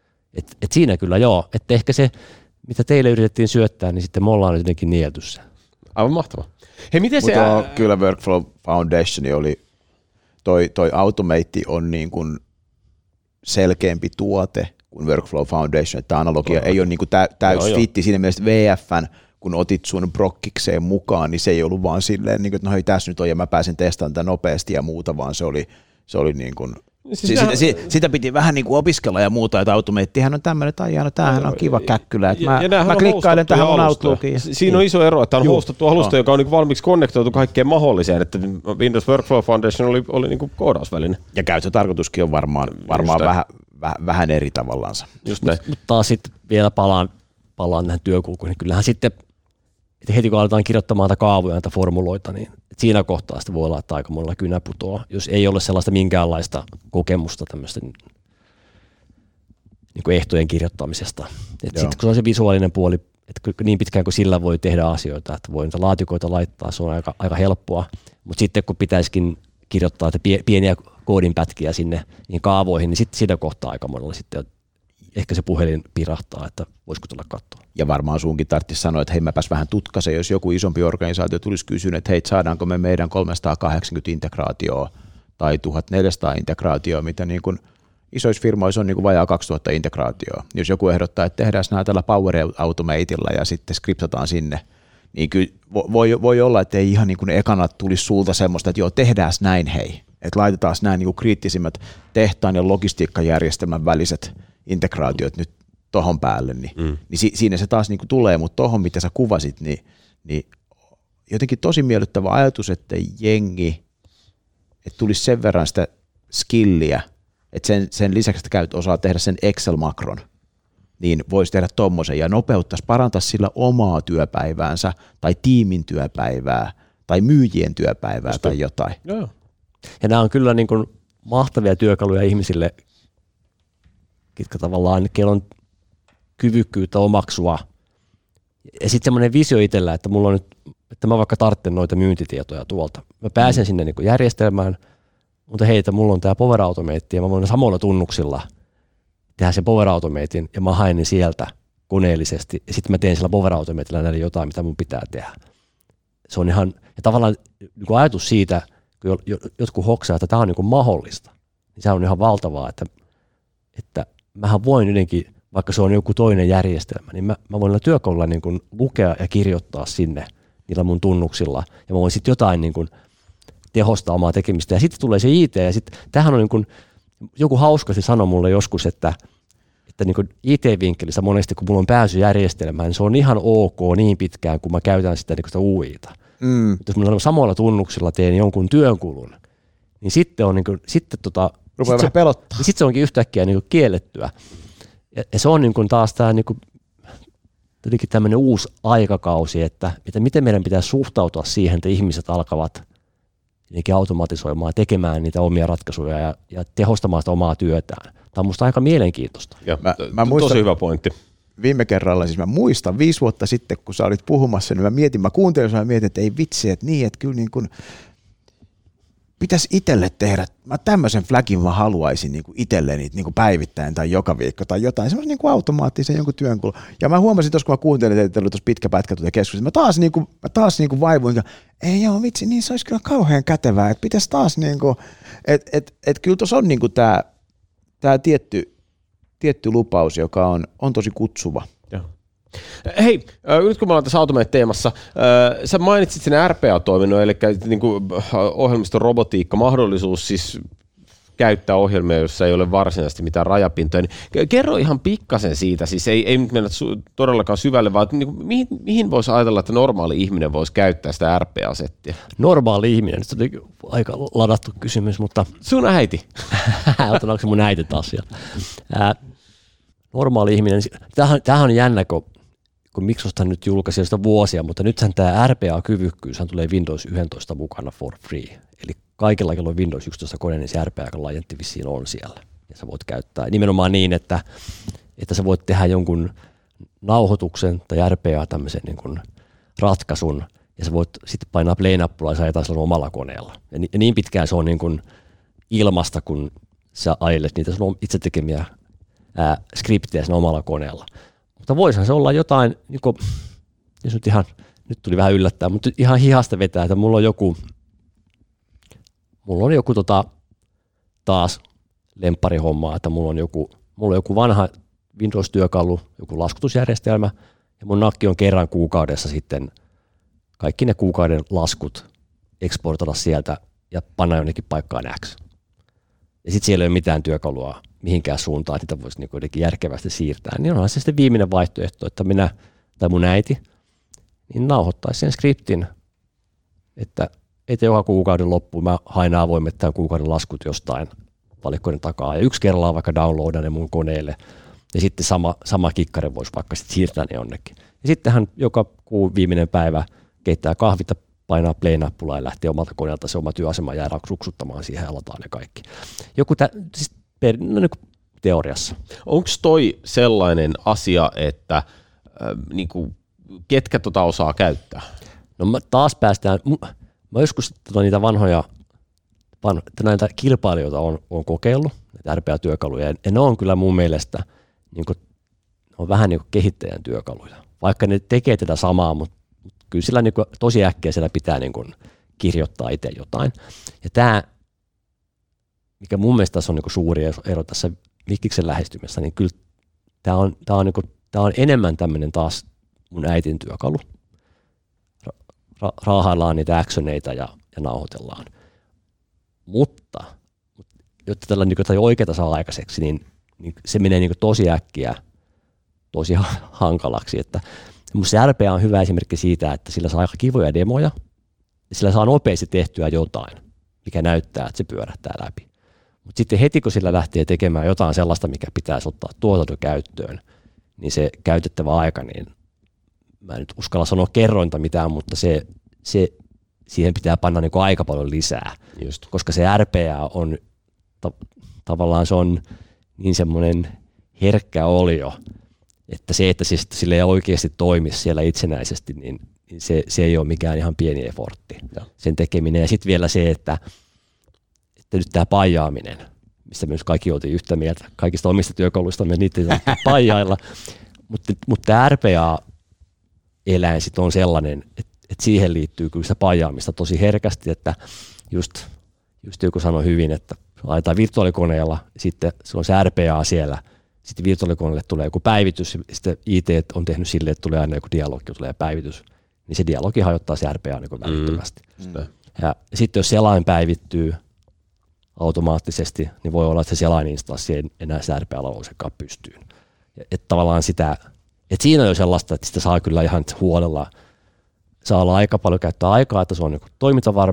Et siinä kyllä joo, että ehkä se, mitä teille yritettiin syöttää, niin sitten me ollaan nyt jotenkin nielty se. Aivan mahtavaa. Hei, miten se kyllä Workflow Foundation oli, toi Automate on niin kuin selkeämpi tuote kuin Workflow Foundation, että analogia ei ole niin kuin täys fitti siinä mielessä VF:n, kun otit sun brokkikseen mukaan, niin se ei ollut vaan silleen, niin kuin, että no hei, tässä nyt on ja mä pääsen testaamaan tätä nopeasti ja muuta, vaan se oli niin kuin sitä piti vähän niin kuin opiskella ja muuta, että Automatehän on tämmöinen, että tämähän on kiva käkkylä, että mä klikkailen tähän mun Outlookiin. Siinä on iso ero, että on hostattu alusta, joka on niin valmiiksi konnektoitu kaikkeen mahdolliseen, että Windows Workflow Foundation oli niin kuin koodausväline. Ja käyttötarkoituskin on varmaan vähän eri tavallaansa. Mutta taas sitten vielä palaan näihin työkulkuihin, niin kyllähän sitten että heti kun aletaan kirjoittamaan kaavoja ja formuloita, niin siinä kohtaa sitten voi olla, että aika monella kynä putoaa, jos ei ole sellaista minkäänlaista kokemusta tämmöisten niin kuin ehtojen kirjoittamisesta. Sitten kun se on se visuaalinen puoli, että niin pitkään kuin sillä voi tehdä asioita, että voi niitä laatikoita laittaa, se on aika helppoa, mutta sitten kun pitäisikin kirjoittaa pieniä koodinpätkiä sinne niin kaavoihin, niin sitten sitä kohtaa aika monella sitten ehkä se puhelin pirahtaa, että voisiko tulla katsoa. Ja varmaan sunkin tarvitsisi sanoa, että hei mäpäs vähän tutkasen, jos joku isompi organisaatio tulisi kysyä, että hei saadaanko me meidän 380 integraatioa tai 1400 integraatioa, mitä niin kuin isoissa firmoissa on niin kuin vajaa 2000 integraatioa. Jos joku ehdottaa, että tehdään nämä tällä Power Automatella ja sitten skriptataan sinne, niin kyllä voi olla, että ei ihan niin kuin ekana tulisi sulta semmoista, että joo tehdään näin hei, että laitetaan nämä niin kuin kriittisimmät tehtaan ja logistiikkajärjestelmän väliset integraatiot nyt tohon päälle, niin siinä se taas niinku tulee, mutta tohon mitä sä kuvasit, niin jotenkin tosi miellyttävä ajatus, että jengi, että tulisi sen verran sitä skilliä, että sen lisäksi, että osaa tehdä sen Excel-makron, niin voisi tehdä tommosen ja nopeuttaisi, parantaisi sillä omaa työpäiväänsä tai tiimin työpäivää tai myyjien työpäivää tai jotain. Joo. Ja nämä on kyllä niin kuin mahtavia työkaluja ihmisille, ketkä tavallaan on kyvykkyyttä omaksua. Ja sitten semmoinen visio itsellä, että mulla on nyt, että mä vaikka tarvitsen noita myyntitietoja tuolta. Mä pääsen sinne niin kuin järjestelmään, mutta heitä, mulla on tää Power Automate ja mä voin samoilla tunnuksilla tehdä sen Power Automatein ja mä haen ne sieltä koneellisesti ja sitten mä teen sillä Power Automatella näille jotain, mitä mun pitää tehdä. Se on ihan, ja tavallaan niin kuin ajatus siitä, kun jotkut hoksaa, että tämä on niin kuin mahdollista, niin se on ihan valtavaa, että mähän voin jotenkin, vaikka se on joku toinen järjestelmä, niin mä voin näillä työkaluilla niin kuin lukea ja kirjoittaa sinne niillä mun tunnuksilla, ja mä voin sitten jotain niin kuin tehostaa omaa tekemistä, ja sitten tulee se IT, ja sitten tämähän on niin kuin, joku hauskasti sanoi mulle joskus, että niin kuin IT-vinkkelissä monesti, kun mulla on pääsy järjestelmään, niin se on ihan ok niin pitkään, kun mä käytän sitä, niin kuin sitä UIta. Jos mä samoilla tunnuksilla teen jonkun työnkulun, niin sitten on niin kuin, Rupeaa vähän pelottaa. Sitten se onkin yhtäkkiä niin kuin kiellettyä. Ja se on niin kuin taas tämä niin kuin tämmöinen uusi aikakausi, että miten meidän pitää suhtautua siihen, että ihmiset alkavat automatisoimaan, tekemään niitä omia ratkaisuja ja tehostamaan sitä omaa työtään. Tämä on musta aika mielenkiintoista. Mä muistan, tosi hyvä pointti. Viime kerralla, siis mä muistan 5 vuotta sitten, kun sä olit puhumassa, niin mä kuuntelin ja mietin, että ei vitsi, että niin, että kyllä niin kuin pitäisi itselle tehdä, mä tämmöisen flagin mä haluaisin niin kuin itselleni niin kuin päivittäin tai joka viikko tai jotain, semmoisen niin kuin automaattisen jonkun työn kuulu. Ja mä huomasin tuossa, kun mä kuuntelin, että oli tuossa pitkä pätkä tuota keskustelua, mä taas niin kuin vaivuin, ei joo vitsi, niin se olisi kyllä kauhean kätevää, että pitäisi taas niin kuin, että kyllä tuossa on niin kuin tämä tietty lupaus, joka on tosi kutsuva. Hei, nyt kun me ollaan tässä Automate-teemassa, sä mainitsit sen RPA-toiminnon, eli niin kuin ohjelmiston robotiikka, mahdollisuus siis käyttää ohjelmia, joissa ei ole varsinaisesti mitään rajapintoja. Niin kerro ihan pikkasen siitä, siis ei nyt mennä todellakaan syvälle, vaan niin mihin voisi ajatella, että normaali ihminen voisi käyttää sitä RPA-settiä? Normaali ihminen, se oli aika ladattu kysymys, mutta... Sun äiti. Otetaanko se mun äiti taas sieltä? Normaali ihminen, tämähän on jännä, kun Microsoft nyt julkaisi sitä vuosia, mutta nythän tämä RPA-kyvykkyys tulee Windows 11 mukana for free. Eli kaikilla, joilla on Windows 11 kone, niin se RPA-lajentti vissiin on siellä. Ja sä voit käyttää nimenomaan niin, että sä voit tehdä jonkun nauhoituksen tai RPA tämmöisen niin kuin ratkaisun, ja sä voit sitten painaa play-nappulaa ja sä ajetaan sillä omalla koneella. Ja niin pitkään se on niin kuin ilmasta, kun sä ajelet niitä sun itse tekemiä skriptejä siinä omalla koneella. Mutta voisihan se olla jotain, niin kuin, jos nyt tuli vähän yllättää, mutta ihan hihasta vetää, että mulla on joku taas lempparihommaa, että mulla on joku vanha Windows-työkalu, joku laskutusjärjestelmä, ja mun nakki on kerran kuukaudessa sitten kaikki ne kuukauden laskut eksportoida sieltä ja panna jonnekin paikkaan X. Ja sitten siellä ei ole mitään työkalua mihinkään suuntaan, että niitä voisi jotenkin järkevästi siirtää. Niin onhan se sitten viimeinen vaihtoehto, että minä tai mun äiti niin nauhoittaisi sen skriptin, että joka kuukauden loppuun mä hain avoimet tämän kuukauden laskut jostain valikoiden takaa. Ja yksi kerrallaan vaikka downloadan ne mun koneelle. Ja sitten sama kikkari voisi vaikka sitten siirtää ne jonnekin. Ja sittenhän joka kuun viimeinen päivä keittää kahvita, painaa play-nappulaa ja lähtee omalta koneelta se oma työasema jää ruksuttamaan siihen ja lataan ne kaikki. Siis niin teoriassa. Onko toi sellainen asia, että niinku, ketkä osaa käyttää? No taas päästään, mä joskus niitä vanhoja näitä kilpailijoita on kokeillut, näitä RPA-työkaluja, ja ne on kyllä mun mielestä niinku, on vähän niin kuin kehittäjän työkaluja. Vaikka ne tekee tätä samaa, mutta kyllä sillä niin kuin, tosi äkkiä siellä pitää niin kuin, kirjoittaa itse jotain. Ja tämä, mikä mun mielestä tässä on niin kuin suuri ero tässä Mikkiksen lähestymässä, niin kyllä tämä on enemmän tämmöinen taas mun äitin työkalu. Raahaillaan niitä actioneita ja nauhoitellaan. Mutta jotta tällä niin oikeata saa aikaiseksi, niin se menee niin tosi äkkiä tosi hankalaksi. Että musta se RPA on hyvä esimerkki siitä, että sillä saa aika kivoja demoja ja sillä saa nopeasti tehtyä jotain, mikä näyttää, että se pyörähtää läpi. Mutta sitten heti, kun sillä lähtee tekemään jotain sellaista, mikä pitäisi ottaa tuotantokäyttöön, niin se käytettävä aika, niin mä en nyt uskalla sanoa kerrointa mitään, mutta siihen pitää panna niin kuin aika paljon lisää. Just. Koska se RPA on tavallaan se on niin semmoinen herkkä olio, että se, että sille ei oikeasti toimisi siellä itsenäisesti, niin se ei ole mikään ihan pieni effortti, sen tekeminen. Ja sitten vielä se, että nyt tämä paijaaminen, mistä me nyt kaikki oltiin yhtä mieltä, kaikista omista työkaluista me niitä ei paijailla, mutta tämä RPA-eläin sitten on sellainen, että siihen liittyy kyllä sitä paijaamista tosi herkästi, että just joku sanoi hyvin, että laitetaan virtuaalikoneella, sitten se on se RPA siellä, sitten virtuaalikoneelle tulee joku päivitys, sitten IT on tehnyt silleen, että tulee aina joku dialogi, tulee päivitys, niin se dialogi hajottaa se RPA niin välittömästi. Ja sitten jos selain päivittyy automaattisesti, niin voi olla, että se selaininstanssi ei enää se RPA lausekaan pystyyn. Että tavallaan sitä, että siinä on jo sellaista, että sitä saa kyllä ihan huolella, saa olla aika paljon käyttää aikaa, että se on niin toimintavarma,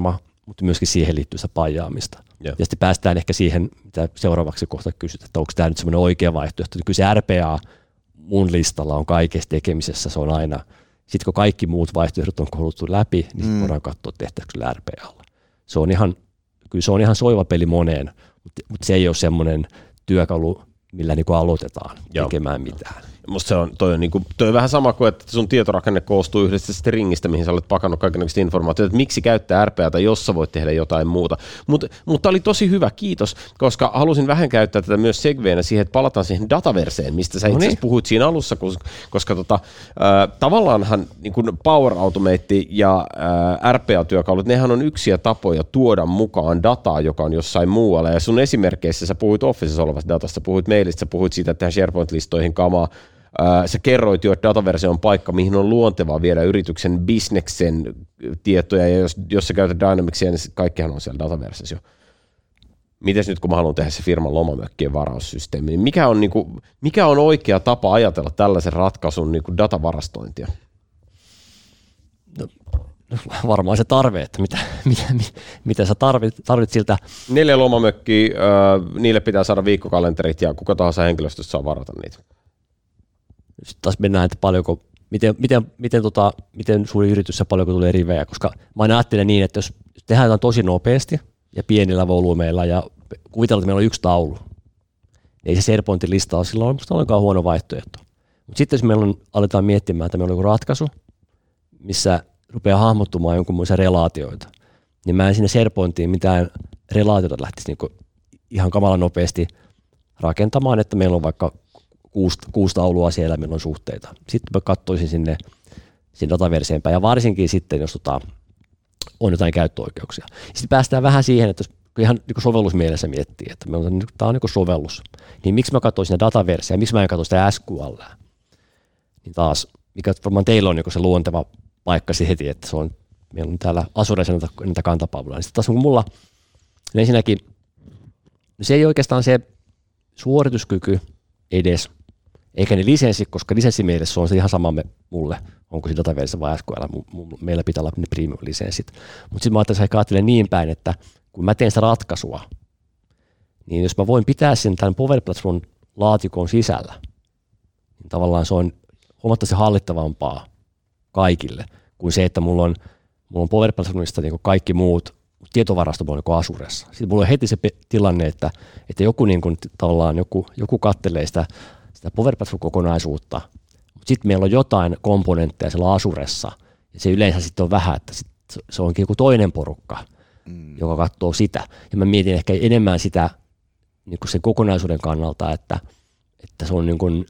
mutta myöskin siihen liittyy sitä pajaamista. Ja sitten päästään ehkä siihen, mitä seuraavaksi kohta kysyt, että onko tämä nyt semmoinen oikea vaihtoehto. Kyllä se RPA mun listalla on kaikessa tekemisessä, se on aina, sitten kun kaikki muut vaihtoehdot on kohduttu läpi, niin sitten voidaan katsoa, tehtävätkö sillä RPAlla. Kyllä se on ihan soiva peli moneen, mutta se ei ole semmoinen työkalu, millä niin kuin aloitetaan tekemään mitään. Musta toi on vähän sama kuin, että sun tietorakenne koostuu yhdestä ringistä, mihin sä olet pakannut kaikenlaista informaatiota, että miksi käyttää RPAta, jos sä voit tehdä jotain muuta. Mutta oli tosi hyvä, kiitos, koska halusin vähän käyttää tätä myös segveenä siihen, että palataan siihen dataverseen, mistä sä itse asiassa puhuit siinä alussa, koska tavallaanhan niin kuin Power Automate ja RPA-työkalut, nehän on yksiä tapoja tuoda mukaan dataa, joka on jossain muualla, ja sun esimerkkeissä sä puhuit Officessa olevasta datasta, puhuit mailista, sä puhuit siitä, että SharePoint-listoihin kamaa. Sä kerroit jo, että dataversio on paikka, mihin on luontevaa viedä yrityksen bisneksen tietoja, ja jos sä käytät Dynamicsia, niin kaikkihan on siellä dataversiossa jo. Mites nyt, kun mä haluan tehdä se firman lomamökkien varaussysteemi, niin mikä on oikea tapa ajatella tällaisen ratkaisun niin kuin datavarastointia? No, varmaan se tarve, että mitä sä tarvit siltä. 4 lomamökkiä, niille pitää saada viikkokalenterit, ja kuka tahansa henkilöstöstä saa varata niitä. Sitten taas mennään, että paljonko, miten suuri yritys ja paljonko tulee rivejä, koska mä ajattelen niin, että jos tehdään jotain tosi nopeasti ja pienillä volyymeilla ja kuvitellaan, että meillä on yksi taulu, niin ei se SharePointin lista ole silloin musta ollenkaan huono vaihtoehto. Mutta sitten jos meillä aletaan miettimään, että meillä on joku ratkaisu, missä rupeaa hahmottumaan jonkunlaisia relaatioita, niin mä en sinne SharePointiin mitään relaatioita lähtisi niinku ihan kamala nopeasti rakentamaan, että meillä on vaikka 6 taulua siellä, meillä on suhteita. Sitten mä katsoisin sinne dataverseen päin, ja varsinkin sitten, jos on jotain käyttöoikeuksia. Sitten päästään vähän siihen, että jos ihan niin sovellusmielessä miettii, että tämä on niin sovellus, niin miksi mä katsoin sinne dataverseen, miksi mä en katso sitä SQL. Niin taas, mikä varmaan teillä on niin se luonteva paikka heti, että meillä on täällä Azuressa näitä kantapalveluja. Niin sitten taas mulla, niin ensinnäkin, se ei oikeastaan se suorituskyky edes, eikä ne lisenssi, koska lisenssimielessä on se ihan sama mulle, onko se dataverse vai SQL, meillä pitää olla ne premium-lisenssit. Mutta sitten mä ajattelen niin päin, että kun mä teen sitä ratkaisua, niin jos mä voin pitää sen tämän Power Platform laatikon sisällä, niin tavallaan se on huomattavasti hallittavampaa kaikille, kuin se, että mulla on Power Platformista niin kaikki muut tietovarasto on niin Azuressa. Sitten mulla on heti se tilanne, että joku, niin kuin, tavallaan joku kattelee sitä Power Platform-kokonaisuutta, mutta sitten meillä on jotain komponentteja siellä Azuressa, ja se yleensä sitten on vähän, että se onkin joku toinen porukka, joka katsoo sitä. Ja mä mietin ehkä enemmän sitä niin kuin sen kokonaisuuden kannalta, että se on niin kuin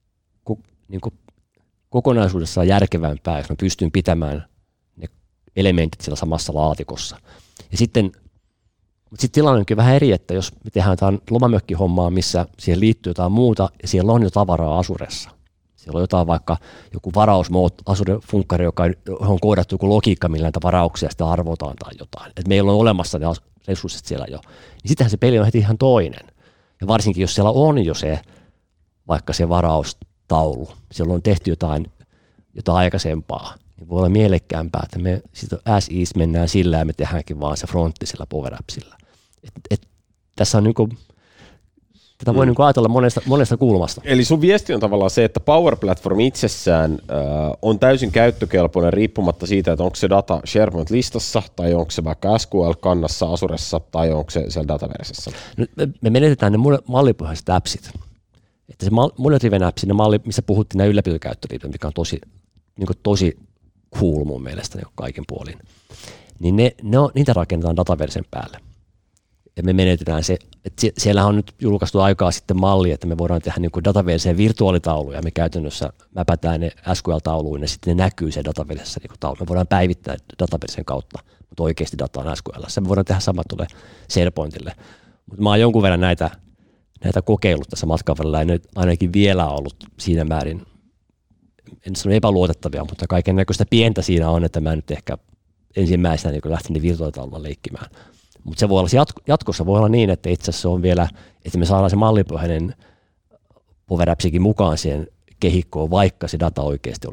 kokonaisuudessaan järkevämpää, jos mä pystyn pitämään ne elementit siellä samassa laatikossa. Ja sitten tilanne onkin vähän eri, että jos me tehdään jotain lomamökkihommaa, missä siihen liittyy jotain muuta, ja siellä on jo tavaraa Azuressa. Siellä on jotain vaikka joku Azure-funkkari, joka on koodattu joku logiikka, millä näitä varauksia sitten arvotaan tai jotain. Että meillä on olemassa ne resurssit siellä jo. Niin sittenhän se peli on heti ihan toinen. Ja varsinkin, jos siellä on jo vaikka se varaustaulu, siellä on tehty jotain aikaisempaa, niin voi olla mielekkäämpää, että me sitten as is mennään sillä ja me tehdäänkin vaan se frontti sillä Power Appsilla. Tässä on tätä voi ajatella monesta kulmasta. Eli sun viesti on tavallaan se, että Power Platform itsessään on täysin käyttökelpoinen riippumatta siitä, että onko se data SharePoint-listassa tai onko se vaikka SQL-kannassa Azuressa tai onko se siellä dataversessä. Me menetetään ne mallipohjaiset appsit. Että se monodriven appsi, ne malli, missä puhuttiin nämä ylläpitokäyttöliitot, mikä on tosi cool mun mielestä niin kaiken puolin, niin niitä rakennetaan dataversen päälle. Ja me menetetään se, että siellä on nyt julkaistu aikaa sitten malli, että me voidaan tehdä niin dataverseen virtuaalitauluja, me käytännössä mäpätään ne SQL-tauluun ja sitten ne näkyy se dataversessä niin taulu. Me voidaan päivittää dataversen kautta, mutta oikeasti data on SQL. Me voidaan tehdä sama tuolle SharePointille. Mutta mä oon jonkun verran näitä kokeillut tässä matkan välillä, ja ne ainakin vielä ollut siinä määrin, en sano epäluotettavia, mutta kaiken näköistä pientä siinä on, että mä nyt ehkä ensimmäisenä niin lähtin virtuaalitaululla leikkimään. Mutta se voi olla jatkossa voi olla niin, että itse asiassa on vielä, että me saadaan se mallipohjainen Power Appsikin mukaan siihen kehikkoon, vaikka se data oikeasti olisi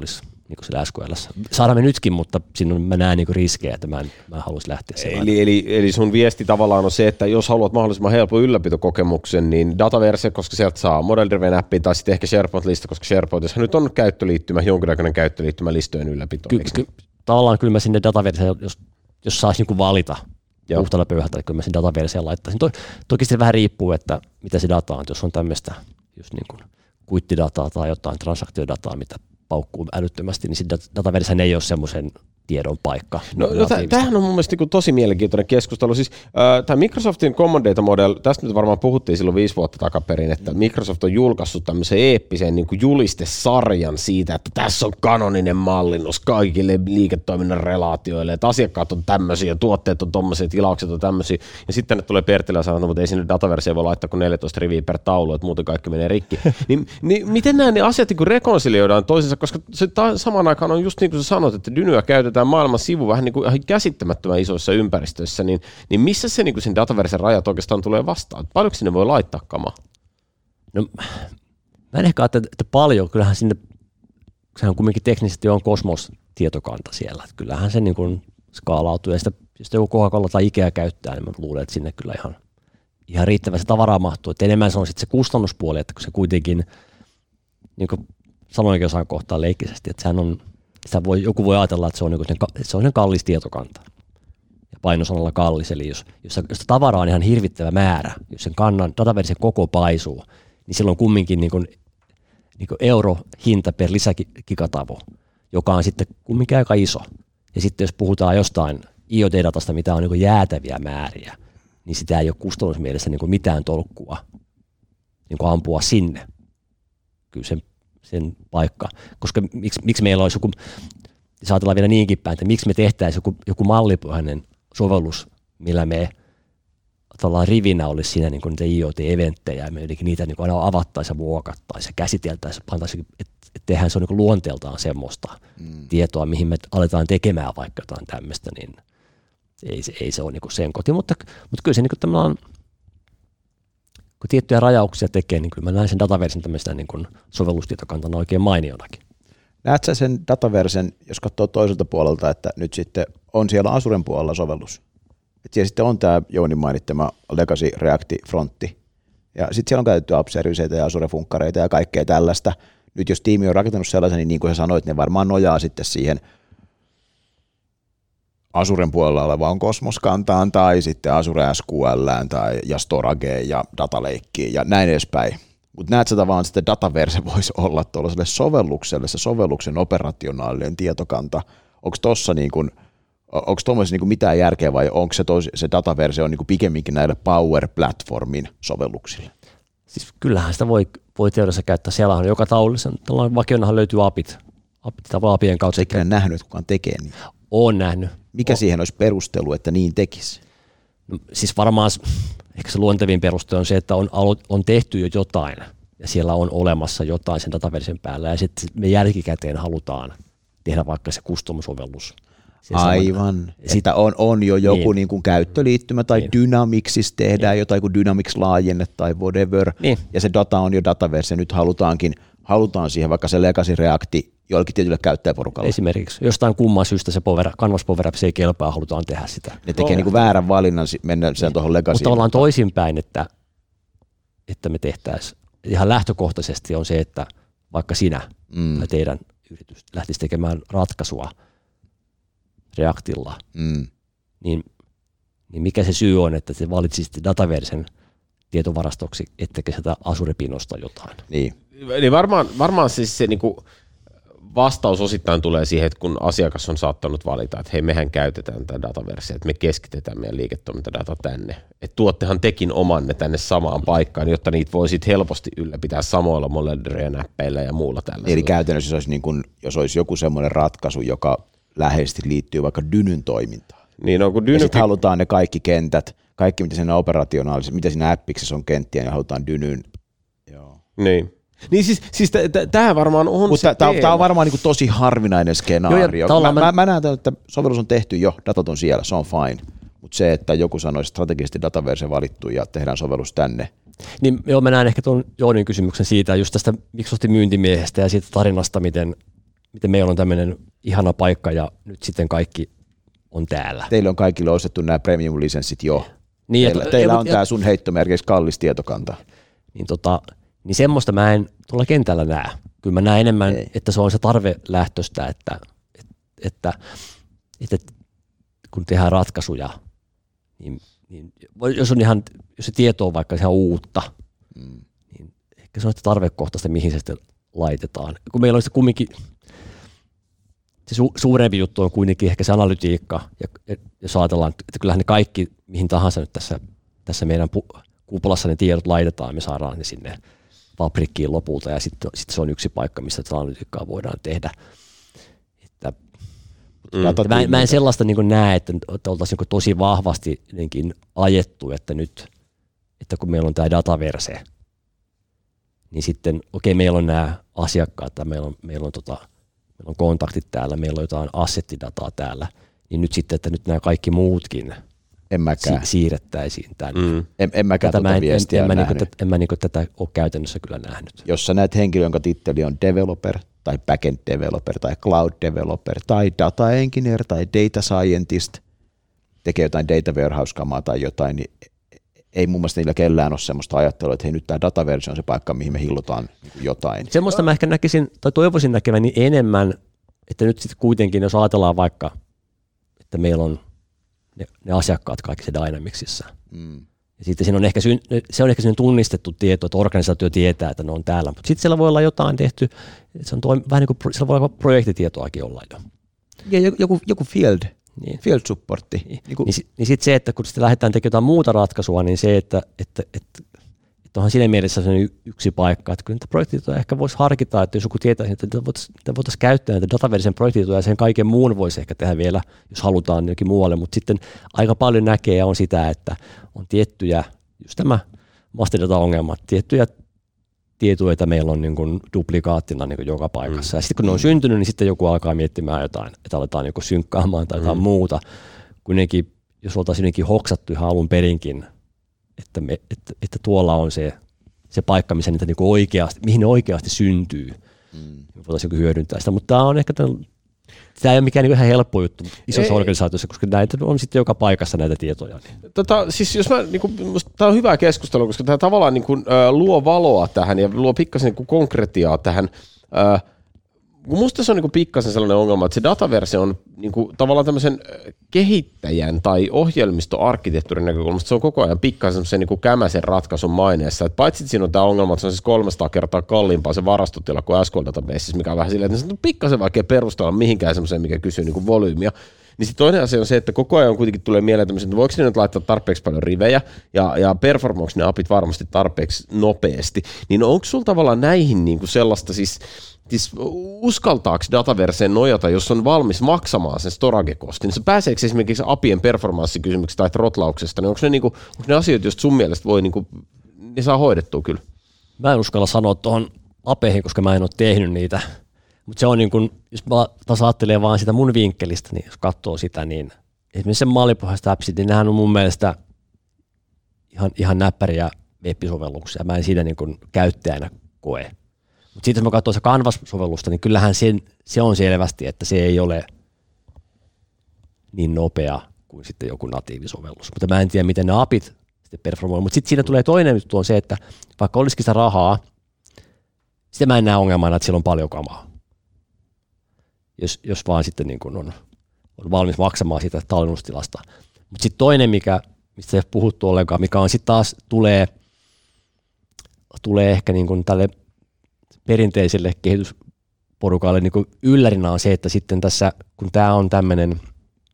niin kuin siellä SQL:ssä. Saadaan me nytkin, mutta siinä mä näen niin kuin riskejä, että mä en haluaisi lähteä sellainen. Eli sun viesti tavallaan on se, että jos haluat mahdollisimman helpon ylläpitokokemuksen, niin Dataverse, koska sieltä saa model-driven appi, tai sitten ehkä SharePoint-lista, koska SharePointissa nyt on käyttöliittymä, jonkinnäköinen käyttöliittymä listojen ylläpitoon. Tavallaan kyllä mä sinne Dataverseen, jos saisi niin valita puhtaalla pöyhältä, niin kyllä mä sinne Dataverseen laittaisin. Toki se vähän riippuu, että mitä se data on, jos on tämmöistä just niin kuin kuittidataa tai jotain transaktiodataa, mitä paukkuu älyttömästi, niin sitten Dataversehän ei ole semmoisen tiedon paikka. No tämähän on mun mielestä niin tosi mielenkiintoinen keskustelu. Siis, tämä Microsoftin Common Data Model, tästä nyt varmaan puhuttiin silloin 5 vuotta takaperin, että Microsoft on julkaissut tämmöisen eeppisen niin julistesarjan siitä, että tässä on kanoninen mallinnus kaikille liiketoiminnan relaatioille, että asiakkaat on tämmöisiä, tuotteet on tommoisia, tilaukset on tämmöisiä, ja sitten ne tulee Pertilä ja sanoo, mutta ei sinne Dataverseen voi laittaa kuin 14 riviä per taulu, että muuten kaikki menee rikki. niin miten nämä asiat niin rekonsilioidaan toisensa, koska se samaan aikaan on just niin kuin sä sanot, että Dynyä käytetään maailman sivu vähän niin kuin käsittämättömän isoissa ympäristöissä, niin missä se niin kuin sen Dataversen rajat oikeastaan tulee vastaan? Paljonko sinne voi laittaa kamaa? No, mä en ehkä ajattele, että paljon. Kyllähän sinne, sehän kumminkin teknisesti on Cosmos-tietokanta siellä. Että kyllähän se niin kuin skaalautuu. Ja sitä, jos joku Coca-Cola tai Ikea käyttää, niin mä luulen, että sinne kyllä ihan riittävästi tavaraa mahtuu. Että enemmän se on sitten se kustannuspuoli, että kun se kuitenkin, niin kuin sanoinkin jossain kohtaa leikkisesti, että sehän on joku voi ajatella, että se on kallis tietokanta ja painosanalla kallis, eli jos tavaraa on ihan hirvittävä määrä, jos sen kannan Dataversen koko paisuu, niin silloin kumminkin niin kuin eurohinta per lisägigatavo, joka on sitten kumminkin aika iso. Ja sitten jos puhutaan jostain IoT-datasta, mitä on niin kuin jäätäviä määriä, niin sitä ei ole kustannusmielessä niin kuin mitään tolkkua niin kuin ampua sinne. Kyllä sen paikka, koska miksi meillä olisi joku, jos ajatellaan vielä niinkin päin, että miksi me tehtäisiin joku mallipohjainen sovellus, millä me rivinä olisi siinä niin kuin niitä IoT-eventtejä, ja me niitä niin kuin aina avattaisiin ja muokattaisiin ja käsiteltäisiin, että tehdään se on niin kuin luonteeltaan semmoista tietoa, mihin me aletaan tekemään vaikka jotain tämmöistä, niin ei se ole niin kuin sen koti, mutta kyllä se niin kuin tämmöinen, kun tiettyjä rajauksia tekee, niin kyllä mä näen sen Dataversen tämmöistä niin kuin sovellustietokantana oikein mainionakin. Näet sä sen Dataversen, jos katsoo toiselta puolelta, että nyt sitten on siellä Azuren puolella sovellus. Et siellä sitten on tämä Jounin mainittama Legacy React Frontti. Ja sitten siellä on käytetty app-serviceitä ja Azure-funkkareita ja kaikkea tällaista. Nyt jos tiimi on rakentanut sellaisen, niin kuin sä sanoit, ne varmaan nojaa sitten siihen Azuren puolella olevaan Cosmos-kantaan tai sitten Azure SQLään ja Storageen ja Data Lakeen ja näin edespäin. Mutta näet sä tavallaan, että Dataverse voisi olla tuollaiselle sovellukselle, se sovelluksen operationaalinen tietokanta. Onko tuossa niinku mitään järkeä vai onko se Dataverse on niinku pikemminkin näille Power Platformin sovelluksille? Siis kyllähän sitä voi teoriassa käyttää. Siellä on joka taulullisen, vakionahan löytyy apit apien kautta. Eikä nähnyt, että kukaan tekee niin. Olen nähnyt. Mikä siihen olisi perustelu, että niin tekisi? No, siis varmaan ehkä se luontevin peruste on se, että on tehty jo jotain ja siellä on olemassa jotain sen Dataversen päällä ja sitten me jälkikäteen halutaan tehdä vaikka se custom-sovellus. Aivan. Että on jo joku niin kuin käyttöliittymä tai Dynamicsissa tehdään jotain kuin Dynamics-laajenne tai whatever ja se data on jo Dataverse. Nyt halutaan siihen vaikka se Legacy Reacti jollekin tietylle käyttäjäporukalle. Esimerkiksi jostain kumman syystä se Canvas Power Apps ei kelpaa, halutaan tehdä sitä. Ne tekee niin kuin väärän valinnan mennä sen tuohon Legacyin. Mutta tavallaan toisinpäin, että me tehtäisiin ihan lähtökohtaisesti on se, että vaikka sinä tai teidän yritys lähtisi tekemään ratkaisua Reactilla, niin mikä se syy on, että te valitsisitte Dataversen tietovarastoksi, ettekä sitä Azure-pinosta jotain. Niin varmaan siis se niinku vastaus osittain tulee siihen, että kun asiakas on saattanut valita, että hei, mehän käytetään tätä Dataversia, että me keskitetään meidän liiketoimintadata tänne. Että tuottehan tekin omanne tänne samaan paikkaan, jotta niitä voi sitten helposti ylläpitää samoilla model-näppeillä ja muulla tällaisella. Eli käytännössä jos olisi joku semmoinen ratkaisu, joka läheisesti liittyy vaikka Dynyn toimintaan. Niin on, kun ja sitten halutaan ne kaikki kentät, kaikki mitä siinä operationaalisesti, mitä siinä appiksessa on kenttiä, niin halutaan Dynyn. Joo. Niin siis tämähän varmaan on mutta se tämä on varmaan niin kuin tosi harvinainen skenaario. Mä näen, että sovellus on tehty jo, datat on siellä, se on fine. Mutta se, että joku sanoisi strategisesti Dataverse valittu ja tehdään sovellus tänne. Niin joo, mä näen ehkä tuon Joonin kysymyksen siitä, just tästä Microsoftin myyntimiehestä ja siitä tarinasta, miten miten meillä on tämmöinen ihana paikka ja nyt sitten kaikki on täällä. Teille on kaikille ostettu nämä premium-lisenssit jo. Niin, teillä on tämä sun heittomerkeissä kallis tietokanta. Niin semmoista mä en tuolla kentällä näe. Kyllä mä näen enemmän, että se on se tarvelähtöistä, että kun tehdään ratkaisuja, niin jos se tieto on vaikka ihan uutta, niin ehkä se on sitä tarvekohtaista, mihin se sitten laitetaan. Kun meillä on sitten kumminkin, se suurempi juttu on kuitenkin ehkä se analytiikka, ja jos ajatellaan, että kyllähän ne kaikki, mihin tahansa nyt tässä meidän kuplassa ne tiedot laitetaan, me saadaan ne sinne fabrikkiin lopulta, ja sitten se on yksi paikka, missä tätä analytiikkaa voidaan tehdä. Mä en sellaista niin näe, että oltaisiin niin tosi vahvasti ajettu, että nyt, että kun meillä on tämä dataverse, niin sitten meillä on nämä asiakkaat, meillä on kontaktit täällä, meillä on jotain assettidataa täällä, niin nyt sitten, että nyt nämä kaikki muutkin siirrettäisiin tänne. En mäkään tuota viestiä nähnyt. En mä tätä ole käytännössä kyllä nähnyt. Jos sä näet henkilön, jonka titteli on developer, tai backend developer, tai cloud developer, tai data engineer, tai data scientist, tekee jotain data warehouse-kamaa tai jotain, niin ei mun mielestä niillä kellään ole semmoista ajattelua, että hei, nyt tämä dataversio on se paikka, mihin me hillutaan jotain. Semmoista mä ehkä näkisin, tai toivoisin näkeväni enemmän, että nyt sitten kuitenkin, jos ajatellaan vaikka, että meillä on ne asiakkaat kaikki se Dynamicsissa. Ja sitten siinä on ehkä se on ehkä tunnistettu tieto, että organisaatio tietää, että ne on täällä. Mutta sitten siellä voi olla jotain tehty, se on vähän niin kuin, siellä voi olla projektitietoakin olla jo. Ja joku field supportti. Niin sitten se, että kun sitten lähdetään tekemään jotain muuta ratkaisua, niin se, että onhan siinä mielessä yksi paikka, että kyllä niitä projektitietoja ehkä voisi harkita, että jos joku tietäisi, että voitaisiin käyttää näitä dataversen projektitietoja ja sen kaiken muun voisi ehkä tehdä vielä, jos halutaan jokin muualle, mutta sitten aika paljon näkee on sitä, että on tiettyjä, just tämä masterdata-ongelmat, tiettyjä tietoja meillä on niin kuin duplikaattina niin kuin joka paikassa. Ja sitten kun ne on syntynyt, niin sitten joku alkaa miettimään jotain, että aletaan joku synkkaamaan tai jotain muuta. Kuitenkin, jos oltaisiin jotenkin hoksattu ihan alun perinkin, että tuolla on se paikka, missä niitä niinku mihin ne oikeasti syntyy. Voitaisiin hyödyntää sitä, mutta tämä on ehkä tämä ei ole mikään ihan helppo juttu isossa organisaatiossa, koska näitä on sitten joka paikassa näitä tietoja. Niin. Siis jos tämä on hyvä keskustelu, koska tämä tavallaan luo valoa tähän ja luo pikkasen konkretiaa tähän. Musta se on pikkasen sellainen ongelma, että se dataversio on tavallaan tämmöisen kehittäjän tai ohjelmistoarkkitehtuurin näkökulmasta, se on koko ajan pikkasen semmoisen kämäsen ratkaisun maineessa. Et paitsi siinä on tämä ongelma, että se on siis 300 kertaa kalliimpaa se varastotila kuin SQL Databases, mikä on vähän silleen, että se on pikkasen vaikea perustella mihinkään semmoiseen, mikä kysyy volyymiä. Niin sitten toinen asia on se, että koko ajan kuitenkin tulee mieleen tämmöisen, että voiko ne nyt laittaa tarpeeksi paljon rivejä ja performoiko ne apit varmasti tarpeeksi nopeasti. Niin onko sulla tavallaan näihin sellaista siis uskaltaako dataverseen nojata, jos on valmis maksamaan sen storage-kostin, niin se pääseekö esimerkiksi apien performanssikysymyksistä tai throtlauksesta, niin onko ne asioita, joista sun mielestä voi, ne saa hoidettua kyllä? Mä en uskalla sanoa tuohon apeihin, koska mä en ole tehnyt niitä, mutta se on jos mä taas ajattelen vaan sitä mun vinkkelistä, niin jos katsoo sitä, niin esimerkiksi sen mallipohjaiset appsit, niin nehän on mun mielestä ihan näppäriä web-sovelluksia, mä en siinä käyttäjänä koe. Mutta sitten jos mä katson se Canvas-sovellusta, niin kyllähän se on selvästi, että se ei ole niin nopea kuin sitten joku natiivisovellus. Mutta mä en tiedä, miten ne apit sitten performoivat. Mutta sitten siinä tulee toinen juttu on se, että vaikka olisikin sitä rahaa, sitten mä en näe ongelmana, että siellä on paljon kamaa. Jos vaan sitten on valmis maksamaan siitä tallennustilasta. Mutta sitten toinen, mistä ei puhuttu ollenkaan, mikä on sitten taas tulee ehkä tälle perinteiselle kehitysporukalle yllärinä on se, että sitten tässä, kun tämä on tämmöinen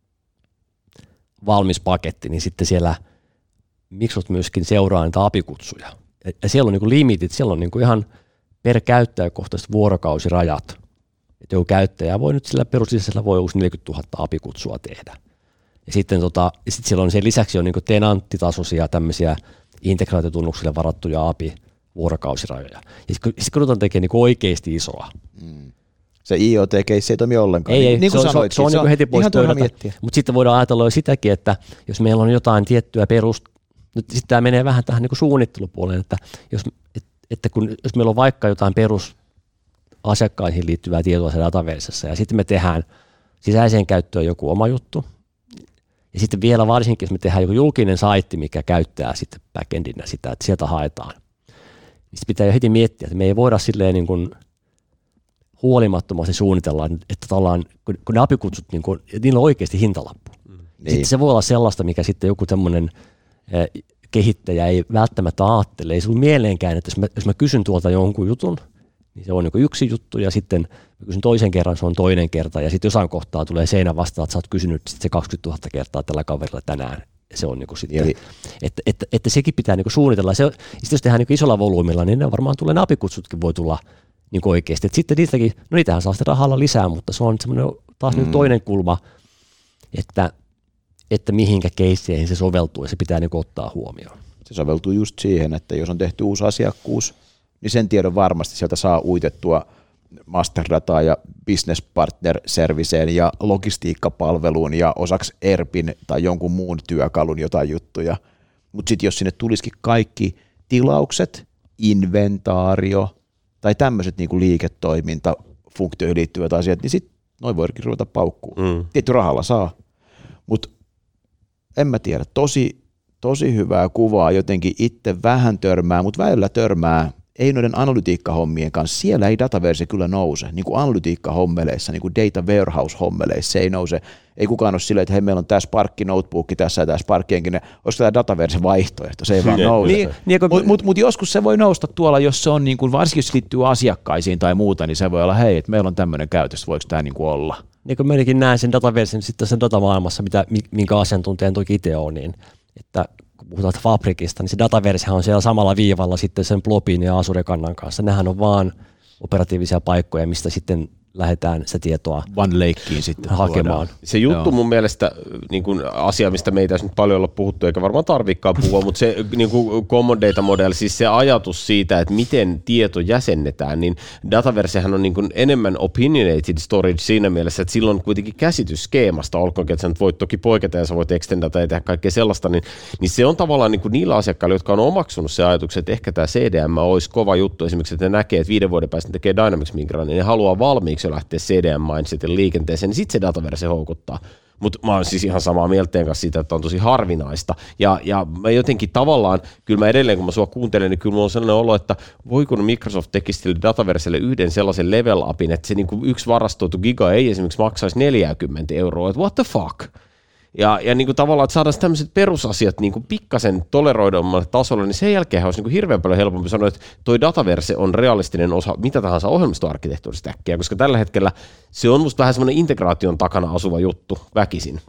valmis paketti, niin sitten siellä Microsoft myöskin seuraa niitä apikutsuja. Ja siellä on limitit, siellä on ihan per käyttäjäkohtaiset vuorokausirajat. Että joku käyttäjä voi nyt sillä peruslisällä voi uusi 40 000 apikutsua tehdä. Ja sitten siellä on sen lisäksi on tenanttitasoisia tämmöisiä integraatiotunnuksille varattuja vuorokausirajoja. Ja sitten kun ruvetaan tekemään oikeasti isoa. Se IoT-keissi ei toimi ollenkaan. Ei, niin kuin sanoit, se on heti pois pöydältä. Mutta sitten voidaan ajatella jo sitäkin, että jos meillä on jotain tiettyä nyt sitten tämä menee vähän tähän suunnittelupuoleen, että jos meillä on vaikka jotain asiakkaisiin liittyvää tietoa siellä dataversessä, ja sitten me tehdään sisäiseen käyttöön joku oma juttu, ja sitten vielä varsinkin, jos me tehdään joku julkinen saitti, mikä käyttää sitten backendinä sitä, että sieltä haetaan, niin pitää jo heti miettiä, että me ei voida silleen niin kuin huolimattomasti suunnitella, että kun ne API-kutsut, niin kuin, niillä on oikeasti hintalappu. Niin. Sitten se voi olla sellaista, mikä sitten joku tämmöinen kehittäjä ei välttämättä ajattele. Ei sinulla mieleenkään, että jos mä kysyn tuolta jonkun jutun, niin se on niin kuin yksi juttu, ja sitten mä kysyn toisen kerran, se on toinen kerta, ja sitten jossain kohtaa tulee seinä vastaan, että sä oot kysynyt sitten se 20 000 kertaa tällä kaverilla tänään. Se on niin kuin sitten, että sekin pitää niin kuin suunnitella. Sitten jos tehdään niin kuin isolla volyymilla, niin ne varmaan tulee, ne API-kutsutkin voi tulla niin kuin oikeasti. Et sitten niitäkin, no niitähän saa sitten rahalla lisää, mutta se on semmoinen taas niin toinen kulma, että mihinkä keisseihin se soveltuu, ja se pitää niin kuin ottaa huomioon. Se soveltuu just siihen, että jos on tehty uusi asiakkuus, niin sen tiedon varmasti sieltä saa uitettua masterdataa ja business partner serviceen ja logistiikkapalveluun ja osaksi ERPin tai jonkun muun työkalun jotain juttuja. Mutta sitten jos sinne tulisikin kaikki tilaukset, inventaario tai tämmöiset niinku liiketoimintafunktioihin liittyvät asiat, niin sitten noin voidakin ruveta paukkuun. Tietty rahalla saa, mutta en mä tiedä, tosi hyvää kuvaa, jotenkin itse vähän törmää, mutta välillä törmää, ei noiden analytiikkahommien kanssa, siellä ei Dataverse kyllä nouse, niin kuin analytiikkahommeleissa, niin kuin data warehouse-hommeleissa se ei nouse, ei kukaan ole silleen, että hei, meillä on tämä Sparkki notebook tässä ja tämä Sparkkienkin, olisiko tämä Dataverse vaihtoehto, se ei vaan nouse. Mutta joskus se voi nousta tuolla, jos se on, niin kuin, varsinkin jos liittyy asiakkaisiin tai muuta, niin se voi olla, hei, että meillä on tämmöinen käytös, voiko tämä niin kuin olla? Niin kuin meidänkin näen sen Dataversen sitten sen datamaailmassa, minkä asiantuntijan toki itse on, niin että kun puhutaan Fabricista, niin se Dataversehän on siellä samalla viivalla sitten sen Blobin ja Azure Kannan kanssa. Nehän on vaan operatiivisia paikkoja, mistä sitten lähdetään sitä tietoa OneLakeen sitten hakemaan. Se juttu mun mielestä, niin kuin asia, mistä me ei tässä nyt paljon olla puhuttu, eikä varmaan tarvikaan puhua, mutta se niin kuin Common Data Model, siis se ajatus siitä, että miten tieto jäsennetään, niin Dataversehän on niin kuin enemmän opinionated storage siinä mielessä, että silloin kuitenkin käsitys skeemasta, olkoonkin, että sä nyt voit toki poiketa ja sä voit extendata ja tehdä kaikkea sellaista, niin se on tavallaan niin kuin niillä asiakkailla, jotka on omaksunut se ajatuksen, että ehkä tämä CDM olisi kova juttu, esimerkiksi, että ne näkee, että 5 vuoden päästä ne tekee Dynamics Migran, niin ne haluaa valmiiksi lähteä CDM-mindsetin liikenteeseen, niin sitten se Dataverse houkuttaa. Mutta mä oon siis ihan samaa mieltä teidän kanssa siitä, että on tosi harvinaista. Ja mä jotenkin tavallaan, kyllä mä edelleen kun mä sua kuuntelen, niin kyllä mulla on sellainen olo, että voiko Microsoft tekisi sille Dataverselle yhden sellaisen level upin, että se niinku yksi varastoitu giga ei esimerkiksi maksaisi 40 €, että what the fuck? Ja niin kuin tavallaan, että saadaan tämmöiset perusasiat niin kuin pikkasen toleroidummalle tasolle, niin sen jälkeen olisi niin kuin hirveän paljon helpompi sanoa, että toi Dataverse on realistinen osa mitä tahansa ohjelmistoarkkitehtuurista äkkiä, koska tällä hetkellä se on musta vähän semmoinen integraation takana asuva juttu väkisin.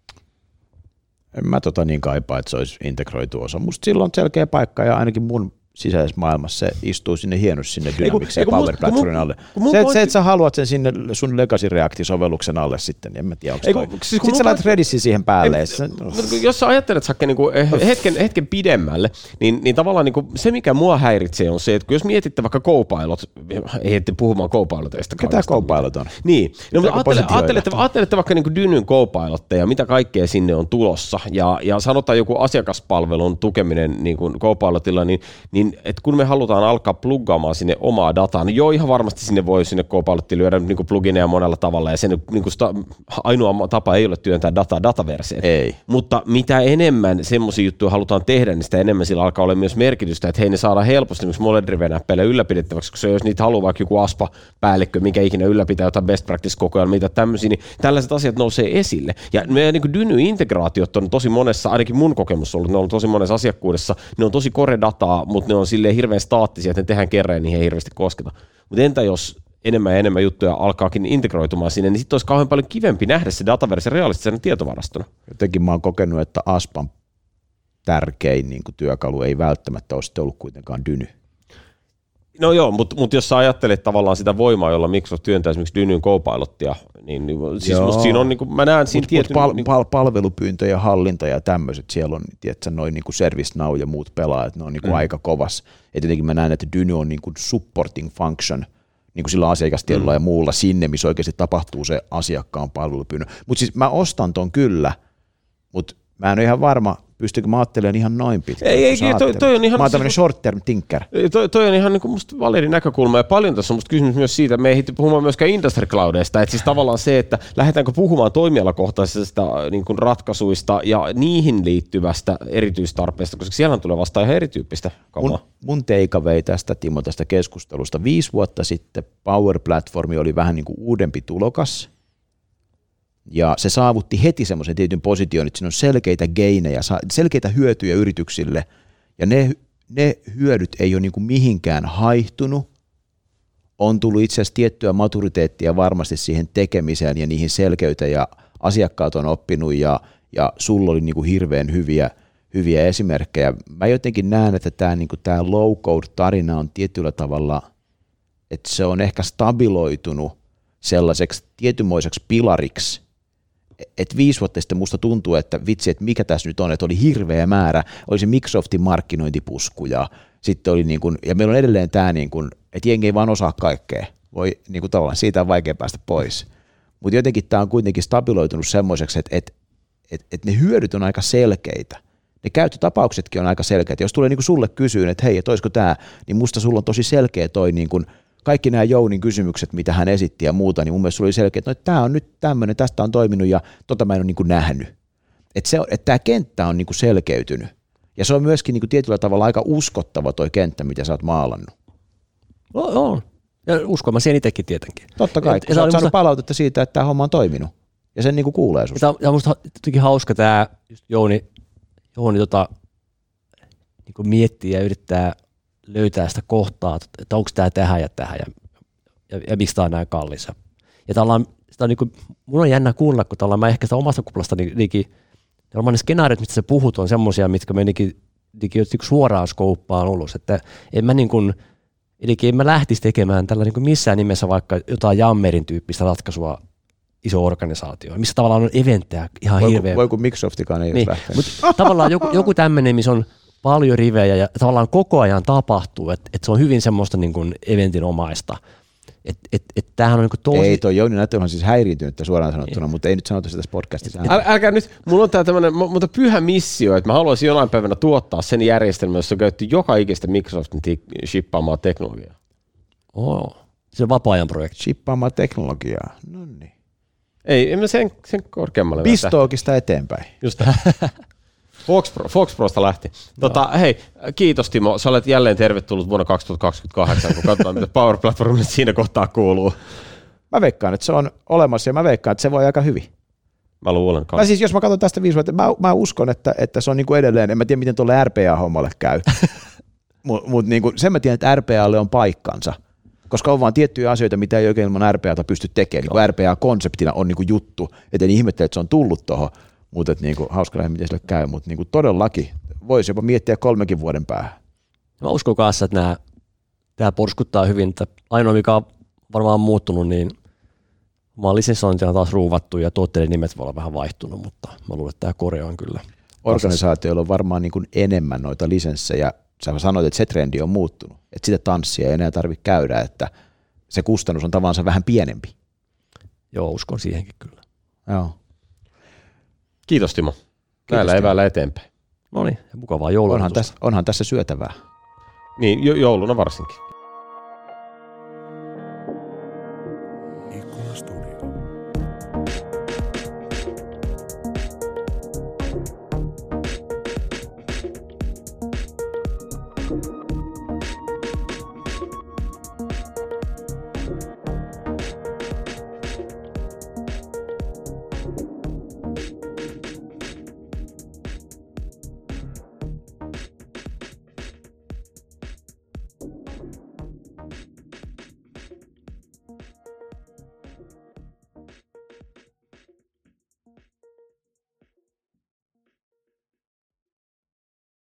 En mä niin kaipaa, että se olisi integroitu osa. Musta silloin on selkeä paikka ja ainakin mun sisäisessä maailmassa se istuu sinne hienosti sinne Dynamics ja Power Platformin alle. Se, että sä haluat sen sinne sun Legacy React-sovelluksen alle sitten, niin en mä tiedä, onko toi. Sitten sä laitat Redissin siihen päälle. Jos sä ajattelet, Sakke, niin hetken pidemmälle, niin tavallaan niin se, mikä mua häiritsee, on se, että jos mietitte vaikka Copilot, ei ette puhumaan Copiloteista. Ketä Copilot on? Niin, no, ajattelette vaikka niin Dynyn Copilotteja, mitä kaikkea sinne on tulossa, ja sanotaan joku asiakaspalvelun tukeminen niin Copilotilla, niin että kun me halutaan alkaa pluggaamaan sinne omaa dataa, niin joo, ihan varmasti sinne voi sinne Copilottiin lyödä niin kuin plugineja monella tavalla, ja sen niin kuin ainoa tapa ei ole työntää dataa dataverseen. Ei. Mutta mitä enemmän semmoisia juttuja halutaan tehdä, niin sitä enemmän sillä alkaa olla myös merkitystä, että hei, ne saadaan helposti esimerkiksi Moledrive-näppeillä ylläpidettäväksi, koska jos niitä haluaa vaikka joku ASPA-päällikkö, mikä ikinä ylläpitää jotain best practice-kokoelmia, mitä tämmöisiä, niin tällaiset asiat nousee esille. Ja meidän niin Dyny-integraatiot on tosi monessa, ainakin mun kokemus on ollut, ne on tosi monessa asiakkuudessa, ne on tosi core-dataa, mutta ne on silleen hirveän staattisia, että ne tehdään kerran, niin he ei hirveästi kosketa. Mutta entä jos enemmän ja enemmän juttuja alkaakin integroitumaan sinne, niin sitten olisi kauhean paljon kivempi nähdä se Dataverse realistisena tietovarastona. Jotenkin mä oon kokenut, että ASPAn tärkein niin kuin työkalu ei välttämättä ole sitten ollut kuitenkaan Dyny. No joo, mutta jos sä ajattelet tavallaan sitä voimaa, jolla Microsoft työntää esimerkiksi Dynyn Copilottia, niin siis musta siinä on, niin kuin, mä näen siinä tietyn... palvelupyyntö ja hallinta ja tämmöiset, siellä on, tiedätkö, noin niin kuin ServiceNow ja muut pelaajat, ne on niin kuin aika kovas. Ja tietenkin mä näen, että Dyny on niin kuin supporting function, niin kuin sillä asiakastiedolla ja muulla sinne, missä oikeasti tapahtuu se asiakkaan palvelupyynnö. Mutta siis mä ostan ton kyllä, mutta mä en ole ihan varma, Pystyykö mä ajattelemaan ihan noin pitkään? Ei, toi on ihan... Mä oon tämmönen short term thinker. Toi on ihan niin kuin musta validi näkökulma, ja paljon tässä on musta kysymys myös siitä, että me ei ehti puhumaan myöskään industry cloudeista, että siis tavallaan se, että lähdetäänkö puhumaan toimialakohtaisista niin kuin ratkaisuista ja niihin liittyvästä erityistarpeesta, koska siellä tulee vastaan ihan erityyppistä kamaa. Mun takeaway tästä, Timo, tästä keskustelusta, 5 vuotta sitten Power Platformi oli vähän niin kuin uudempi tulokas, ja se saavutti heti semmoisen tietyn position, että siinä on selkeitä gainejä, selkeitä hyötyjä yrityksille, ja ne hyödyt ei ole niin kuin mihinkään haihtunut. On tullut itse asiassa tiettyä maturiteettia varmasti siihen tekemiseen ja niihin selkeyteen, ja asiakkaat on oppinut, ja sulla oli niin kuin hirveän hyviä esimerkkejä. Mä jotenkin näen, että tämä niin kuin tämä low-code-tarina on tietyllä tavalla, että se on ehkä stabiloitunut sellaiseksi tietynmoiseksi pilariksi, että 5 vuotta sitten musta tuntuu, että vitsi, että mikä tässä nyt on, että oli hirveä määrä, oli se Microsoftin markkinointipusku ja sitten oli niin kuin, ja meillä on edelleen tämä niin kuin, että jengi ei vaan osaa kaikkea, voi niin kuin tavallaan, siitä on vaikea päästä pois, mutta jotenkin tämä on kuitenkin stabiloitunut semmoiseksi, että ne hyödyt on aika selkeitä, ne käyttötapauksetkin on aika selkeitä, jos tulee niin kuin sulle kysyyn, että hei, että olisiko tämä, niin musta sulla on tosi selkeä toi niin kuin, kaikki nämä Jounin kysymykset, mitä hän esitti ja muuta, niin mun mielestä sulla oli selkeä, että no, tämä on nyt tämmöinen, tästä on toiminut ja mä en ole niin kuin nähnyt. Että tämä kenttä on niin kuin selkeytynyt. Ja se on myöskin niin kuin tietyllä tavalla aika uskottava toi kenttä, mitä sä oot maalannut. On. Ja uskon mä siihen itsekin tietenkin. Totta kai, kun sä oot saanut palautetta siitä, että tämä homma on toiminut. Ja sen niin kuin kuulee susta. Ja musta jotenkin hauska tämä Jouni niin kuin miettii ja yrittää löytää sitä kohtaa, että onko tämä tähän ja ja miksi tämä on näin kallis. Ja sitä on niin kuin, mun on jännä kuunnella, kun mä ehkä sitä omasta kuplasta ne skenaariot, mistä sä puhut, on semmoisia, mitkä me suoraan skouppaan ulos. Että en mä lähtisi tekemään tällä niin kuin missään nimessä vaikka jotain Jammerin tyyppistä ratkaisua iso organisaatio, missä tavallaan on eventtejä ihan hirveä. Voi kun Microsoftikaan ei niin, lähtenyt. Mutta tavallaan joku tämmöinen, missä on paljon rivejä ja tavallaan koko ajan tapahtuu, että se on hyvin semmoista niin kuin eventinomaista. Tämähän on niin kuin tosi... Ei, toi Jouni näyttää on siis häiriintynyt suoraan sanottuna, mutta ei nyt sanota sitä tässä podcastissa. Älkää nyt, mulla on tää tämmönen, mutta pyhä missio, että mä haluaisin jonain päivänä tuottaa sen järjestelmän, jossa on käytetty joka ikistä Microsoftin shippaamaa teknologiaa. Se on vapaa-ajan projekti. Shippaamaa teknologiaa, no niin. Ei, en mä sen korkeammalle. Pistookista eteenpäin. Just Fox Prosta lähti. Hei, kiitos Timo. Sä olet jälleen tervetullut vuonna 2028, kun katsotaan, mitä Power Platformille siinä kohtaa kuuluu. Mä veikkaan, että se on olemassa ja mä veikkaan, että se voi aika hyvin. Mä luulen kanssa. Siis jos mä katson tästä 5 vuotta, mä uskon, että se on niin kuin edelleen, en mä tiedä miten tuolle RPA-hommalle käy, mutta niin sen mä tiedän, että RPAlle on paikkansa. Koska on vaan tiettyjä asioita, mitä ei oikein ilman RPAta pysty tekemään. Niin RPA-konseptina on niin kuin juttu, että en ihmettele, että se on tullut tuohon. Mutta niin hauska nähdä, miten sille käy, mutta niin todellakin voisi jopa miettiä 3 vuoden päähän. Mä uskon kanssa, että tämä porskuttaa hyvin. Että ainoa, mikä on varmaan muuttunut, niin omaa lisensointia on taas ruuvattu ja tuotteiden nimet voi olla vähän vaihtunut, mutta mä luulen, että tämä Kore on kyllä. Organisaatioilla on varmaan niin kuin enemmän noita lisenssejä. Sä sanoit, että se trendi on muuttunut, että sitä tanssia ei enää tarvitse käydä, että se kustannus on tavallaan vähän pienempi. Joo, uskon siihenkin kyllä. Joo. Kiitos Timo. Näillä eväillä eteenpäin. No niin, mukavaa joulua. Onhan tässä syötävää. Niin, jouluna varsinkin.